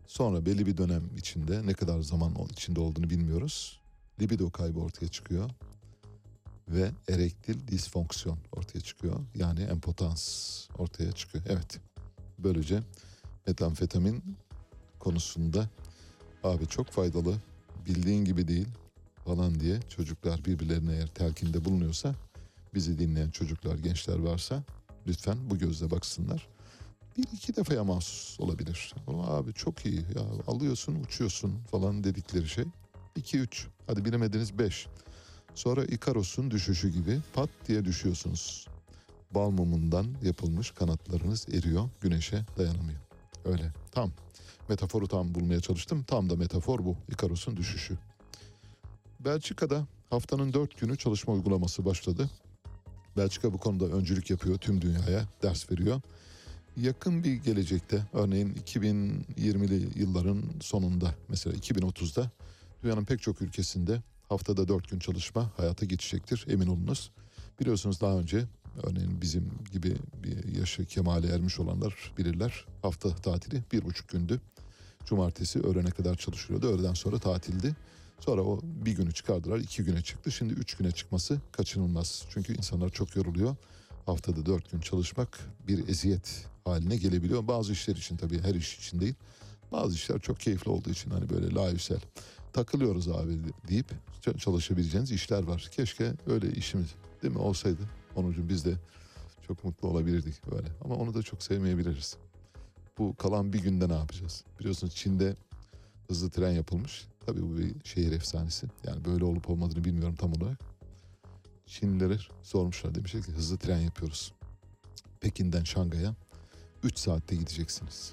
S2: Sonra belli bir dönem içinde, ne kadar zaman içinde olduğunu bilmiyoruz, libido kaybı ortaya çıkıyor ve erektil disfonksiyon ortaya çıkıyor. Yani empotans ortaya çıkıyor. Evet. Böylece metamfetamin konusunda abi çok faydalı, bildiğin gibi değil falan diye çocuklar birbirlerine eğer telkinde bulunuyorsa, bizi dinleyen çocuklar, gençler varsa lütfen bu gözle baksınlar. Bir iki defaya mahsus olabilir. Ama abi çok iyi ya, alıyorsun uçuyorsun falan dedikleri şey. iki üç, hadi bilemediniz beş. Sonra İkaros'un düşüşü gibi pat diye düşüyorsunuz. Bal mumundan yapılmış kanatlarınız eriyor, güneşe dayanamıyor. Öyle tam. Metaforu tam bulmaya çalıştım. Tam da metafor bu. İkaros'un düşüşü. Belçika'da haftanın dört günü çalışma uygulaması başladı. Belçika bu konuda öncülük yapıyor. Tüm dünyaya ders veriyor. Yakın bir gelecekte, örneğin iki bin yirmili yılların sonunda, mesela iki bin otuzda dünyanın pek çok ülkesinde haftada dört gün çalışma hayata geçecektir, emin olunuz. Biliyorsunuz daha önce, örneğin bizim gibi bir yaşı kemale ermiş olanlar bilirler. Hafta tatili bir buçuk gündü. Cumartesi öğlene kadar çalışılıyordu. Öğleden sonra tatildi. Sonra o bir günü çıkardılar, iki güne çıktı. Şimdi üç güne çıkması kaçınılmaz. Çünkü insanlar çok yoruluyor. Haftada dört gün çalışmak bir eziyet haline gelebiliyor. Bazı işler için, tabii her iş için değil. Bazı işler çok keyifli olduğu için, hani böyle layüsel takılıyoruz abi deyip çalışabileceğiniz işler var. Keşke öyle işimiz değil mi olsaydı. Onun için biz de çok mutlu olabilirdik böyle. Ama onu da çok sevmeyebiliriz. Bu kalan bir günde ne yapacağız? Biliyorsunuz Çin'de hızlı tren yapılmış. Tabii bu bir şehir efsanesi. Yani böyle olup olmadığını bilmiyorum tam olarak. Çinlilere sormuşlar, demişler ki hızlı tren yapıyoruz. Pekin'den Şangay'a üç saatte gideceksiniz.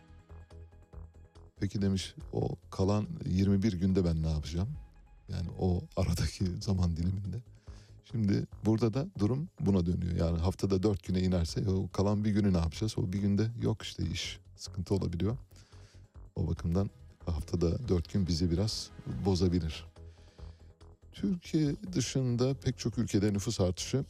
S2: Peki demiş, o kalan yirmi bir günde ben ne yapacağım? Yani o aradaki zaman diliminde. Şimdi burada da durum buna dönüyor. Yani haftada dört güne inerse o kalan bir günü ne yapacağız? O bir günde yok işte, iş sıkıntı olabiliyor. O bakımdan haftada dört gün bizi biraz bozabilir. Türkiye dışında pek çok ülkede nüfus artışı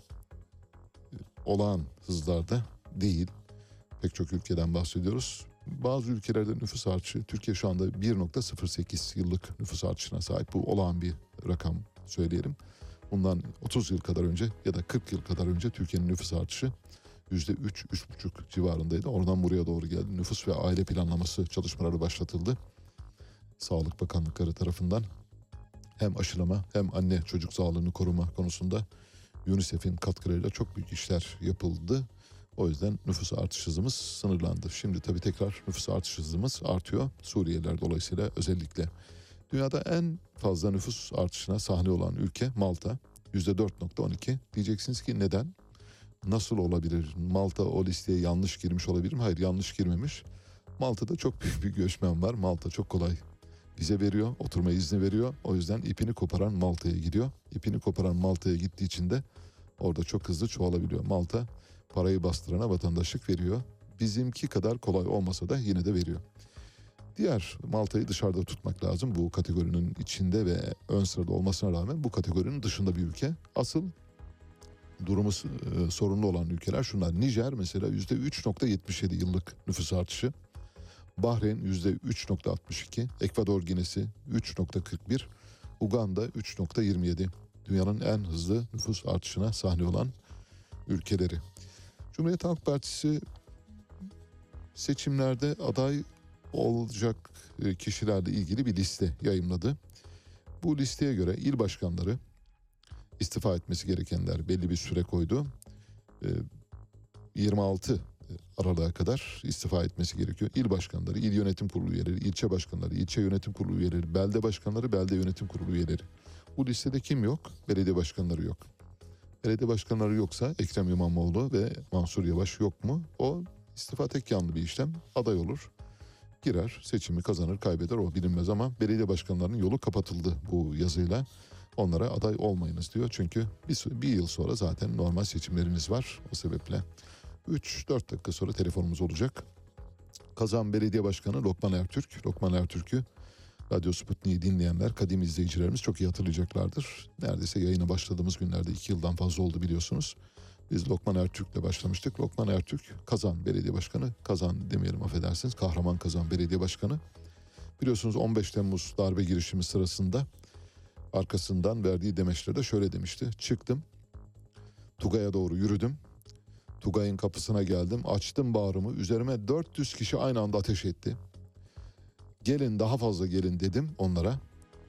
S2: olağan hızlarda değil. Pek çok ülkeden bahsediyoruz. Bazı ülkelerde nüfus artışı, Türkiye şu anda bir virgül sıfır sekiz yıllık nüfus artışına sahip. Bu olağan bir rakam söyleyelim. Bundan otuz yıl kadar önce ya da kırk yıl kadar önce Türkiye'nin nüfus artışı yüzde üç, üç buçuk civarındaydı. Oradan buraya doğru geldi. Nüfus ve aile planlaması çalışmaları başlatıldı. Sağlık Bakanlıkları tarafından hem aşılama hem anne çocuk sağlığını koruma konusunda UNICEF'in katkılarıyla çok büyük işler yapıldı. O yüzden nüfus artış hızımız sınırlandı. Şimdi tabii tekrar nüfus artış hızımız artıyor. Suriyeliler dolayısıyla özellikle. Dünyada en fazla nüfus artışına sahne olan ülke Malta. yüzde dört virgül on iki. Diyeceksiniz ki neden? Nasıl olabilir? Malta o listeye yanlış girmiş olabilir mi? Hayır, yanlış girmemiş. Malta'da çok büyük bir göçmen var. Malta çok kolay vize veriyor, oturma izni veriyor. O yüzden ipini koparan Malta'ya gidiyor. İpini koparan Malta'ya gittiği için de orada çok hızlı çoğalabiliyor. Malta parayı bastırana vatandaşlık veriyor. Bizimki kadar kolay olmasa da yine de veriyor. Diğer, Malta'yı dışarıda tutmak lazım. Bu kategorinin içinde ve ön sırada olmasına rağmen bu kategorinin dışında bir ülke. Asıl durumu e, sorunlu olan ülkeler şunlar. Nijer mesela yüzde üç virgül yetmiş yedi yıllık nüfus artışı. Bahreyn yüzde üç virgül altmış iki. Ekvador Ginesi üç virgül kırk bir. Uganda üç virgül yirmi yedi. Dünyanın en hızlı nüfus artışına sahne olan ülkeleri. Cumhuriyet Halk Partisi seçimlerde aday olacak kişilerle ilgili bir liste yayımladı. Bu listeye göre il başkanları, istifa etmesi gerekenler belli bir süre koydu. yirmi altı Aralık'a kadar istifa etmesi gerekiyor. İl başkanları, il yönetim kurulu üyeleri, ilçe başkanları, ilçe yönetim kurulu üyeleri, belde başkanları, belde yönetim kurulu üyeleri. Bu listede kim yok? Belediye başkanları yok. Belediye başkanları yoksa Ekrem İmamoğlu ve Mansur Yavaş yok mu? O istifa tek yanlı bir işlem. Aday olur, girer, seçimi kazanır, kaybeder, o bilinmez ama belediye başkanlarının yolu kapatıldı bu yazıyla. Onlara aday olmayınız diyor. Çünkü bir, bir yıl sonra zaten normal seçimleriniz var. O sebeple üç dört dakika sonra telefonumuz olacak. Kazan Belediye Başkanı Lokman Ertürk. Lokman Ertürk'ü Radyo Sputnik'i dinleyenler, kadim izleyicilerimiz çok iyi hatırlayacaklardır. Neredeyse yayına başladığımız günlerde iki yıldan fazla oldu biliyorsunuz. Biz Lokman Ertürk'le başlamıştık. Lokman Ertürk Kazan Belediye Başkanı, Kazan demeyelim affedersiniz, Kahraman Kazan Belediye Başkanı. Biliyorsunuz on beş Temmuz darbe girişimi sırasında arkasından verdiği demeçlerde şöyle demişti. Çıktım, Tugay'a doğru yürüdüm. Tugay'ın kapısına geldim, açtım bağrımı. Üzerime dört yüz kişi aynı anda ateş etti. Gelin, daha fazla gelin dedim onlara.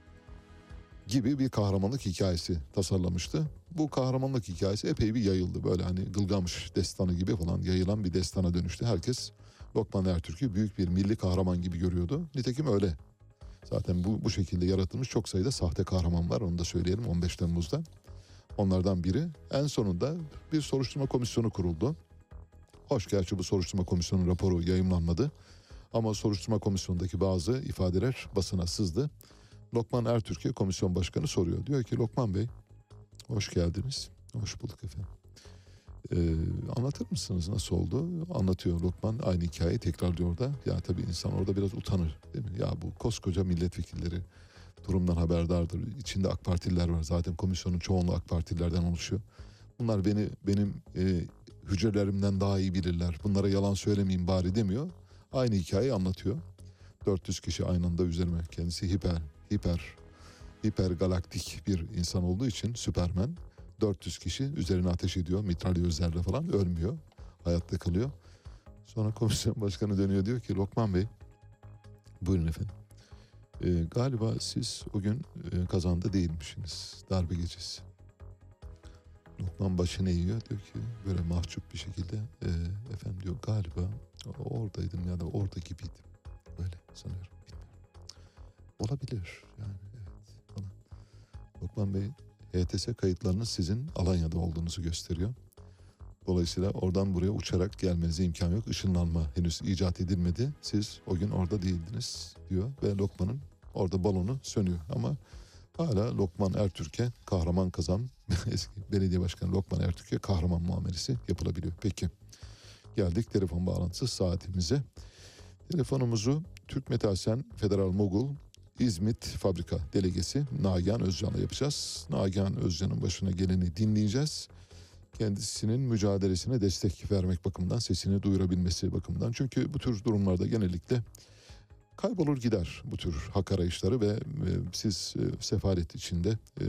S2: Gibi bir kahramanlık hikayesi tasarlamıştı. Bu kahramanlık hikayesi epey bir yayıldı. Böyle hani Gılgamış destanı gibi falan yayılan bir destana dönüştü. Herkes Lokman Ertürk'ü büyük bir milli kahraman gibi görüyordu. Nitekim öyle. Zaten bu, bu şekilde yaratılmış çok sayıda sahte kahraman var. Onu da söyleyelim on beş Temmuz'da. Onlardan biri. En sonunda bir soruşturma komisyonu kuruldu. Hoş, gerçi bu soruşturma komisyonunun raporu yayımlanmadı. Ama soruşturma komisyonundaki bazı ifadeler basına sızdı. Lokman Ertürk'e komisyon başkanı soruyor. Diyor ki Lokman Bey, hoş geldiniz. Hoş bulduk efendim. Ee, anlatır mısınız nasıl oldu? Anlatıyor Lokman, aynı hikayeyi tekrarlıyor da. Ya tabii insan orada biraz utanır değil mi? Ya bu koskoca milletvekilleri durumdan haberdardır. İçinde AK Partililer var. Zaten komisyonun çoğunluğu AK Partililerden oluşuyor. Bunlar beni benim e, hücrelerimden daha iyi bilirler. Bunlara yalan söylemeyeyim bari demiyor. Aynı hikayeyi anlatıyor. dört yüz kişi aynı anda üzerime. Kendisi hiper, hiper, hiper galaktik bir insan olduğu için Süpermen. dört yüz kişi üzerine ateş ediyor. Mitralyözlerle falan, ölmüyor. Hayatta kalıyor. Sonra komisyon başkanı dönüyor, diyor ki Lokman Bey, buyurun efendim. Ee, galiba siz o gün e, kazanda değilmişsiniz. Darbe gecesi. Lokman başını eğiyor, diyor ki böyle mahcup bir şekilde e, efendim diyor, galiba oradaydım ya da orada gibiydim. Öyle sanıyorum. Bilmiyorum. Olabilir yani, evet falan. Lokman Bey, H T S kayıtlarınız sizin Alanya'da olduğunuzu gösteriyor. Dolayısıyla oradan buraya uçarak gelmenize imkan yok. Işınlanma henüz icat edilmedi. Siz o gün orada değildiniz diyor ve Lokman'ın orada balonu sönüyor. Ama hala Lokman Ertürk'e kahraman kazan, eski belediye başkanı Lokman Ertürk'e kahraman muamelesi yapılabiliyor. Peki, geldik telefon bağlantısı saatimize. Telefonumuzu Türk Metal Sen Federal Mogul İzmit Fabrika Delegesi Nagihan Özcan'la yapacağız. Nagihan Özcan'ın başına geleni dinleyeceğiz. Kendisinin mücadelesine destek vermek bakımından, sesini duyurabilmesi bakımından. Çünkü bu tür durumlarda genellikle kaybolur gider bu tür hak arayışları ve e, siz e, sefalet içinde e,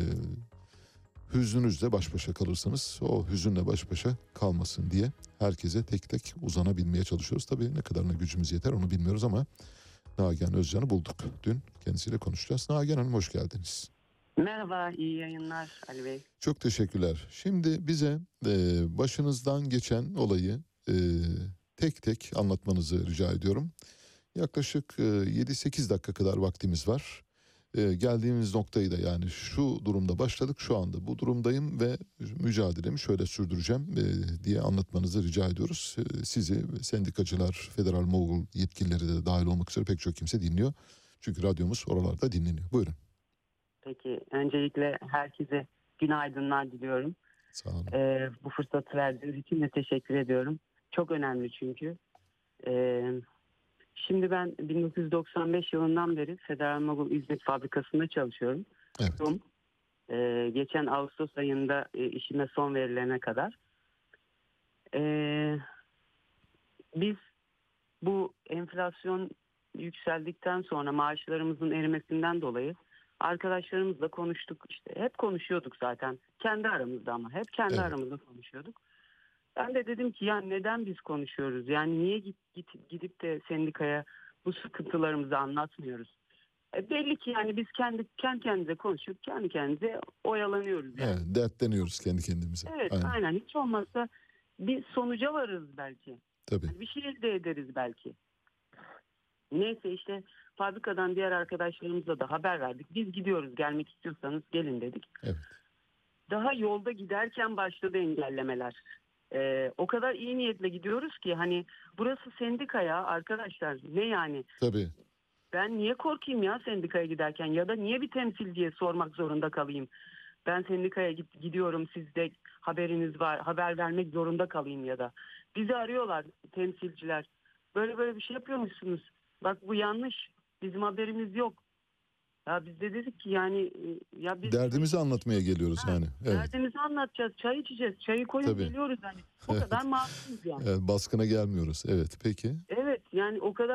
S2: hüznünüzle baş başa kalırsınız. O hüzünle baş başa kalmasın diye herkese tek tek uzanabilmeye çalışıyoruz. Tabii ne kadarına gücümüz yeter onu bilmiyoruz ama Nagihan Özcan'ı bulduk. Dün kendisiyle konuşacağız. Nagihan Hanım, hoş geldiniz.
S6: Merhaba, iyi yayınlar Ali Bey.
S2: Çok teşekkürler. Şimdi bize e, başınızdan geçen olayı e, tek tek anlatmanızı rica ediyorum. Yaklaşık e, yedi sekiz dakika kadar vaktimiz var. E, geldiğimiz noktayı da, yani şu durumda başladık, şu anda bu durumdayım ve mücadelemi şöyle sürdüreceğim e, diye anlatmanızı rica ediyoruz. E, sizi sendikacılar, Federal Mogul yetkilileri de dahil olmak üzere pek çok kimse dinliyor. Çünkü radyomuz oralarda dinleniyor. Buyurun.
S6: Peki, öncelikle herkese günaydınlar diliyorum.
S2: Sağ olun.
S6: Ee, bu fırsatı verdiğiniz için de teşekkür ediyorum. Çok önemli çünkü. Ee, şimdi ben bin dokuz yüz doksan beş yılından beri Federal Mogul İzmit Fabrikası'nda çalışıyorum.
S2: Evet.
S6: Ee, geçen Ağustos ayında e, işime son verilene kadar. Ee, biz bu enflasyon yükseldikten sonra maaşlarımızın erimesinden dolayı arkadaşlarımızla konuştuk, işte hep konuşuyorduk zaten kendi aramızda, ama hep kendi
S2: Evet.
S6: aramızda konuşuyorduk. Ben de dedim ki ya neden biz konuşuyoruz, yani niye git, git, gidip de sendikaya bu sıkıntılarımızı anlatmıyoruz. E belli ki yani biz kendi kendi kendimize konuşup kendi kendimize oyalanıyoruz. Yani.
S2: Evet, dertleniyoruz kendi kendimize.
S6: Evet,
S2: Aynen.
S6: aynen, hiç olmazsa bir sonuca varırız belki.
S2: Tabii.
S6: Yani bir şey elde ederiz belki. Neyse işte fabrikadan diğer arkadaşlarımıza da haber verdik. Biz gidiyoruz, gelmek istiyorsanız gelin dedik.
S2: Evet.
S6: Daha yolda giderken başladı engellemeler. Ee, o kadar iyi niyetle gidiyoruz ki hani burası sendika ya arkadaşlar, ne yani?
S2: Tabii.
S6: Ben niye korkayım ya sendikaya giderken, ya da niye bir temsilciye sormak zorunda kalayım? Ben sendikaya git, gidiyorum, sizde haberiniz var, haber vermek zorunda kalayım ya da. Bizi arıyorlar temsilciler. Böyle böyle bir şey yapıyormuşsunuz. Bak bu yanlış. Bizim haberimiz yok. Ya biz de dedik ki yani ya biz
S2: Derdimizi anlatmaya geliyoruz
S6: Ha,
S2: yani. Evet.
S6: derdimizi anlatacağız. Çay içeceğiz. Çayı koyun
S2: Tabii.
S6: geliyoruz hani. O
S2: Evet.
S6: kadar masumuz yani.
S2: Evet, baskına gelmiyoruz. Evet, peki.
S6: Evet yani o kadar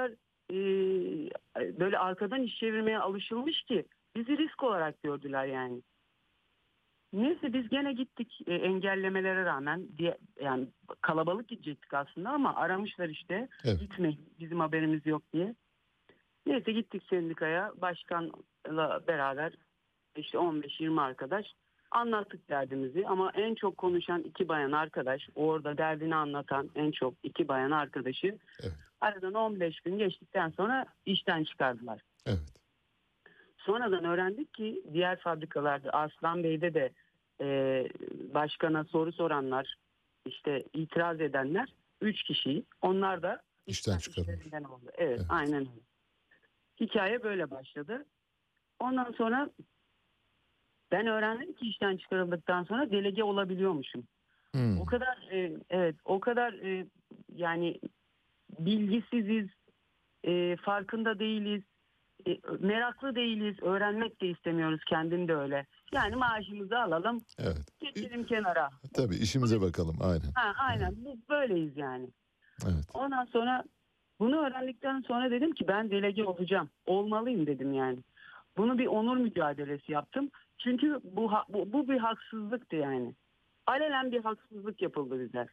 S6: e, böyle arkadan iş çevirmeye alışılmış ki bizi risk olarak gördüler yani. Neyse biz gene gittik e, engellemelere rağmen diye, yani kalabalık gidecektik aslında ama aramışlar işte
S2: Evet.
S6: gitmeyin bizim haberimiz yok diye. Neyse gittik sendikaya, başkanla beraber işte on beş yirmi arkadaş anlattık derdimizi ama en çok konuşan iki bayan arkadaş, orada derdini anlatan en çok iki bayan arkadaşı
S2: Evet.
S6: aradan on beş gün geçtikten sonra işten çıkardılar.
S2: Evet.
S6: Sonradan öğrendik ki diğer fabrikalarda Arslan Bey'de de e, başkana soru soranlar, işte itiraz edenler üç kişi. Onlar da
S2: İşten çıkarılmış.
S6: işlerinden oldu. Evet,
S2: Evet.
S6: aynen öyle. Hikaye böyle başladı. Ondan sonra ben öğrendim ki işten çıkarıldıktan sonra delege olabiliyormuşum.
S2: Hmm.
S6: O kadar e, evet o kadar e, yani bilgisiziz, e, farkında değiliz. E, meraklı değiliz, öğrenmek de istemiyoruz, kendim de öyle. Yani maaşımızı alalım,
S2: Evet.
S6: geçelim kenara.
S2: Tabii işimize bakalım aynen.
S6: Ha, aynen biz böyleyiz yani.
S2: Evet.
S6: Ondan sonra bunu öğrendikten sonra dedim ki ben delege olacağım, olmalıyım dedim yani. Bunu bir onur mücadelesi yaptım. Çünkü bu, ha- bu, bu bir haksızlıktı yani. Alenen bir haksızlık yapıldı bize.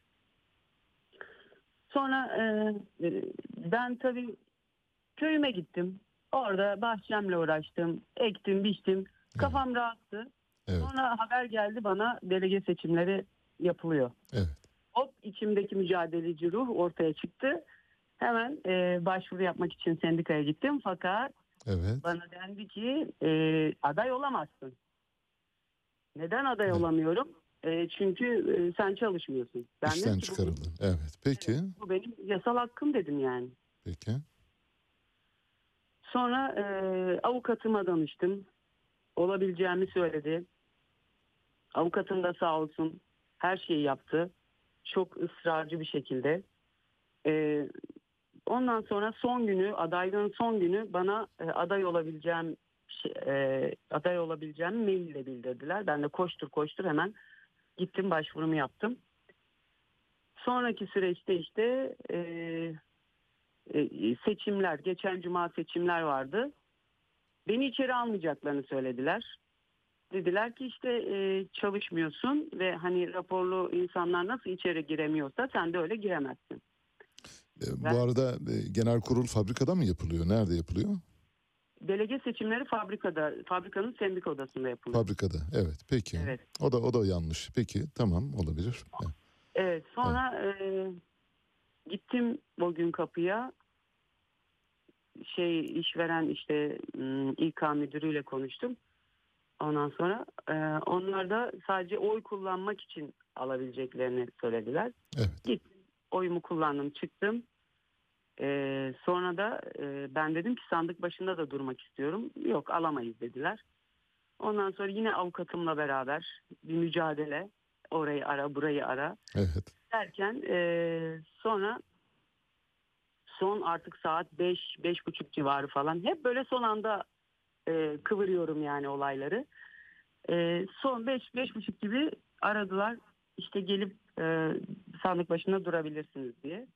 S6: Sonra e, e, ben tabii köyüme gittim. Orada bahçemle uğraştım. Ektim, biçtim. Kafam rahattı.
S2: Evet.
S6: Sonra haber geldi bana, delege seçimleri yapılıyor.
S2: Evet.
S6: Hop, içimdeki mücadeleci ruh ortaya çıktı. Hemen e, başvuru yapmak için sendikaya gittim. Fakat
S2: Evet.
S6: bana dendi ki e, aday olamazsın. Neden aday
S2: Evet.
S6: olamıyorum? E, çünkü e, sen çalışmıyorsun. Ben
S2: İşten
S6: dedim ki, bu,
S2: çıkarıldın. Evet. Peki.
S6: bu benim yasal hakkım dedim yani.
S2: Peki.
S6: Sonra e, avukatıma danıştım. Olabileceğimi söyledi. Avukatım da sağ olsun her şeyi yaptı. Çok ısrarcı bir şekilde. E, ondan sonra son günü, adaylığın son günü bana e, aday olabileceğim şey, e, aday olabileceğim maille bildirdiler. Ben de koştur koştur hemen gittim, başvurumu yaptım. Sonraki süreçte işte e, e, seçimler, geçen cuma seçimler vardı. Beni içeri almayacaklarını söylediler. Dediler ki işte e, çalışmıyorsun ve hani raporlu insanlar nasıl içeri giremiyorsa sen de öyle giremezsin.
S2: E,
S6: Ben-
S2: Bu arada e, genel kurul fabrikada mı yapılıyor? Nerede yapılıyor?
S6: Delege seçimleri fabrikada, fabrikanın sendika odasında yapılıyor.
S2: Fabrikada. Evet. Peki.
S6: Evet.
S2: O da o da yanlış. Peki. Tamam, olabilir. Evet.
S6: Evet, sonra e, gittim o gün kapıya. Şey, işveren işte m, İK müdürüyle konuştum. Ondan sonra e, onlar da sadece oy kullanmak için alabileceklerini söylediler.
S2: Evet.
S6: Gittim, oyumu kullandım, çıktım. E, sonra da e, ben dedim ki sandık başında da durmak istiyorum. Yok, alamayız dediler. Ondan sonra yine avukatımla beraber bir mücadele. Orayı ara, burayı ara
S2: Evet.
S6: derken e, sonra son artık saat beş, beş buçuk civarı falan. Hep böyle son anda e, kıvırıyorum yani olayları. E, son beş, beş buçuk gibi aradılar. İşte gelip e, sandık başında durabilirsiniz diye.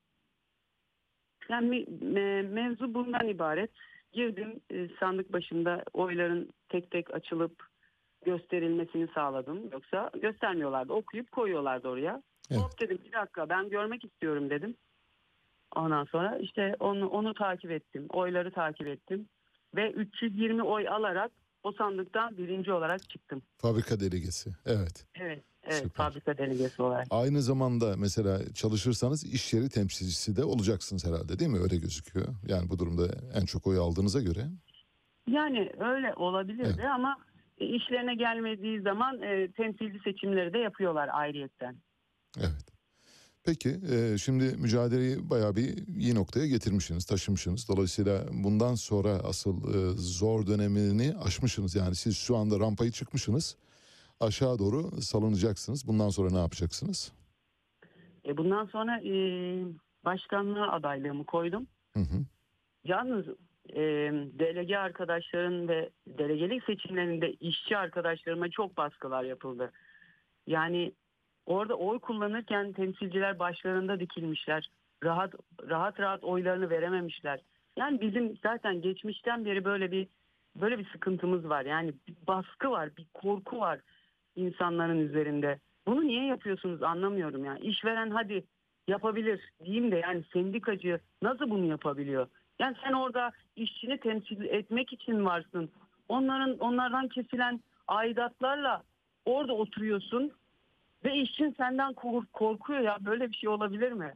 S6: Yani me- mevzu bundan ibaret. Girdim, e, sandık başında oyların tek tek açılıp gösterilmesini sağladım. Yoksa göstermiyorlardı. Okuyup koyuyorlardı oraya.
S2: Evet.
S6: Hop dedim, bir dakika ben görmek istiyorum dedim. Ondan sonra işte onu, onu takip ettim. Oyları takip ettim. Ve üç yüz yirmi oy alarak o sandıktan birinci olarak çıktım.
S2: Fabrika delegesi. Evet.
S6: Evet, evet,
S2: Süper.
S6: fabrika delegesi olarak.
S2: Aynı zamanda mesela çalışırsanız iş yeri temsilcisi de olacaksınız herhalde, değil mi? Öyle gözüküyor. Yani bu durumda en çok oy aldığınıza göre.
S6: Yani öyle olabilirdi
S2: Evet.
S6: ama işlerine gelmediği zaman e, temsilci seçimleri de yapıyorlar ayrıyetten.
S2: Evet. Peki e, şimdi mücadeleyi bayağı bir iyi noktaya getirmişsiniz, taşımışsınız. Dolayısıyla bundan sonra asıl e, zor dönemini aşmışsınız. Yani siz şu anda rampayı çıkmışsınız. Aşağı doğru salınacaksınız. Bundan sonra ne yapacaksınız?
S6: E, bundan sonra e, başkanlığa adaylığımı koydum.
S2: Hı hı.
S6: Yalnız e, delege arkadaşların ve delegelik seçimlerinde işçi arkadaşlarıma çok baskılar yapıldı. Yani orada oy kullanırken temsilciler başlarında dikilmişler. Rahat rahat rahat oylarını verememişler. Yani bizim zaten geçmişten beri böyle bir böyle bir sıkıntımız var. Yani bir baskı var, bir korku var insanların üzerinde. Bunu niye yapıyorsunuz anlamıyorum yani. İşveren hadi yapabilir diyeyim de yani sendikacı nasıl bunu yapabiliyor? Yani sen orada işçini temsil etmek için varsın. Onların onlardan kesilen aidatlarla orada oturuyorsun ve işçin senden korkuyor ya, böyle bir şey olabilir mi?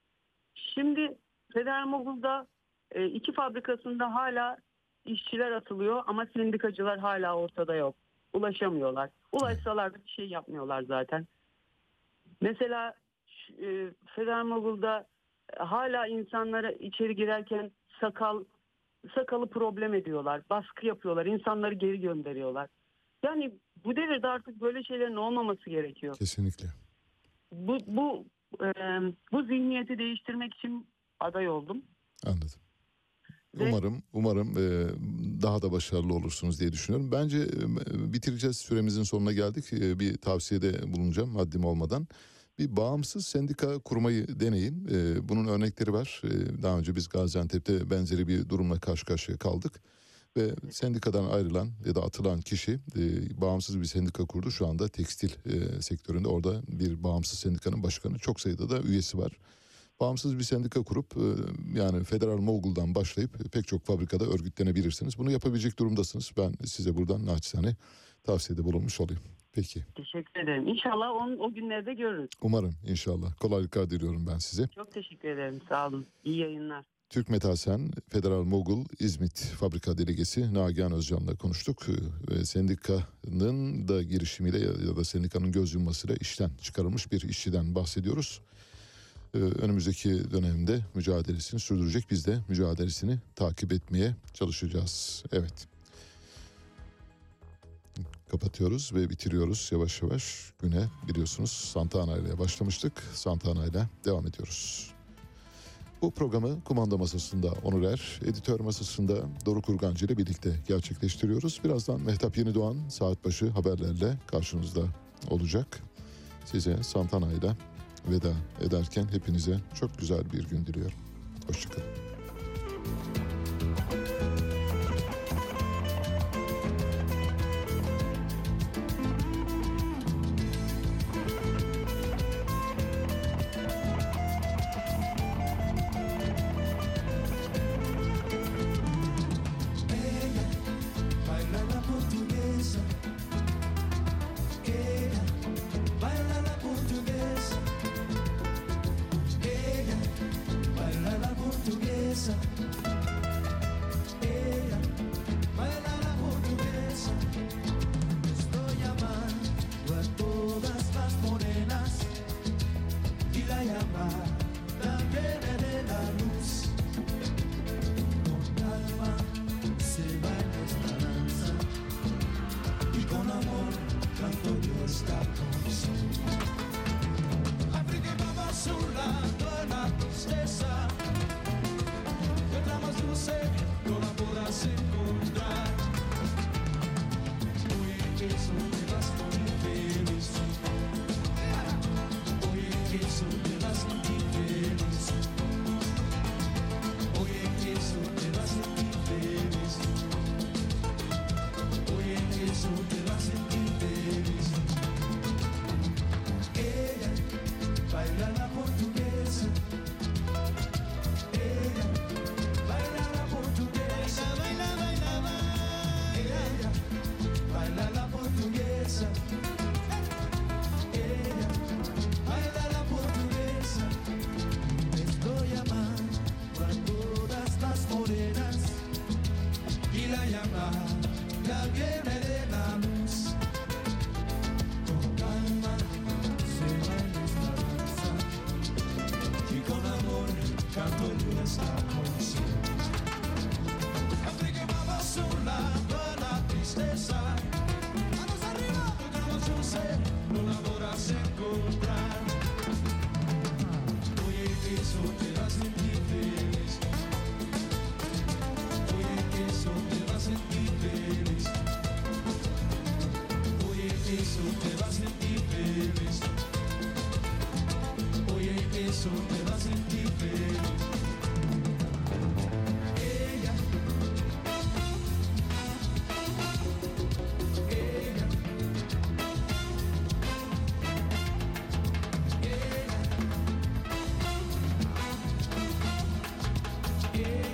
S6: Şimdi Federal-Mogul'da e, iki fabrikasında hala işçiler atılıyor ama sendikacılar hala ortada yok. Ulaşamıyorlar. Ulaşsalar da bir şey yapmıyorlar zaten. Mesela e, Federal-Mogul'da hala insanlara içeri girerken sakal sakalı problem ediyorlar. Baskı yapıyorlar. İnsanları geri gönderiyorlar. Yani bu devirde artık böyle şeylerin olmaması gerekiyor.
S2: Kesinlikle.
S6: Bu bu e, bu zihniyeti değiştirmek için aday oldum.
S2: Anladım.
S6: Ve...
S2: Umarım umarım e, daha da başarılı olursunuz diye düşünüyorum. Bence e, bitireceğiz, süremizin sonuna geldik. E, bir tavsiyede bulunacağım haddim olmadan. Bir bağımsız sendika kurmayı deneyin. E, bunun örnekleri var. E, daha önce biz Gaziantep'te benzeri bir durumla karşı karşıya kaldık. Ve sendikadan ayrılan ya da atılan kişi e, bağımsız bir sendika kurdu. Şu anda tekstil e, sektöründe orada bir bağımsız sendikanın başkanı, çok sayıda da üyesi var. Bağımsız bir sendika kurup e, yani Federal-Mogul'dan başlayıp pek çok fabrikada örgütlenebilirsiniz. Bunu yapabilecek durumdasınız. Ben size buradan naçizane tavsiyede bulunmuş olayım. Peki.
S6: Teşekkür ederim. İnşallah on, o günlerde görürüz.
S2: Umarım inşallah. Kolaylıklar diliyorum ben size.
S6: Çok teşekkür ederim. Sağ olun. İyi yayınlar.
S2: Türk Metasen Federal-Mogul İzmit Fabrika Delegesi Nagihan Özcan'la konuştuk. Ve sendikanın da girişimiyle ya da sendikanın göz yummasıyla işten çıkarılmış bir işçiden bahsediyoruz. Önümüzdeki dönemde mücadelesini sürdürecek. Biz de mücadelesini takip etmeye çalışacağız. Evet. Kapatıyoruz ve bitiriyoruz yavaş yavaş güne. Biliyorsunuz Santana ile başlamıştık. Santana ile devam ediyoruz. Bu programı kumanda masasında Onur Er, editör masasında Doruk Urgancı ile birlikte gerçekleştiriyoruz. Birazdan Mehtap Yenidoğan saat başı haberlerle karşınızda olacak. Size Santana ile veda ederken hepinize çok güzel bir gün diliyorum. Hoşçakalın.
S3: Yeah.